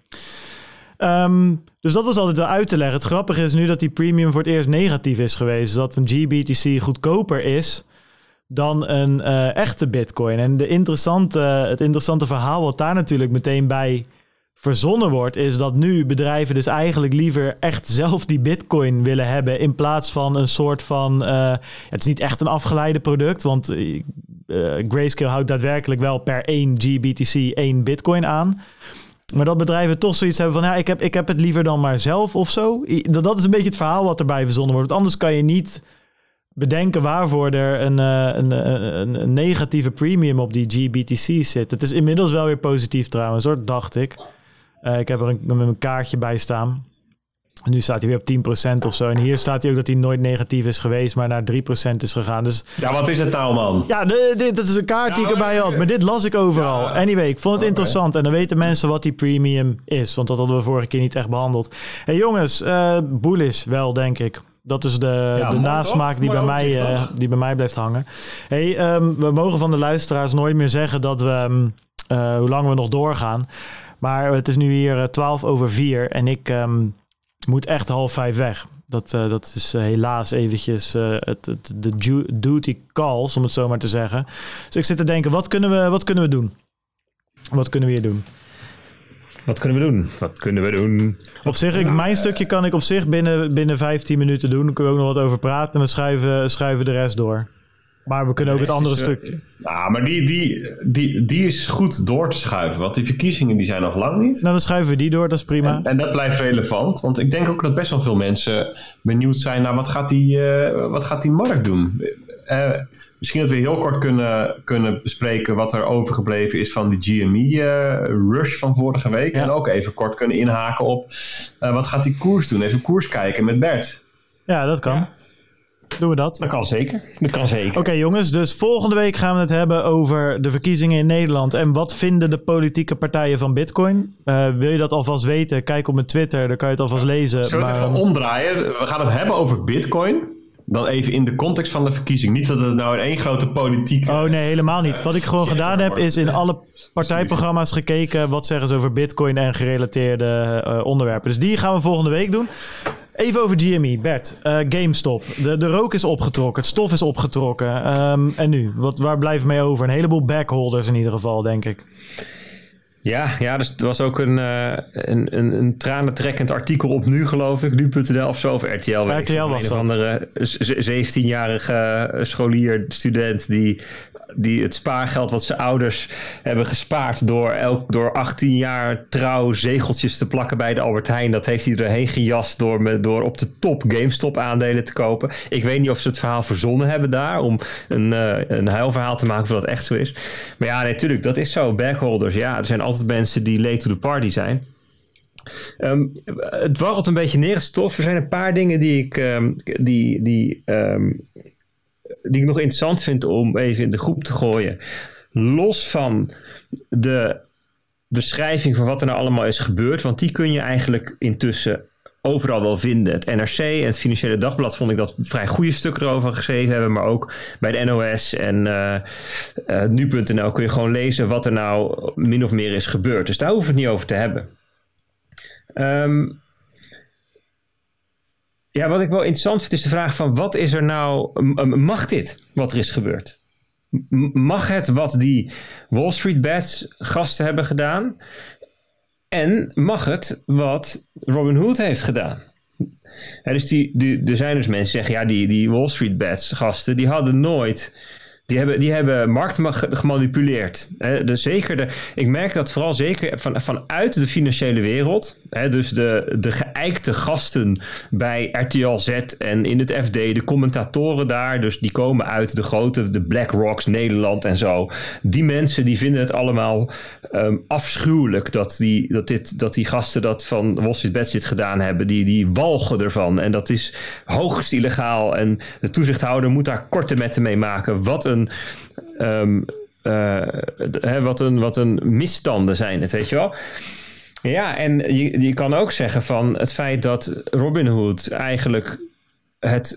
Dus dat was altijd wel uit te leggen. Het grappige is nu dat die premium voor het eerst negatief is geweest. Dat een GBTC goedkoper is dan een echte Bitcoin. En het interessante verhaal wat daar natuurlijk meteen bij verzonnen wordt, is dat nu bedrijven dus eigenlijk liever echt zelf die Bitcoin willen hebben in plaats van een soort van... het is niet echt een afgeleide product, want Grayscale houdt daadwerkelijk wel per 1 GBTC 1 Bitcoin aan. Maar dat bedrijven toch zoiets hebben van... ja, ik heb het liever dan maar zelf of zo. Dat is een beetje het verhaal wat erbij verzonnen wordt. Want anders kan je niet bedenken waarvoor er een negatieve premium op die GBTC zit. Het is inmiddels wel weer positief trouwens, hoor, dacht ik. Ik heb er een kaartje bij staan. Nu staat hij weer op 10% of zo. En hier staat hij ook dat hij nooit negatief is geweest, maar naar 3% is gegaan. Dus, ja, wat is het nou, man? Ja, dit is een kaart die ik erbij had. Maar dit las ik overal. Ja. Anyway, ik vond het interessant. En dan weten mensen wat die premium is. Want dat hadden we vorige keer niet echt behandeld. Hey jongens, bullish wel, denk ik. Dat is de nasmaak die bij mij blijft hangen. Hey, we mogen van de luisteraars nooit meer zeggen dat we hoe lang we nog doorgaan. Maar het is nu hier 4:12 en ik moet echt 4:30 weg. Dat is helaas eventjes de duty calls, om het zo maar te zeggen. Dus ik zit te denken, wat kunnen we doen? Wat kunnen we hier doen? Wat kunnen we doen? Op zich, mijn stukje kan ik op zich binnen 15 minuten doen. Dan kunnen we ook nog wat over praten en dan schuiven de rest door. Maar we kunnen ook het andere stukje. Nou, maar die is goed door te schuiven. Want die verkiezingen die zijn nog lang niet. Nou, dan schuiven we die door. Dat is prima. En dat blijft relevant. Want ik denk ook dat best wel veel mensen benieuwd zijn naar wat gaat die markt doen. Misschien dat we heel kort kunnen bespreken wat er overgebleven is van die GME-rush van vorige week. Ja. En ook even kort kunnen inhaken op wat gaat die koers doen. Even koers kijken met Bert. Ja, dat kan. Ja. Doen we dat? Dat kan zeker. Oké, jongens, dus volgende week gaan we het hebben over de verkiezingen in Nederland. En wat vinden de politieke partijen van Bitcoin? Wil je dat alvast weten? Kijk op mijn Twitter, daar kan je het alvast lezen. Zullen we het even omdraaien? We gaan het hebben over Bitcoin. Dan even in de context van de verkiezing. Niet dat het nou in één grote politiek... Oh nee, helemaal niet. Wat ik gewoon gedaan heb, is in alle partijprogramma's gekeken. Wat zeggen ze over Bitcoin en gerelateerde onderwerpen. Dus die gaan we volgende week doen. Even over GME, Bert. GameStop. De rook is opgetrokken. Het stof is opgetrokken. En nu? Waar blijft mee over? Een heleboel backholders in ieder geval, denk ik. Ja, dus het was ook een tranentrekkend artikel op Nu, geloof ik. Nu.nl of zo. Of RTL. RTL was een of andere 17-jarige scholier, student die het spaargeld wat zijn ouders hebben gespaard door 18 jaar trouw zegeltjes te plakken bij de Albert Heijn. Dat heeft hij erheen gejast door op de top GameStop aandelen te kopen. Ik weet niet of ze het verhaal verzonnen hebben daar om een huilverhaal te maken of dat echt zo is. Maar ja, natuurlijk, dat is zo. Backholders, ja, er zijn altijd mensen die late to the party zijn. Het warrelt een beetje neer het stof. Er zijn een paar dingen die ik nog interessant vind om even in de groep te gooien. Los van de beschrijving van wat er nou allemaal is gebeurd. Want die kun je eigenlijk intussen overal wel vinden. Het NRC en het Financiële Dagblad vond ik dat vrij goede stukken erover geschreven hebben. Maar ook bij de NOS en nu.nl kun je gewoon lezen wat er nou min of meer is gebeurd. Dus daar hoeven we het niet over te hebben. Ja, wat ik wel interessant vind is de vraag van wat is er nou... Mag dit wat er is gebeurd? Mag het wat die Wall Street Bets gasten hebben gedaan? En mag het wat Robinhood heeft gedaan? Dus er zijn dus mensen die zeggen... Ja, die Wall Street Bets gasten, die hadden nooit... Die hebben markten gemanipuleerd. Dus ik merk dat vooral zeker vanuit de financiële wereld. Dus de geëikte gasten bij RTL Z en in het FD. De commentatoren daar. Dus die komen uit de BlackRocks, Nederland en zo. Die mensen die vinden het allemaal afschuwelijk dat die gasten dat van Wall Street Bets dit gedaan hebben. Die walgen ervan. En dat is hoogst illegaal. En de toezichthouder moet daar korte metten mee maken. Wat een misstanden zijn het, weet je wel. Ja, en je kan ook zeggen van het feit dat Robinhood eigenlijk het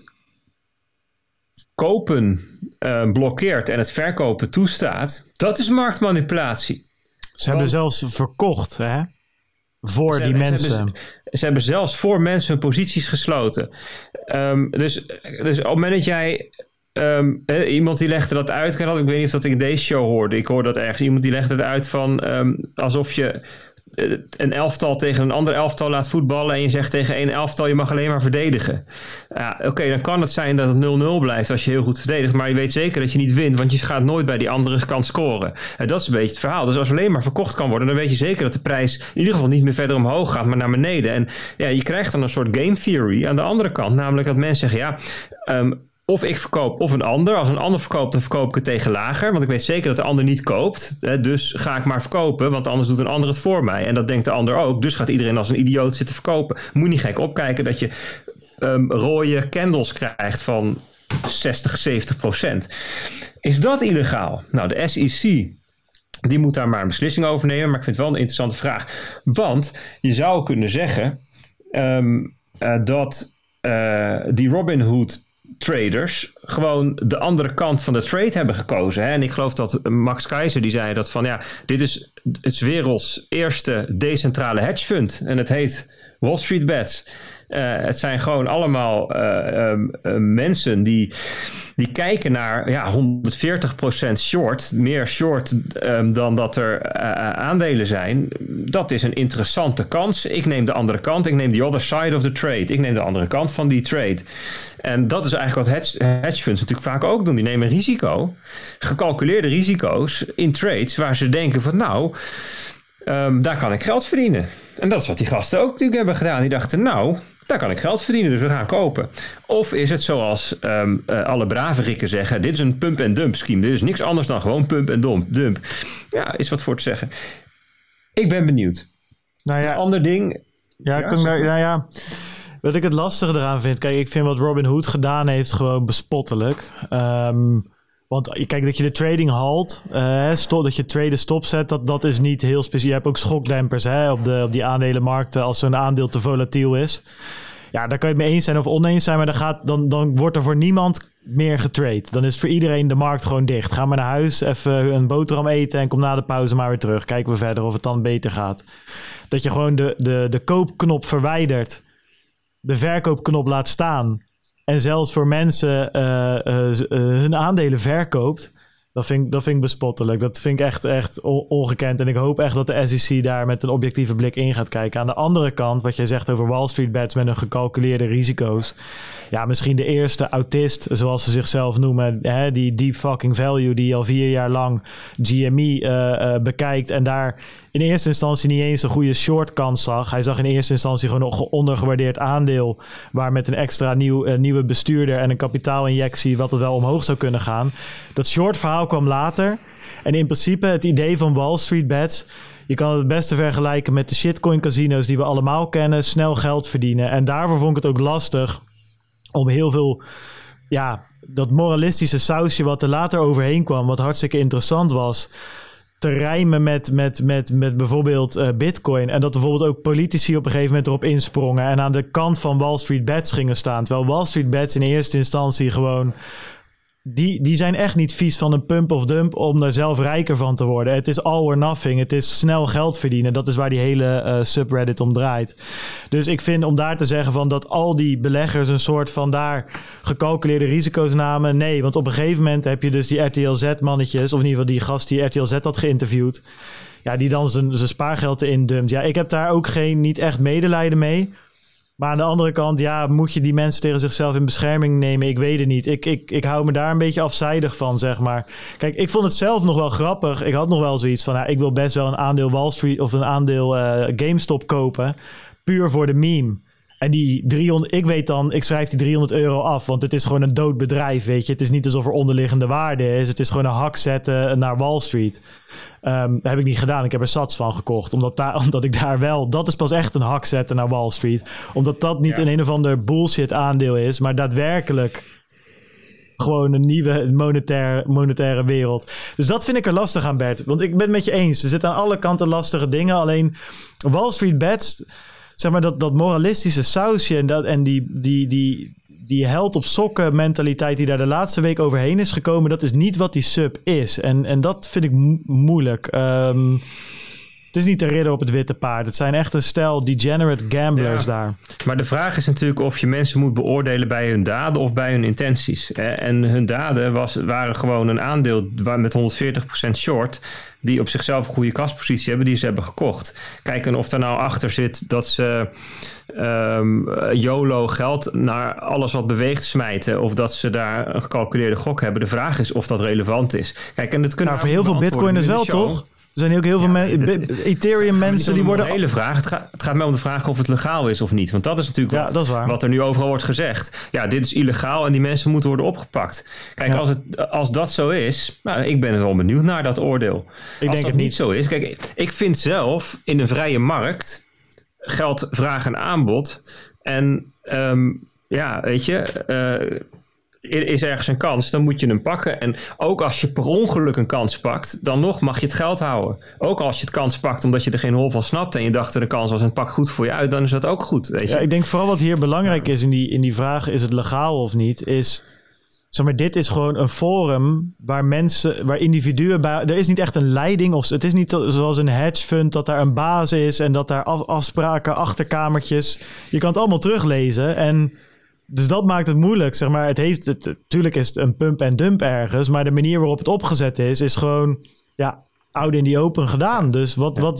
kopen blokkeert en het verkopen toestaat, dat is marktmanipulatie. Ze hebben zelfs verkocht, hè? Voor die mensen. Ze hebben zelfs voor mensen hun posities gesloten. Dus op het moment dat jij... iemand die legde dat uit. Ik weet niet of dat ik in deze show hoorde. Ik hoorde dat ergens. Iemand die legde het uit van alsof je een elftal tegen een ander elftal laat voetballen en je zegt tegen één elftal je mag alleen maar verdedigen. Ja, oké, dan kan het zijn dat het 0-0 blijft als je heel goed verdedigt, maar je weet zeker dat je niet wint, want je gaat nooit bij die andere kant scoren. Dat is een beetje het verhaal. Dus als alleen maar verkocht kan worden, dan weet je zeker dat de prijs in ieder geval niet meer verder omhoog gaat, maar naar beneden. En ja, je krijgt dan een soort game theory aan de andere kant, namelijk dat mensen zeggen, ja, of ik verkoop of een ander. Als een ander verkoopt, dan verkoop ik het tegen lager. Want ik weet zeker dat de ander niet koopt. Dus ga ik maar verkopen, want anders doet een ander het voor mij. En dat denkt de ander ook. Dus gaat iedereen als een idioot zitten verkopen. Moet je niet gek opkijken dat je rode candles krijgt van 60-70%. Is dat illegaal? Nou, de SEC... die moet daar maar een beslissing over nemen. Maar ik vind het wel een interessante vraag. Want je zou kunnen zeggen... dat die Robinhood traders gewoon de andere kant van de trade hebben gekozen. Hè? En ik geloof dat Max Keizer die zei dat van dit is het werelds eerste decentrale hedge fund. En het heet Wall Street Bets. Het zijn gewoon allemaal mensen die kijken naar 140% short. Meer short dan dat er aandelen zijn. Dat is een interessante kans. Ik neem de andere kant. Ik neem the other side of the trade. Ik neem de andere kant van die trade. En dat is eigenlijk wat hedge funds natuurlijk vaak ook doen. Die nemen risico. Gecalculeerde risico's in trades waar ze denken van daar kan ik geld verdienen. En dat is wat die gasten ook natuurlijk hebben gedaan. Die dachten daar kan ik geld verdienen, dus we gaan kopen. Of is het zoals alle brave rikken zeggen... dit is een pump-and-dump scheme. Dit is niks anders dan gewoon pump-and-dump. Ja, is wat voor te zeggen. Ik ben benieuwd. Nou ja, een ander ding... Wat ik het lastige eraan vind... Kijk, ik vind wat Robinhood gedaan heeft gewoon bespottelijk. Want kijk, dat je de trading halt, dat je traden stopzet, dat is niet heel speciaal. Je hebt ook schokdempers op die aandelenmarkten als zo'n aandeel te volatiel is. Ja, daar kan je het mee eens zijn of oneens zijn, maar dan wordt er voor niemand meer getrade. Dan is voor iedereen de markt gewoon dicht. Ga maar naar huis, even een boterham eten en kom na de pauze maar weer terug. Kijken we verder of het dan beter gaat. Dat je gewoon de koopknop verwijdert, de verkoopknop laat staan... en zelfs voor mensen hun aandelen verkoopt... Dat vind ik bespottelijk. Dat vind ik echt ongekend. En ik hoop echt dat de SEC daar met een objectieve blik in gaat kijken. Aan de andere kant, wat jij zegt over Wall Street Bets... met hun gecalculeerde risico's. Ja, misschien de eerste autist, zoals ze zichzelf noemen... die deep fucking value, die al 4 jaar lang GME bekijkt... en daar in eerste instantie niet eens een goede shortkans zag. Hij zag in eerste instantie gewoon een ondergewaardeerd aandeel... waar met een extra nieuwe bestuurder en een kapitaalinjectie... wat het wel omhoog zou kunnen gaan. Dat short verhaal kwam later. En in principe het idee van Wall Street Bets... je kan het beste vergelijken met de shitcoin casino's... die we allemaal kennen, snel geld verdienen. En daarvoor vond ik het ook lastig om heel veel... dat moralistische sausje wat er later overheen kwam... wat hartstikke interessant was... te rijmen met bijvoorbeeld Bitcoin. En dat bijvoorbeeld ook politici op een gegeven moment erop insprongen... en aan de kant van Wall Street Bets gingen staan. Terwijl Wall Street Bets in eerste instantie gewoon... Die zijn echt niet vies van een pump of dump om daar zelf rijker van te worden. Het is all or nothing. Het is snel geld verdienen. Dat is waar die hele subreddit om draait. Dus ik vind om daar te zeggen van dat al die beleggers een soort van daar gecalculeerde risico's namen. Nee, want op een gegeven moment heb je dus die RTLZ-mannetjes, of in ieder geval die gast die RTLZ had geïnterviewd. Ja, die dan zijn spaargeld erin dumpt. Ja, ik heb daar ook niet echt medelijden mee. Maar aan de andere kant, moet je die mensen tegen zichzelf in bescherming nemen? Ik weet het niet. Ik hou me daar een beetje afzijdig van, zeg maar. Kijk, ik vond het zelf nog wel grappig. Ik had nog wel zoiets van, ik wil best wel een aandeel Wall Street of een aandeel GameStop kopen. Puur voor de meme. En die 300, ik schrijf die €300 af, want het is gewoon een dood bedrijf, weet je. Het is niet alsof er onderliggende waarde is. Het is gewoon een hak zetten naar Wall Street. Dat heb ik niet gedaan. Ik heb er sats van gekocht. Omdat ik daar wel... Dat is pas echt een hak zetten naar Wall Street. Omdat dat niet een of ander bullshit aandeel is, maar daadwerkelijk gewoon een nieuwe monetaire wereld. Dus dat vind ik er lastig aan, Bert. Want ik ben het met je eens. Er zitten aan alle kanten lastige dingen. Alleen Wall Street Bets... Zeg maar dat moralistische sausje en die held op sokken mentaliteit die daar de laatste week overheen is gekomen, dat is niet wat die sub is. En dat vind ik moeilijk. Het is niet de ridder op het witte paard. Het zijn echt een stel degenerate gamblers daar. Maar de vraag is natuurlijk of je mensen moet beoordelen bij hun daden of bij hun intenties. En hun daden waren gewoon een aandeel met 140% short, die op zichzelf een goede kaspositie hebben, die ze hebben gekocht. Kijken of er nou achter zit dat ze YOLO geld naar alles wat beweegt smijten, of dat ze daar een gecalculeerde gok hebben. De vraag is of dat relevant is. Kijk, en dat kunnen voor heel veel bitcoiners wel, toch? zijn ook heel veel Ethereum mensen die worden... Een hele vraag. Het gaat mij om de vraag of het legaal is of niet. Want dat is natuurlijk wat er nu overal wordt gezegd. Ja, dit is illegaal en die mensen moeten worden opgepakt. Kijk, als dat zo is... Nou, ik ben wel benieuwd naar dat oordeel. Ik denk het niet zo is. Kijk, ik vind zelf in een vrije markt... geld, vraag en aanbod. En weet je... is ergens een kans, dan moet je hem pakken. En ook als je per ongeluk een kans pakt, dan nog mag je het geld houden. Ook als je het kans pakt omdat je er geen hol van snapt en je dacht er de kans was en het pakt goed voor je uit, dan is dat ook goed. Weet je? Ja, ik denk vooral wat hier belangrijk is in die vraag, is het legaal of niet, is... Zeg maar, dit is gewoon een forum waar individuen... Er is niet echt een leiding. Of het is niet zoals een hedge fund dat daar een baas is... en dat daar afspraken, achterkamertjes... Je kan het allemaal teruglezen. En dus dat maakt het moeilijk. Zeg maar, natuurlijk is het een pump en dump ergens... maar de manier waarop het opgezet is gewoon... ja, out in the open gedaan. Dus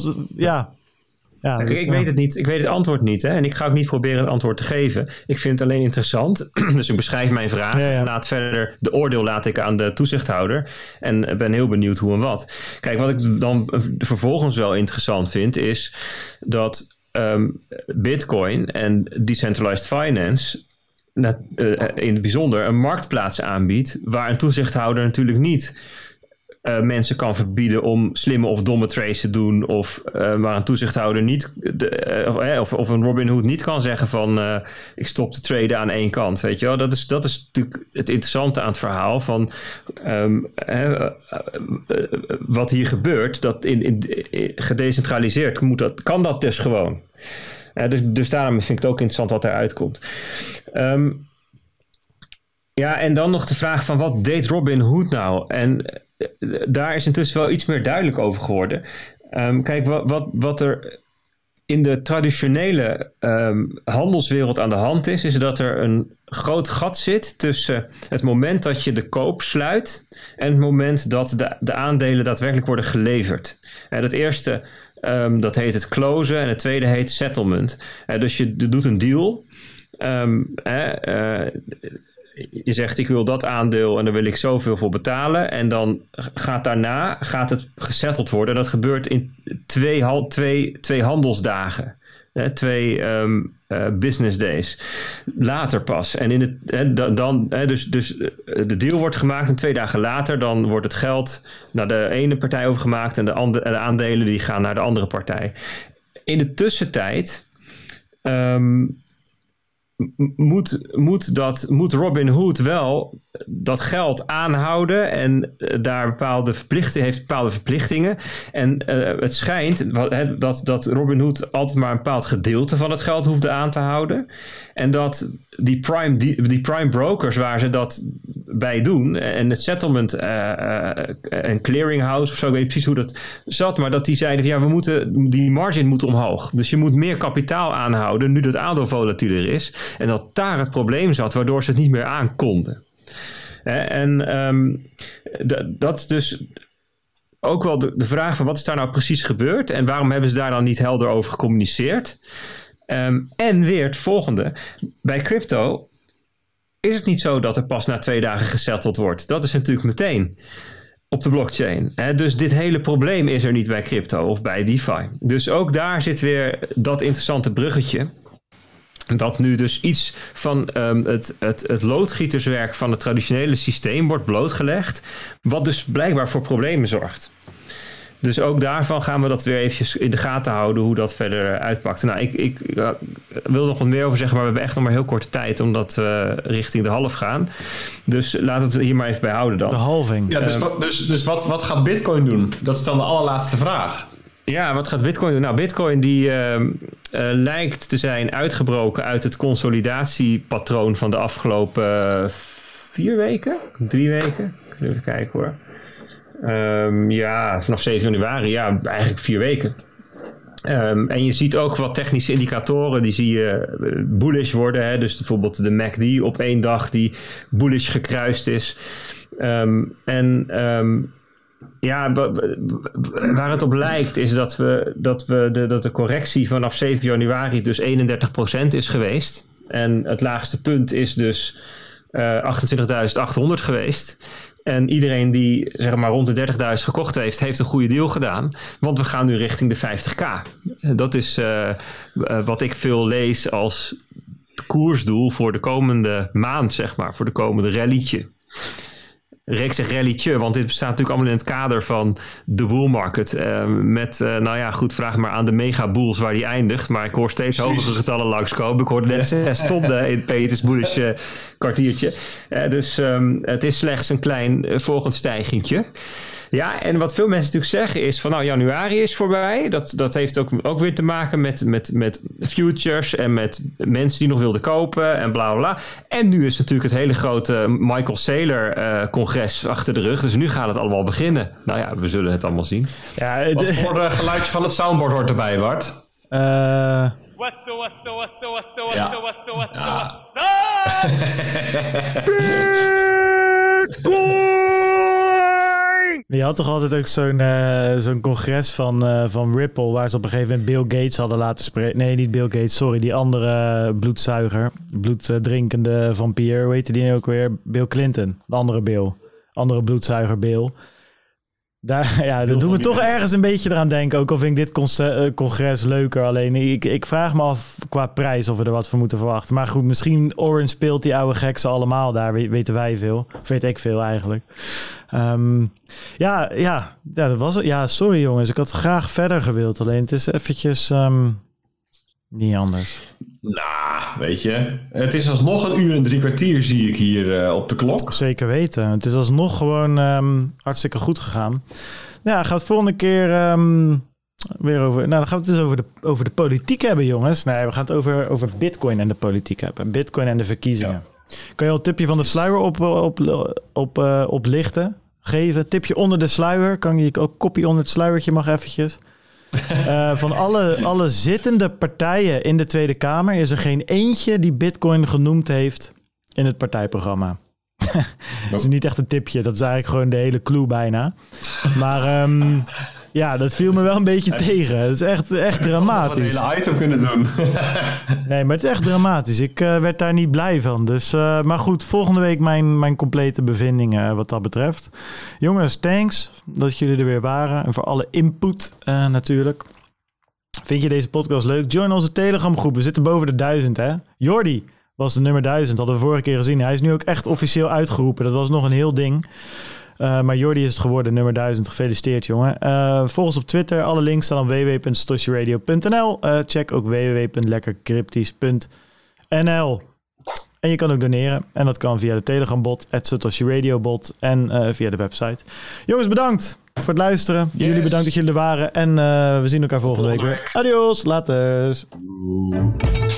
Ja, ik weet het niet. Ik weet het antwoord niet. Hè? En ik ga ook niet proberen het antwoord te geven. Ik vind het alleen interessant. Dus ik beschrijf mijn vraag. Ja. De oordeel laat ik aan de toezichthouder. En ben heel benieuwd hoe en wat. Kijk, wat ik dan vervolgens wel interessant vind... is dat Bitcoin en decentralized finance... in het bijzonder een marktplaats aanbiedt... waar een toezichthouder natuurlijk niet... mensen kan verbieden om slimme of domme trades te doen... of waar een toezichthouder niet... of een Robinhood niet kan zeggen van... ik stop de traden aan één kant, weet je wel. Dat is natuurlijk het interessante aan het verhaal... van wat hier gebeurt... dat gedecentraliseerd kan dat dus gewoon. Dus daarom vind ik het ook interessant wat eruit komt. En dan nog de vraag van wat deed Robinhood nou? En daar is intussen wel iets meer duidelijk over geworden. Kijk, wat er in de traditionele handelswereld aan de hand is dat er een groot gat zit tussen het moment dat je de koop sluit en het moment dat de aandelen daadwerkelijk worden geleverd. Dat eerste, dat heet het closen en het tweede heet settlement. Dus je doet een deal. Je zegt, ik wil dat aandeel en daar wil ik zoveel voor betalen. En dan gaat het gesetteld worden. Dat gebeurt in twee handelsdagen. 2 business days. Later pas. En dus de deal wordt gemaakt en 2 dagen later... dan wordt het geld naar de ene partij overgemaakt... en de aandelen die gaan naar de andere partij. In de tussentijd... moet Robinhood wel dat geld aanhouden en daar heeft bepaalde verplichtingen. En het schijnt dat Robinhood altijd maar een bepaald gedeelte van het geld hoefde aan te houden. En dat die prime brokers waar ze dat bij doen en het settlement en clearinghouse of zo, ik weet niet precies hoe dat zat, maar dat die zeiden van die margin moet omhoog. Dus je moet meer kapitaal aanhouden nu dat aandeel volatieler is. En dat daar het probleem zat, waardoor ze het niet meer aan konden. Dat is dus ook wel de vraag van wat is daar nou precies gebeurd en waarom hebben ze daar dan niet helder over gecommuniceerd? En weer het volgende. Bij crypto is het niet zo dat er pas na 2 dagen gesetteld wordt. Dat is natuurlijk meteen op de blockchain. Dus dit hele probleem is er niet bij crypto of bij DeFi. Dus ook daar zit weer dat interessante bruggetje. Dat nu dus iets van het loodgieterswerk van het traditionele systeem wordt blootgelegd. Wat dus blijkbaar voor problemen zorgt. Dus ook daarvan gaan we dat weer eventjes in de gaten houden hoe dat verder uitpakt. Nou, ik wil nog wat meer over zeggen, maar we hebben echt nog maar heel korte tijd omdat we richting de half gaan. Dus laten we het hier maar even bij houden dan. De halving. Ja, dus wat gaat Bitcoin doen? Dat is dan de allerlaatste vraag. Ja, wat gaat Bitcoin doen? Nou, Bitcoin die lijkt te zijn uitgebroken uit het consolidatiepatroon van de afgelopen 4 weken? 3 weken? Even kijken hoor. Vanaf 7 januari, eigenlijk 4 weken. En je ziet ook wat technische indicatoren, die zie je bullish worden. Hè? Dus bijvoorbeeld de MACD op 1 dag die bullish gekruist is. Waar het op lijkt is dat de correctie vanaf 7 januari dus 31% is geweest. En het laagste punt is dus 28.800 geweest. En iedereen die zeg maar rond de 30.000 gekocht heeft een goede deal gedaan. Want we gaan nu richting de 50k. Dat is wat ik veel lees als koersdoel voor de komende maand, zeg maar. Voor de komende rallytje. Ik zeg rallytje, want dit bestaat natuurlijk allemaal in het kader van de bull market. Goed, vraag maar aan de mega bulls waar die eindigt. Maar ik hoor steeds hogere getallen langskomen. Ik hoorde net 6 stonden in Peters Bullish kwartiertje. Dus het is slechts een klein volgend stijgingje. Ja, en wat veel mensen natuurlijk zeggen is van januari is voorbij. Dat heeft ook weer te maken met futures en met mensen die nog wilden kopen en bla bla. En nu is natuurlijk het hele grote Michael Saylor congres achter de rug. Dus nu gaat het allemaal beginnen. Nou ja, we zullen het allemaal zien. Ja, wat voor geluidje van het soundboard hoort erbij, Bart? Je had toch altijd ook zo'n congres van Ripple, waar ze op een gegeven moment Bill Gates hadden laten spreken. Nee, niet Bill Gates, sorry. Die andere bloedzuiger, bloeddrinkende vampier. Hoe heette die nu ook weer? Bill Clinton, de andere Bill. Andere bloedzuiger Bill. Dat doen we toch ergens een beetje eraan denken. Ook al vind ik dit congres leuker. Alleen ik vraag me af qua prijs of we er wat voor moeten verwachten. Maar goed, misschien Orange speelt die oude gek ze allemaal daar. Weten wij veel. Of weet ik veel eigenlijk. Dat was het. Ja, sorry jongens. Ik had graag verder gewild. Alleen het is eventjes niet anders. Nou, weet je. Het is alsnog 1 uur en 3 kwartier zie ik hier op de klok. Zeker weten. Het is alsnog gewoon hartstikke goed gegaan. Ja, gaat volgende keer weer over... Nou, dan gaan we het dus over de politiek hebben, jongens. Nee, we gaan het over Bitcoin en de politiek hebben. Bitcoin en de verkiezingen. Ja. Kan je al een tipje van de sluier oplichten? Geven? Tipje onder de sluier. Kan je ook kopie onder het sluiertje mag eventjes... van alle zittende partijen in de Tweede Kamer is er geen eentje die Bitcoin genoemd heeft in het partijprogramma. Dat is niet echt een tipje, dat is eigenlijk gewoon de hele clue bijna. Maar dat viel me wel een beetje tegen. Het is echt dramatisch. Ik had een hele item kunnen doen. Nee, maar het is echt dramatisch. Ik werd daar niet blij van. Dus, maar goed, volgende week mijn complete bevindingen wat dat betreft. Jongens, thanks dat jullie er weer waren. En voor alle input natuurlijk. Vind je deze podcast leuk? Join onze Telegram groep. We zitten boven de 1000, hè? Jordi was de nummer 1000. Hadden we vorige keer gezien. Hij is nu ook echt officieel uitgeroepen. Dat was nog een heel ding. Maar Jordi is het geworden, nummer 1000. Gefeliciteerd, jongen. Volg ons op Twitter. Alle links staan op www.satoshiradio.nl. Check ook www.lekkercryptisch.nl. En je kan ook doneren. En dat kan via de Telegram-bot, @SatoshiRadio-bot en via de website. Jongens, bedankt voor het luisteren. Yes. Jullie bedankt dat jullie er waren. En we zien elkaar volgende week weer. Adios, laters.